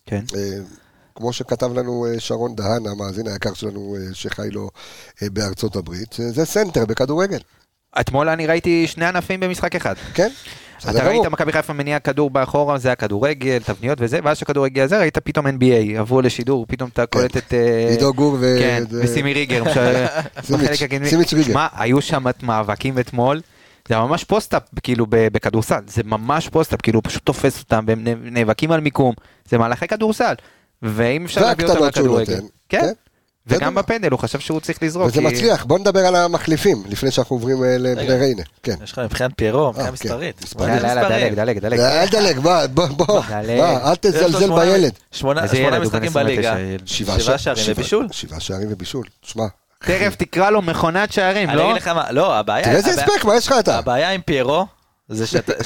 כמו שכתב לנו שרון דהן, המאזין היקר שלנו שחי לו בארצות הברית, זה סנטר בכדורגל. אתמול אני ראיתי שני ענפים במשחק אחד. כן. אתה ראית מכבי חיפה מניע כדור באחורה, זה הכדורגל, תבניות וזה, ואז שכדורגל הזה ראית פתאום אן בי איי, עברו לשידור, פתאום אתה קולט את... עידו גור וסימי ריגר. סימיץ' ריגר. שמע, היו שם מאבקים אתמול, זה ממש פוסט-אפ כאילו בכדורסל, זה ממש פוסט-אפ, כאילו פשוט תופס אותם, והם נאבקים על מיקום, זה מהלכי כדורסל, ואם אפשר להביא אותם לכדורגל. כן. וגם בפנדל, הוא חשב שהוא צריך לזרוק. וזה מצליח, בוא נדבר על המחליפים, לפני שאנחנו עוברים לבני ריינה. יש לך מבחינת פיירו, מבחינה מספרית. יאללה, דלג, דלג, דלג. אל דלג, בוא, בוא, אל תזלזל בילד. שמונה משחקים בליגה, שבעה שערים ובישול. שבעה שערים ובישול, שמע. תכף תקרא לו מכונת שערים, לא? אני אגיד לך מה, לא, הבעיה... תראה איזה הספק, מה יש לך אתה? הבעיה עם פיירו, זה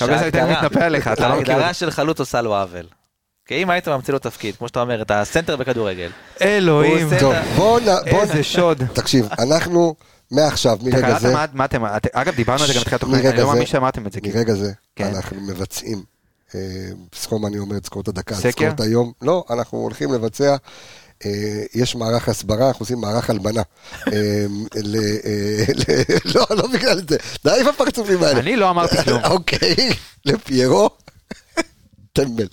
שההגדרה של חלוץ עושה לו עוול. כי אם היית ממציא לו תפקיד, כמו שאתה אומר, את הסנטר בכדורגל. אלוהים. טוב, בוא... איזה שוד. תקשיב, אנחנו מעכשיו, מרגע זה... מה אתם... אגב, דיברנו על זה גם בתחילת תוכנית, אני לא מאמין שאמרתם את זה. מרגע זה, אנחנו מבצעים, סכום אני אומר, סקור את הדקה, סקר? סקור את היום. לא, אנחנו הולכים לבצע, יש מערך הסברה, אנחנו עושים מערך הלבנה. לא, לא בגלל זה. די איפה פרצופים האלה. אני לא אמרתי כלום. אוקיי, לפיירו. טמבל.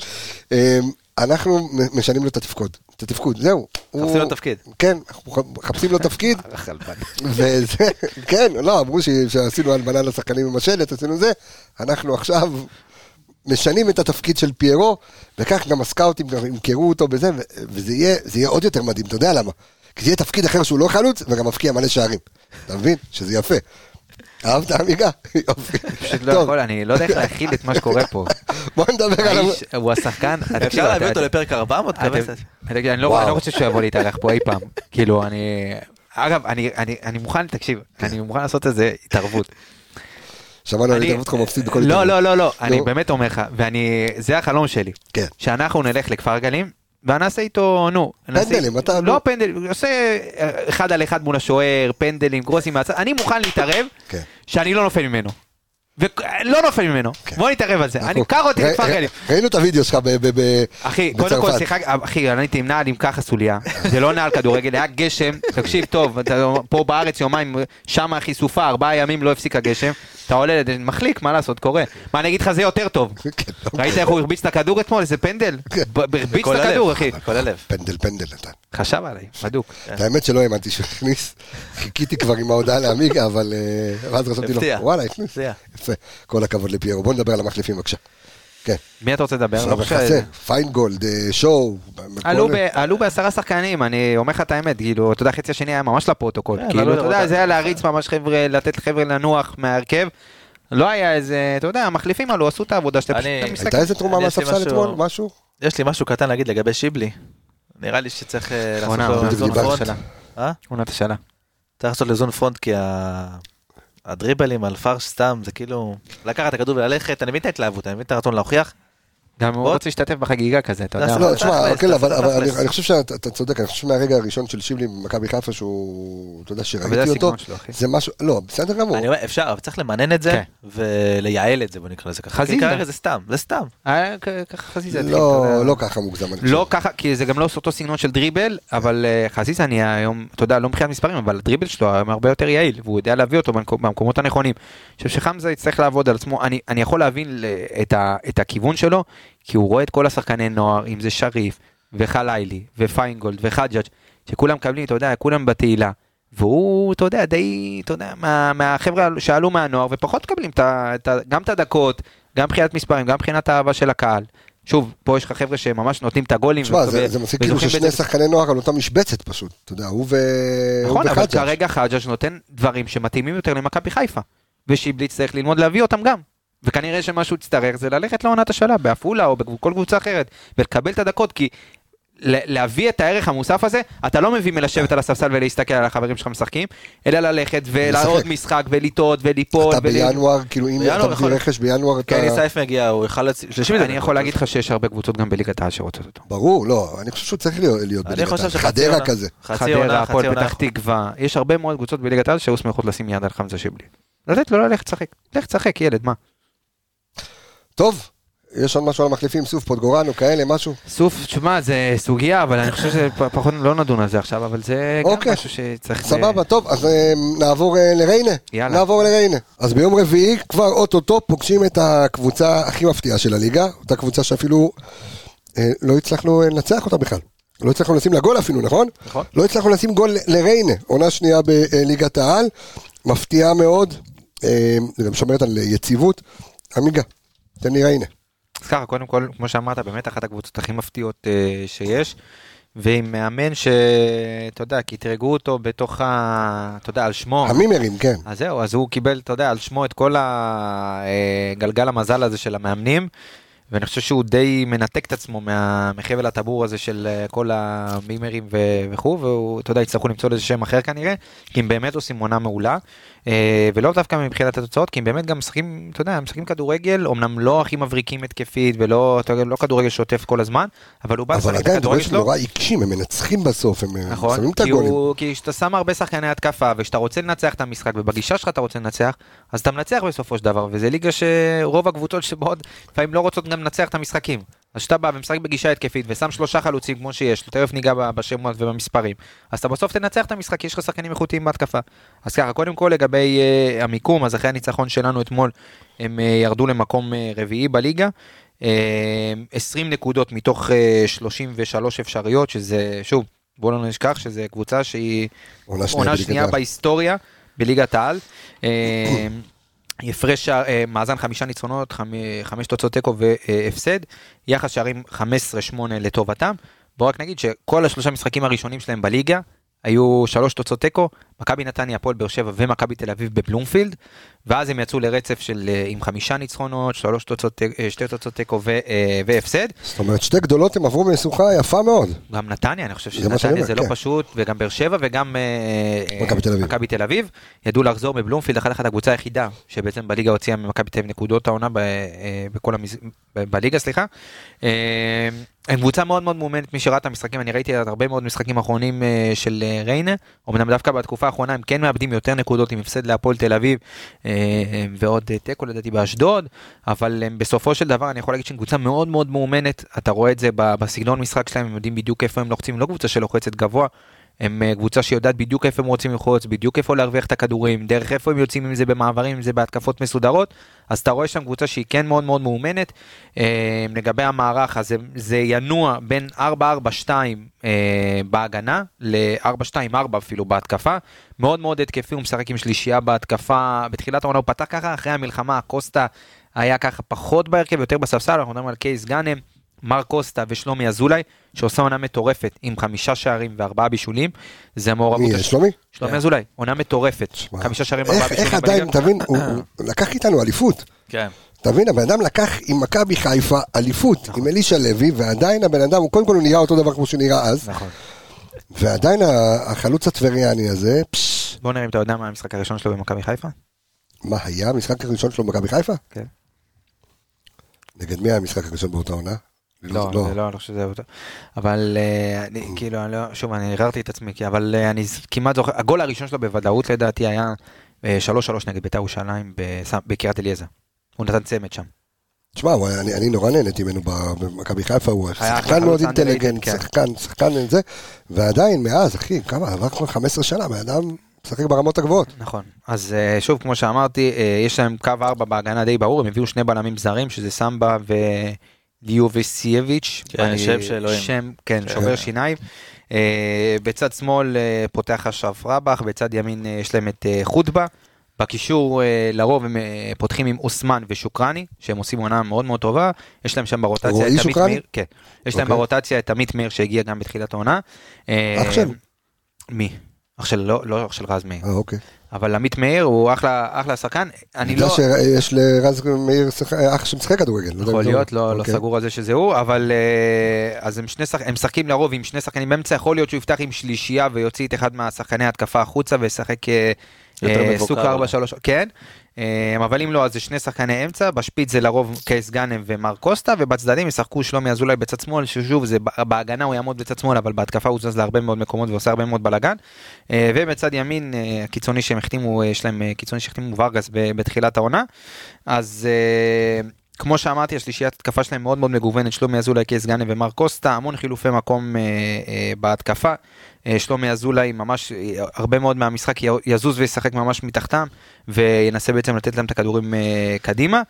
אנחנו משנים לו את התפקוד, את התפקוד, זהו. חפשים לו תפקיד. כן, חפשים לו תפקיד. וזה, כן, לא, אמרו שעשינו הלבנה לשחקנים עם השלט, עשינו זה, אנחנו עכשיו משנים את התפקיד של פיירו, וכך גם הסקאוטים ימכרו אותו בזה, וזה יהיה עוד יותר מדהים, אתה יודע למה? כי זה יהיה תפקיד אחר שהוא לא חלוץ, וגם מפקיע מלא שערים. אתה מבין? שזה יפה. אהבת עמיגה? יופי. פשוט לא יכול, אני לא יודע איך להכיל את מה שקורה פה. בוא נדבר על... הוא השחקן... אפשר להביא אותו לפרק ארבע מאות? אני לא חושב שהוא יבוא להתארח פה אי פעם. כאילו, אני... אגב, אני מוכן, תקשיב, אני מוכן לעשות איזה התערבות. שמענו על התערבות כמו מפסיד בכל התערבות. לא, לא, לא, לא, אני באמת אומר לך, וזה החלום שלי. שאנחנו נלך לכפר גלים, ונעשה איתו, נו. פנדלים, אתה... לא פנדלים, עושה אחד על אחד מול השוער, פנדלים, גרוסים מהצד, אני מוכן להתערב שאני לא נופל ממנו. ולא נופל ממנו. בוא נתערב על זה. אני קר אותי לכפר גלים. ראינו את הוידאו שלך בצרפת. אחי, קודם כל, סליחה, אחי, אני הייתי עם נעל עם ככה סוליה. זה לא נעל כדורגל, היה גשם. תקשיב טוב, פה בארץ יומיים, שם הכי סופה, ארבעה ימים לא הפסיק הגשם. אתה עולה, מחליק, מה לעשות, קורה. מה, אני אגיד לך, זה יותר טוב. ראית איך הוא הרביץ את הכדור אתמול? איזה פנדל? הרביץ את הכדור, אחי. פנדל, פנדל נתן. חשב עליי, בדוק. האמת שלא האמנתי שהוא הכניס. חיכיתי כבר עם ההודעה לעמיגה, אבל אז חשבתי לו, וואלה, הכניס. יפה. כל הכבוד לפיירו. בוא נדבר על המחליפים, בבקשה. כן. מי אתה רוצה לדבר? פיינגולד, שואו. עלו בעשרה שחקנים, אני אומר לך את האמת, כאילו, אתה יודע, חצי השני היה ממש לפרוטוקול. כאילו, אתה יודע, זה היה להריץ ממש חבר'ה, לתת חבר'ה לנוח מהרכב. לא היה איזה, אתה יודע, המחליפים עלו, עשו את העבודה שאתה פשוט... הייתה איזה תרומה מהספסל אתמול, משהו? יש לי משהו קטן להגיד לגבי שיבלי. נראה לי שצריך לעשות לו זון פרונט. עונת השאלה. צריך לעשות לזון פרונט כי הדריבלים על פרש סתם, זה כאילו לקחת את הכדור וללכת, אני מבין את ההתלהבות, אני מבין את הרצון להוכיח. גם הוא רוצה להשתתף בחגיגה כזה, אתה יודע. לא, תשמע, אבל אני חושב שאתה צודק, אני חושב מהרגע הראשון של שיבלי במכבי חיפה שהוא, אתה יודע, שראיתי אותו, זה משהו, לא, בסדר גמור. אני אומר, אפשר, אבל צריך למנן את זה, ולייעל את זה, בוא נקרא לזה ככה. חזיזה. כרגע זה סתם, זה סתם. ככה חזיזה. לא ככה מוגזם. לא ככה, כי זה גם לא אותו סגנון של דריבל, אבל חזיזה אני היום, אתה יודע, לא מבחינת מספרים, אבל הדריבל שלו הרבה יותר יעיל, והוא יודע להביא אותו במקומות הנכונים. אני חושב שחמזה יצטרך לעבוד על עצמו. אני, אני יכול להבין את ה, את הכיוון שלו, כי הוא רואה את כל השחקני נוער, אם זה שריף, וחלילי, ופיינגולד, וחג'אג', שכולם מקבלים, אתה יודע, כולם בתהילה, והוא, אתה יודע, די, אתה יודע, מה, מהחבר'ה שעלו מהנוער, ופחות מקבלים את, את, גם את הדקות, גם מבחינת מספרים, גם מבחינת האהבה של הקהל, שוב, פה יש לך חבר'ה שממש נותנים את הגולים. תשמע, זה מסיק כאילו ששני שחקני נוער על אותה משבצת פשוט, אתה יודע, הוא וחג'אג'. נכון, אבל כרגע חג'אג' נותן דברים שמתאימים יותר למכבי חיפה, ושיבליץ צריך ללמוד להביא אותם גם. וכנראה שמשהו יצטרך זה ללכת לעונת השאלה, בעפולה או בכל קבוצה אחרת, ולקבל את הדקות, כי להביא את הערך המוסף הזה, אתה לא מביא מלשבת על הספסל ולהסתכל על החברים שלך משחקים, אלא ללכת ולעוד משחק ולטעות וליפול. אתה בינואר, כאילו אם אתה מביא רכש בינואר, אתה... כן, סייף מגיע, הוא יכל... אני יכול להגיד לך שיש הרבה קבוצות גם בליגת העל שרוצות אותו. ברור, לא, אני חושב שהוא צריך להיות בליגת העל. חדרה כזה. חדרה, הפועל פתח תקווה. יש הרבה מאוד קבוצות בליגת העל שהיו שמחות לשים יד על חמזה שיבלי. לתת לו ללכת לשחק. לך תשחק, ילד, מה? טוב. יש עוד משהו על המחליפים, סוף פוטגורנו, כאלה, משהו? סוף, תשמע, זה סוגיה, אבל אני חושב שפחות לא נדון על זה עכשיו, אבל זה גם משהו שצריך... סבבה, טוב, אז נעבור לריינה. יאללה. נעבור לריינה. אז ביום רביעי כבר אוטוטו פוגשים את הקבוצה הכי מפתיעה של הליגה, אותה קבוצה שאפילו לא הצלחנו לנצח אותה בכלל. לא הצלחנו לשים לה גול אפילו, נכון? נכון. לא הצלחנו לשים גול לריינה, עונה שנייה בליגת העל, מפתיעה מאוד, זה גם שומרת על יציבות. עמיגה, תן לי ריינה. אז ככה, קודם כל, כמו שאמרת, באמת אחת הקבוצות הכי מפתיעות uh, שיש, ועם מאמן שאתה יודע, כי תרגעו אותו בתוך ה... אתה יודע, על שמו. המימרים, כן. אז זהו, אז הוא קיבל, אתה יודע, על שמו את כל הגלגל המזל הזה של המאמנים, ואני חושב שהוא די מנתק את עצמו מהחבל הטבור הזה של כל המימרים וכו', והוא, אתה יודע, יצטרכו למצוא לזה שם אחר כנראה, כי הם באמת עושים עונה מעולה, ולא דווקא מבחינת התוצאות, כי הם באמת גם משחקים, אתה יודע, משחקים כדורגל, אמנם לא הכי מבריקים התקפית, ולא, אתה יודע, לא כדורגל שוטף כל הזמן, אבל הוא בא לשחק את הכדורגל שלו. נורא עיקשים, הם מנצחים בסוף, הם שמים את הגולים. כי כשאתה שם הרבה שחקני התקפה, וכשאתה רוצה לנצח את המשחק, ובגישה שלך אתה רוצה לנצח, אז אתה מנצח בסופו של דבר, וזה ליגה שרוב הקבוצות שבעוד לפעמים לא רוצות גם לנצח את המשחקים. אז שאתה בא ומשחק בגישה התקפית, ושם שלושה חלוצים כמו שיש, תכף ניגע בשמות ובמספרים, אז אתה בסוף תנצח את המשחק, יש לך שחקנים איכותיים בהתקפה. אז ככה, קודם כל לגבי uh, המיקום, אז אחרי הניצחון שלנו אתמול, הם uh, ירדו למקום uh, רביעי בליגה, uh, עשרים נקודות מתוך uh, שלושים ושלוש אפשריות, שזה, שוב, בואו לא נשכח, שזה קבוצה שהיא עונה שנייה, שנייה בהיסטוריה, בליגת העל, uh, יפרש מאזן חמישה ניצחונות, חמש תוצאות תיקו והפסד, יחס שערים חמש עשרה שמונה לטובתם. בואו רק נגיד שכל השלושה משחקים הראשונים שלהם בליגה, היו שלוש תוצאות תיקו, מכבי נתניה, הפועל באר שבע ומכבי תל אביב בבלומפילד, ואז הם יצאו לרצף של עם חמישה ניצחונות, שלוש תוצאות, שתי תוצאות תיקו והפסד. זאת אומרת, שתי גדולות הם עברו משוכה יפה מאוד. גם נתניה, אני חושב שנתניה זה לא פשוט, וגם באר שבע וגם מכבי תל אביב, ידעו לחזור בבלומפילד, אחת אחת הקבוצה היחידה, שבעצם בליגה הוציאה ממכבי תל אביב נקודות העונה בכל בליגה, סליחה. הם קבוצה מאוד מאוד מאומנת, מי שראה את המשחקים, אני ראיתי הרבה מאוד משחקים אחרונים של ריינה, אמנם דווקא בתקופה האחרונה הם כן מאבדים יותר נקודות עם הפסד להפועל תל אביב, ועוד תיקו לדעתי באשדוד, אבל בסופו של דבר אני יכול להגיד שהם קבוצה מאוד מאוד מאומנת, אתה רואה את זה בסגנון משחק שלהם, הם יודעים בדיוק איפה הם לוחצים, לא קבוצה שלוחצת גבוה, הם קבוצה שיודעת בדיוק איפה הם רוצים ללחוץ, בדיוק איפה להרוויח את הכדורים, דרך איפה הם יוצאים עם זה במעברים, עם זה בהתקפות מסודרות, אז אתה רואה שם קבוצה שהיא כן מאוד מאוד מאומנת. לגבי המערך, אז זה ינוע בין ארבע ארבע שתיים בהגנה, ל-ארבע שתיים ארבע אפילו בהתקפה, מאוד מאוד התקפי, הוא משחק עם שלישייה בהתקפה, בתחילת העונה הוא פתח ככה, אחרי המלחמה, קוסטה היה ככה פחות בהרכב, יותר בספסל, אנחנו מדברים על קייס גאנם, מר קוסטה ושלומי אזולאי, שעושה עונה מטורפת עם חמישה שערים וארבעה בישולים, זה מעורבות... מי, שלומי? שלומי אזולאי, עונה מטורפת, חמישה שערים וארבעה בישולים. איך עדיין, תבין, הוא לקח איתנו אליפות. כן. תבין, הבן אדם לקח עם מכבי חיפה אליפות, עם אלישע לוי, ועדיין הבן אדם, הוא קודם כל הוא נראה אותו דבר כמו שהוא נראה אז, נכון. ועדיין החלוץ הטבריאני הזה, בוא נראה אם אתה יודע מה המשחק הראשון שלו במכבי חיפה. מה היה המשחק הראשון שלו במכבי חיפה? כן. נגד מי היה המשחק הראשון באותה עונה? לא, זה לא, אני חושב שזה אותו. אבל, כאילו, שוב, אני הררתי את עצמי, אבל אני כמעט זוכר, הגול הראשון שלו בוודאות לדעתי היה שלוש שלוש נגד בית"ר ירושלים בקריית אליעזר. הוא נתן צמד שם. תשמע, אני נורא נהניתי ממנו במכבי חיפה, הוא שחקן מאוד אינטליגנט, שחקן, שחקן זה, ועדיין מאז, אחי, כמה, עבר כבר חמש עשרה שנה, מהאדם משחק ברמות הגבוהות. נכון, אז שוב, כמו שאמרתי, יש להם קו ארבע בהגנה די ברור, הם הביאו שני בלמים זרים, שזה סמבה וליובסייביץ', כן, שם של אלוהים. שם, כן, שובר שיניים. בצד שמאל פותח אשרף רבח, בצד ימין יש להם את חוטבה, בקישור לרוב הם פותחים עם אוסמן ושוקרני, שהם עושים עונה מאוד מאוד טובה, יש להם שם ברוטציה את עמית מאיר, כן, יש להם ברוטציה את עמית מאיר שהגיע גם בתחילת העונה. אח של? מי? אח של, לא, לא אח של רז מאיר. אה, אוקיי. אבל עמית מאיר הוא אחלה, אחלה שחקן. אני לא... שיש לרז מאיר אח שמשחק כדורגל. יכול להיות, לא, לא סגור על זה שזה הוא, אבל אז הם שני שחקנים, הם משחקים לרוב עם שני שחקנים באמצע, יכול להיות שהוא יפתח עם שלישייה ויוציא את אחד מהשחקני התקפה החוצה וישחק סוג ארבע שלוש, כן, אבל אם לא, אז זה שני שחקני אמצע, בשפיץ זה לרוב קייס גאנם ומר קוסטה, ובצדדים ישחקו שלומי אזולאי בצד שמאל, ששוב, זה בהגנה הוא יעמוד בצד שמאל, אבל בהתקפה הוא זז להרבה מאוד מקומות ועושה הרבה מאוד בלגן, ובצד ימין, הקיצוני שהם החתימו, יש להם קיצוני שהחתימו ורגס בתחילת העונה, אז כמו שאמרתי, השלישיית התקפה שלהם מאוד מאוד מגוונת, שלומי אזולאי, קייס גאנם ומר קוסטה, המון חילופי מקום בהתקפה, שלומי אזולאי ממש הרבה מאוד מהמשחק יזוז וישחק ממש מתחתם וינסה בעצם לתת להם את הכדורים קדימה.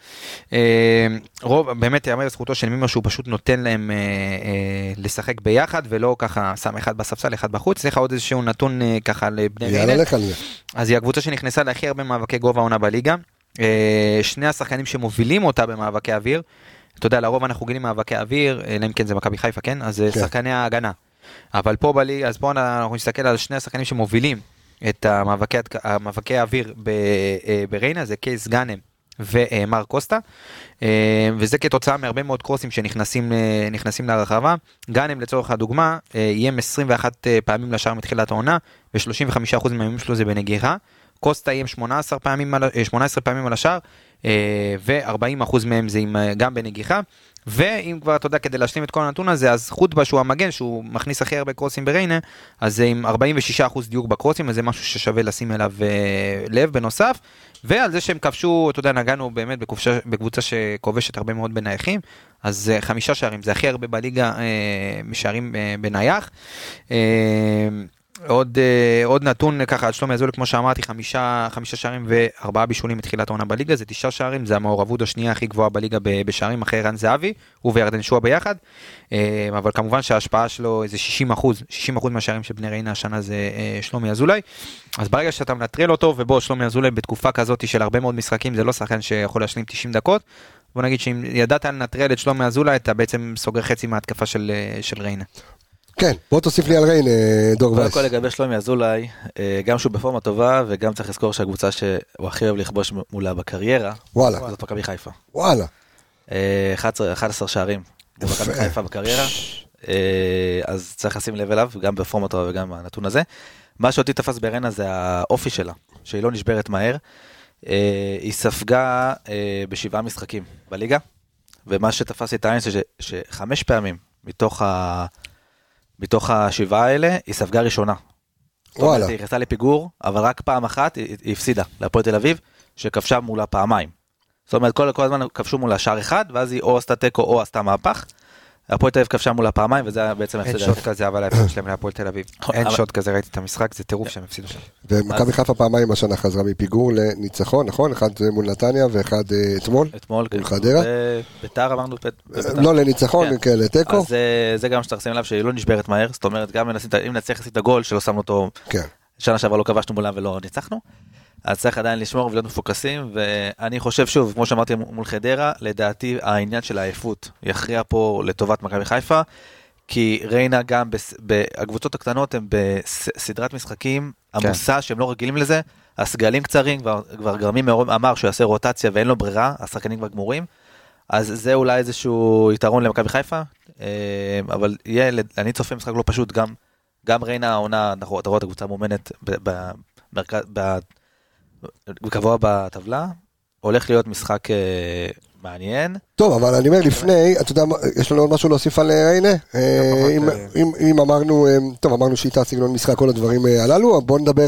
רוב באמת יאמר לזכותו של מימר שהוא פשוט נותן להם לשחק ביחד ולא ככה שם אחד בספסל אחד בחוץ. צריך עוד איזשהו נתון ככה לבני ריינה. אז היא הקבוצה שנכנסה להכי הרבה מאבקי גובה עונה בליגה. שני השחקנים שמובילים אותה במאבקי אוויר. אתה יודע, לרוב אנחנו גילים מאבקי אוויר, אלא אם כן זה מכבי חיפה, כן? אז שחקני ההגנה. אבל פה בלי, אז פה אנחנו נסתכל על שני השחקנים שמובילים את המאבקי, המאבקי האוויר בריינה, זה קייס גאנם ומר קוסטה, וזה כתוצאה מהרבה מאוד קרוסים שנכנסים נכנסים לרחבה. גאנם לצורך הדוגמה, יהיה עשרים ואחת פעמים לשער מתחילת העונה, ו-שלושים וחמישה אחוז מהימים שלו זה בנגיחה. קוסטה יהיה שמונה עשרה פעמים, שמונה עשרה פעמים על השער, ו-ארבעים אחוז מהם זה גם בנגיחה. ואם כבר אתה יודע, כדי להשלים את כל הנתון הזה, אז חוטבה שהוא המגן, שהוא מכניס הכי הרבה קרוסים בריינה, אז זה עם ארבעים ושישה אחוז דיוק בקרוסים, אז זה משהו ששווה לשים אליו לב בנוסף, ועל זה שהם כבשו, אתה יודע, נגענו באמת בקבוצה, בקבוצה שכובשת הרבה מאוד בנייחים, אז חמישה שערים, זה הכי הרבה בליגה משערים בנייח. עוד, עוד נתון ככה, על שלומי אזולאי, כמו שאמרתי, חמישה, חמישה שערים וארבעה בישולים מתחילת העונה בליגה, זה תשעה שערים, זה המעורבות השנייה הכי גבוהה בליגה בשערים אחרי רן זהבי, הוא וירדן שועה ביחד, אבל כמובן שההשפעה שלו זה שישים אחוז, שישים אחוז מהשערים של בני ריינה השנה זה שלומי אזולאי, אז ברגע שאתה מנטרל אותו, ובו שלומי אזולאי בתקופה כזאת של הרבה מאוד משחקים, זה לא שחקן שיכול להשלים תשעים דקות, בוא נגיד שאם ידעת לנטרל את שלומי אזולאי, אתה בעצם סוגר חצי מההתקפה של, של ריינה. כן, בוא תוסיף לי על ריין, דור וייס. קודם כל לגבי שלומי אזולאי, גם שהוא בפורמה טובה, וגם צריך לזכור שהקבוצה שהוא הכי אוהב לכבוש מולה בקריירה, וואלה. זאת מכבי חיפה. וואלה. אחד עשר שערים במכבי חיפה בקריירה, אז צריך לשים לב אליו, גם בפורמה טובה וגם הנתון הזה. מה שאותי תפס בריינה זה האופי שלה, שהיא לא נשברת מהר. היא ספגה בשבעה משחקים בליגה, ומה שתפס את העין זה שחמש פעמים מתוך ה... מתוך השבעה האלה, היא ספגה ראשונה. וואלה. היא נכנסה לפיגור, אבל רק פעם אחת היא הפסידה להפועל תל אביב, שכבשה מולה פעמיים. זאת אומרת, כל, כל הזמן כבשו מולה שער אחד, ואז היא או עשתה תיקו או עשתה מהפך. הפועל תל אביב כבשה מולה פעמיים, וזה בעצם הפסידה. אין שוט כזה, אבל ההפסד שלהם להפועל תל אביב. אין שוט כזה, ראיתי את המשחק, זה טירוף שהם הפסידו שם. ומכבי חיפה פעמיים השנה חזרה מפיגור לניצחון, נכון? אחד מול נתניה ואחד אתמול. אתמול, מול חדרה. ביתר אמרנו. לא לניצחון, כן, לתיקו. אז זה גם שצריך לשים לב שהיא לא נשברת מהר, זאת אומרת, גם אם נצליח לשים את הגול שלא שמנו אותו, שנה שעברה לא כבשנו מולם ולא ניצחנו, אז צריך עדיין לשמור ולהיות מפוקסים, ואני חושב שוב, כמו שאמרתי מול חדרה, לדעתי העניין של העייפות יכריע פה לטובת מכבי חיפה, כי ריינה גם, הקבוצות הקטנות הן בסדרת משחקים עמוסה, שהם לא רגילים לזה, הסגלים קצרים, כבר, כבר גרמים אמר שהוא יעשה רוטציה ואין לו ברירה, השחקנים כבר גמורים, אז זה אולי איזשהו יתרון למכבי חיפה, אבל יהיה, אני צופה משחק לא פשוט, גם, גם ריינה העונה, אתה רואה את הקבוצה מומנת במרכז, בקבוע בטבלה, הולך להיות משחק מעניין. טוב, אבל אני אומר לפני, אתה יודע, יש לנו עוד משהו להוסיף על ריינה? אם אמרנו, טוב, אמרנו שאיתה סגנון משחק, כל הדברים הללו, בואו נדבר,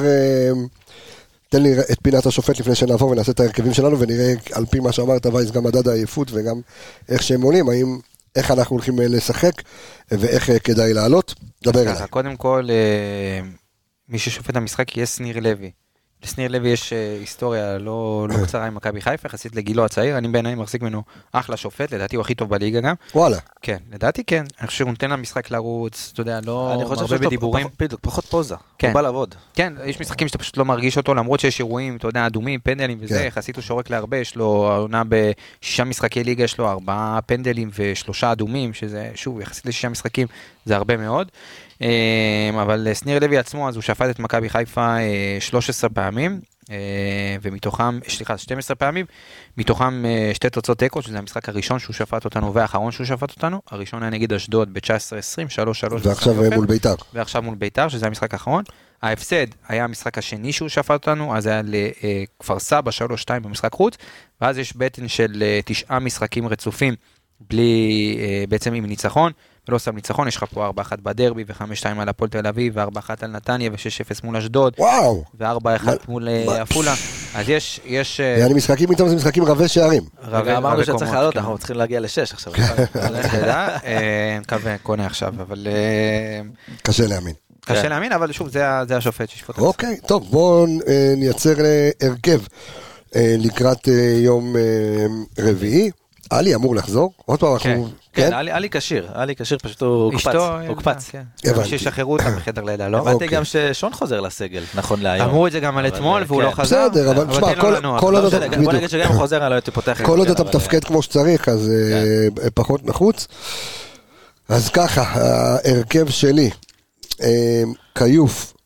תן לי את פינת השופט לפני שנעבור ונעשה את ההרכבים שלנו, ונראה על פי מה שאמרת, וייס, גם מדד העייפות וגם איך שהם עולים, האם, איך אנחנו הולכים לשחק, ואיך כדאי לעלות, דבר אליי. קודם כל, מי ששופט המשחק יהיה שניר לוי. לשניר לוי יש היסטוריה לא קצרה עם מכבי חיפה, יחסית לגילו הצעיר, אני בעיניי מחזיק ממנו אחלה שופט, לדעתי הוא הכי טוב בליגה גם. וואלה. כן, לדעתי כן, אני חושב שהוא נותן למשחק לרוץ, אתה יודע, לא הרבה בדיבורים. בדיוק, פחות פוזה, הוא בא לעבוד. כן, יש משחקים שאתה פשוט לא מרגיש אותו, למרות שיש אירועים, אתה יודע, אדומים, פנדלים וזה, יחסית הוא שורק להרבה, יש לו עונה בשישה משחקי ליגה, יש לו ארבעה פנדלים ושלושה אדומים, שזה שוב, יחסית לשישה משחקים, זה הרבה מאוד. אבל שניר לוי עצמו, אז הוא שפט את מכבי חיפה שלוש עשרה פעמים, ומתוכם, סליחה, שתים עשרה פעמים, מתוכם שתי תוצאות תיקו, שזה המשחק הראשון שהוא שפט אותנו, והאחרון שהוא שפט אותנו, הראשון היה נגיד אשדוד ב-תשע עשרה עשרים, שלוש שלוש. ועכשיו מול ביתר. ועכשיו מול ביתר, שזה המשחק האחרון. ההפסד היה המשחק השני שהוא שפט אותנו, אז היה לכפר סבא שלוש שתיים במשחק חוץ, ואז יש בטן של תשעה משחקים רצופים, בלי, בעצם עם ניצחון, ולא סתם ניצחון, יש לך פה ארבע אחת בדרבי, ו-חמש שתיים על הפועל תל אביב, ו-ארבע אחת על נתניה, ו-שש אפס מול אשדוד, ו-ארבע אחת מול עפולה. אז יש, יש... יעני משחקים איתם, זה משחקים רבי שערים. רגע, אמרנו שצריך לעלות, אנחנו צריכים להגיע לשש עכשיו. מקווה, קונה עכשיו, אבל... קשה להאמין. קשה להאמין, אבל שוב, זה השופט ששפוט. אוקיי, טוב, בואו נייצר הרכב לקראת יום רביעי. אלי אמור לחזור, עוד פעם אנחנו... כן, אלי קשיר, אלי קשיר פשוט הוא הוקפץ. הבנתי. ששחררו אותם בחדר לילה, לא? הבנתי גם ששון חוזר לסגל, נכון להיום. אמרו את זה גם על אתמול, והוא לא חזר. בסדר, אבל תשמע, כל עוד אתה... בוא נגיד שגם הוא חוזר, אני לא הייתי פותח... כל עוד אתה מתפקד כמו שצריך, אז פחות נחוץ. אז ככה, ההרכב שלי, קיוף,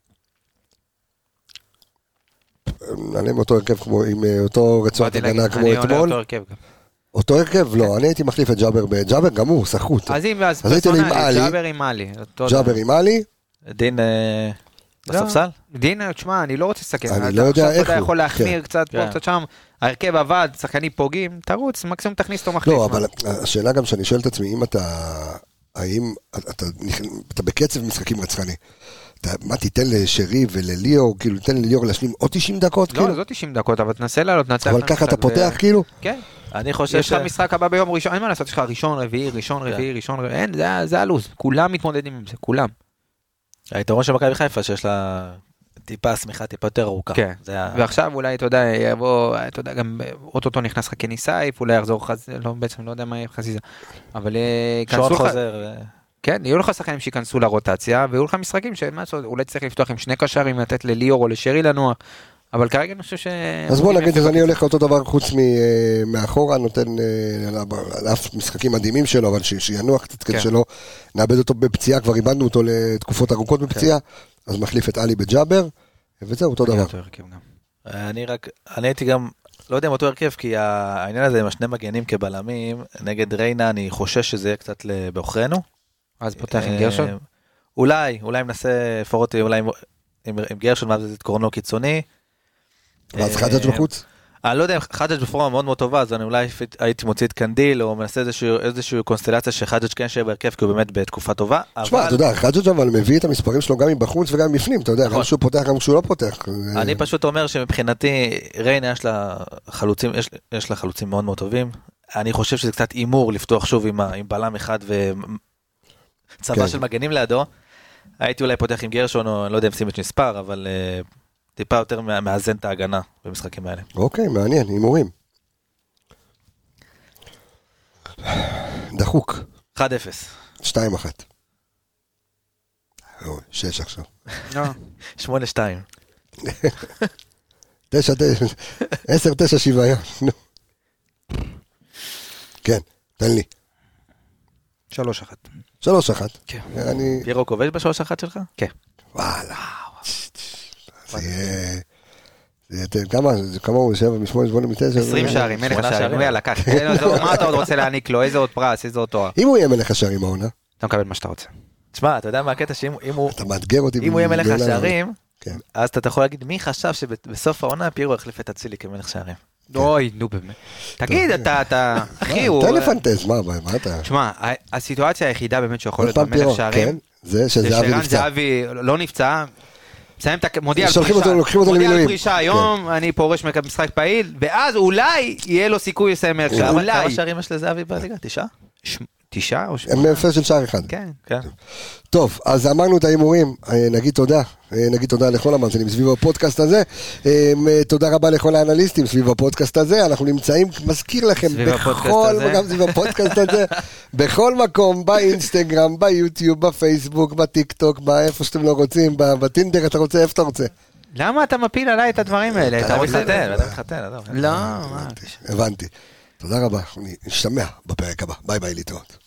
נעלה עם אותו הרכב כמו עם אותו רצועת הגנה כמו אתמול. אותו הרכב? לא, אני הייתי מחליף את ג'אבר בג'אבר, גם הוא, סחוט. אז אם אז פרסונלי, ג'אבר עם עלי. ג'אבר עם עלי. דין בספסל? דין, תשמע, אני לא רוצה לסכם. אני לא יודע איך הוא. אתה יכול להחמיר קצת פה, קצת שם. ההרכב עבד, שחקנים פוגעים, תרוץ, מקסימום תכניס אותו מחליף. לא, אבל השאלה גם שאני שואל את עצמי, אם אתה, האם אתה בקצב משחקים רצחני, מה תיתן לשרי ולליאור, כאילו תיתן לליאור להשלים עוד תשעים דקות? לא, זה תשעים דקות, אבל תנסה לעלות, נצח. אבל ככה אתה פותח כאילו? כן. אני חושב יש לך משחק הבא ביום ראשון, אין מה לעשות, יש לך ראשון רביעי, ראשון רביעי, ראשון רביעי, אין, זה הלוז, כולם מתמודדים עם זה, כולם. היתרון של מכבי חיפה שיש לה טיפה סמיכה, טיפה יותר ארוכה. כן, ועכשיו אולי, אתה יודע, יבוא, אתה יודע, גם אוטוטו נכנס לך קני סייף, אולי יחזור חזיזה, לא, בעצם לא יודע מה יהיה חזיזה, אבל שעות חוזר. כן, יהיו לך שחקנים שיכנסו לרוטציה, ויהיו לך משחקים שאולי צריך לפתוח עם שני קשרים, לתת לליאור או לשרי לנוח, אבל כרגע אני חושב ש... אז בוא נגיד, אז אני הולך לאותו דבר חוץ מאחורה, נותן לאף משחקים מדהימים שלו, אבל שינוח קצת כדי שלא נאבד אותו בפציעה, כבר איבדנו אותו לתקופות ארוכות בפציעה, אז מחליף את עלי בג'אבר, וזהו אותו דבר. אני רק, אני הייתי גם, לא יודע אם אותו הרכב, כי העניין הזה עם השני מגנים כבלמים, נגד ריינה אני חושש שזה יהיה קצת בעוכרנו. אז פותח עם גרשון? אולי, אולי מנסה לפרוט, אולי עם גרשון, מה זה קורנו קיצוני. ואז חג'ג' בחוץ? אני לא יודע אם חג'ג' בפורמה מאוד מאוד טובה, אז אני אולי הייתי מוציא את קנדיל, או מנסה איזושהי קונסטלציה שחג'ג' כן שיהיה בהרכב, כי הוא באמת בתקופה טובה. תשמע, אתה יודע, חג'ג' אבל מביא את המספרים שלו גם מבחוץ וגם מבפנים, אתה יודע, גם כשהוא פותח, גם כשהוא לא פותח. אני פשוט אומר שמבחינתי, ריינה יש לה חלוצים, יש לה חלוצים מאוד מאוד טובים. אני חושב שזה קצת אימור לפתוח שוב עם בלם אחד וצבא של מגנים לידו. הייתי אולי פותח עם גרשון, או אני לא יודע אם שים את מספר, אבל טיפה יותר מאזן את ההגנה במשחקים האלה. אוקיי, מעניין, הימורים. דחוק. אחד אפס. שתיים אחת. שש עכשיו. שמונה שתיים. תשע, תשע. עשר, תשע, שוויון. כן, תן לי. שלוש אחת. שלוש אחת. כן. פירו כובש בשלוש אחת שלך? כן. וואלה. זה יהיה... כמה הוא? שבע, משמונה, שמונה, מתשע? עשרים שערים, מלך השערים. יאללה, לקח. מה אתה עוד רוצה להעניק לו? איזה עוד פרס? איזה עוד תואר? אם הוא יהיה מלך השערים העונה? אתה מקבל מה שאתה רוצה. תשמע, אתה יודע מה הקטע שאם הוא... אתה מאתגר אותי. אם הוא יהיה מלך השערים, אז אתה יכול להגיד מי חשב שבסוף העונה פירו יחליף את אצילי כמלך שערים. אוי, נו באמת. תגיד, אתה, אחי, הוא... תן לפנטז, מה, מה אתה... תשמע, הסיטואציה היחידה באמת שיכול להיות במלך שערים, זה שזהבי נפצע. זהבי לא נפצע, מסיים את מודיע על פרישה, מודיע על פרישה היום, אני פורש משחק פעיל, ואז אולי יהיה לו סיכוי לסיים מלך שערים. כמה שערים יש לזהבי בליגה? תשעה? תשעה או הם שמונה. הפרש של שער אחד. כן. כן. טוב, אז אמרנו את ההימורים, נגיד תודה, נגיד תודה לכל המאזינים סביב הפודקאסט הזה, תודה רבה לכל האנליסטים סביב הפודקאסט הזה, אנחנו נמצאים, מזכיר לכם, בכל מקום סביב הפודקאסט הזה, בכל מקום, באינסטגרם, ביוטיוב, בפייסבוק, בטיק טוק, באיפה שאתם לא רוצים, בטינדר, אתה רוצה, איפה אתה רוצה? למה אתה מפיל עליי את הדברים האלה? אתה מתחתן, אתה מתחתן. לא, הבנתי. תודה רבה, נשתמע בפרק הבא, ביי ביי, להתראות.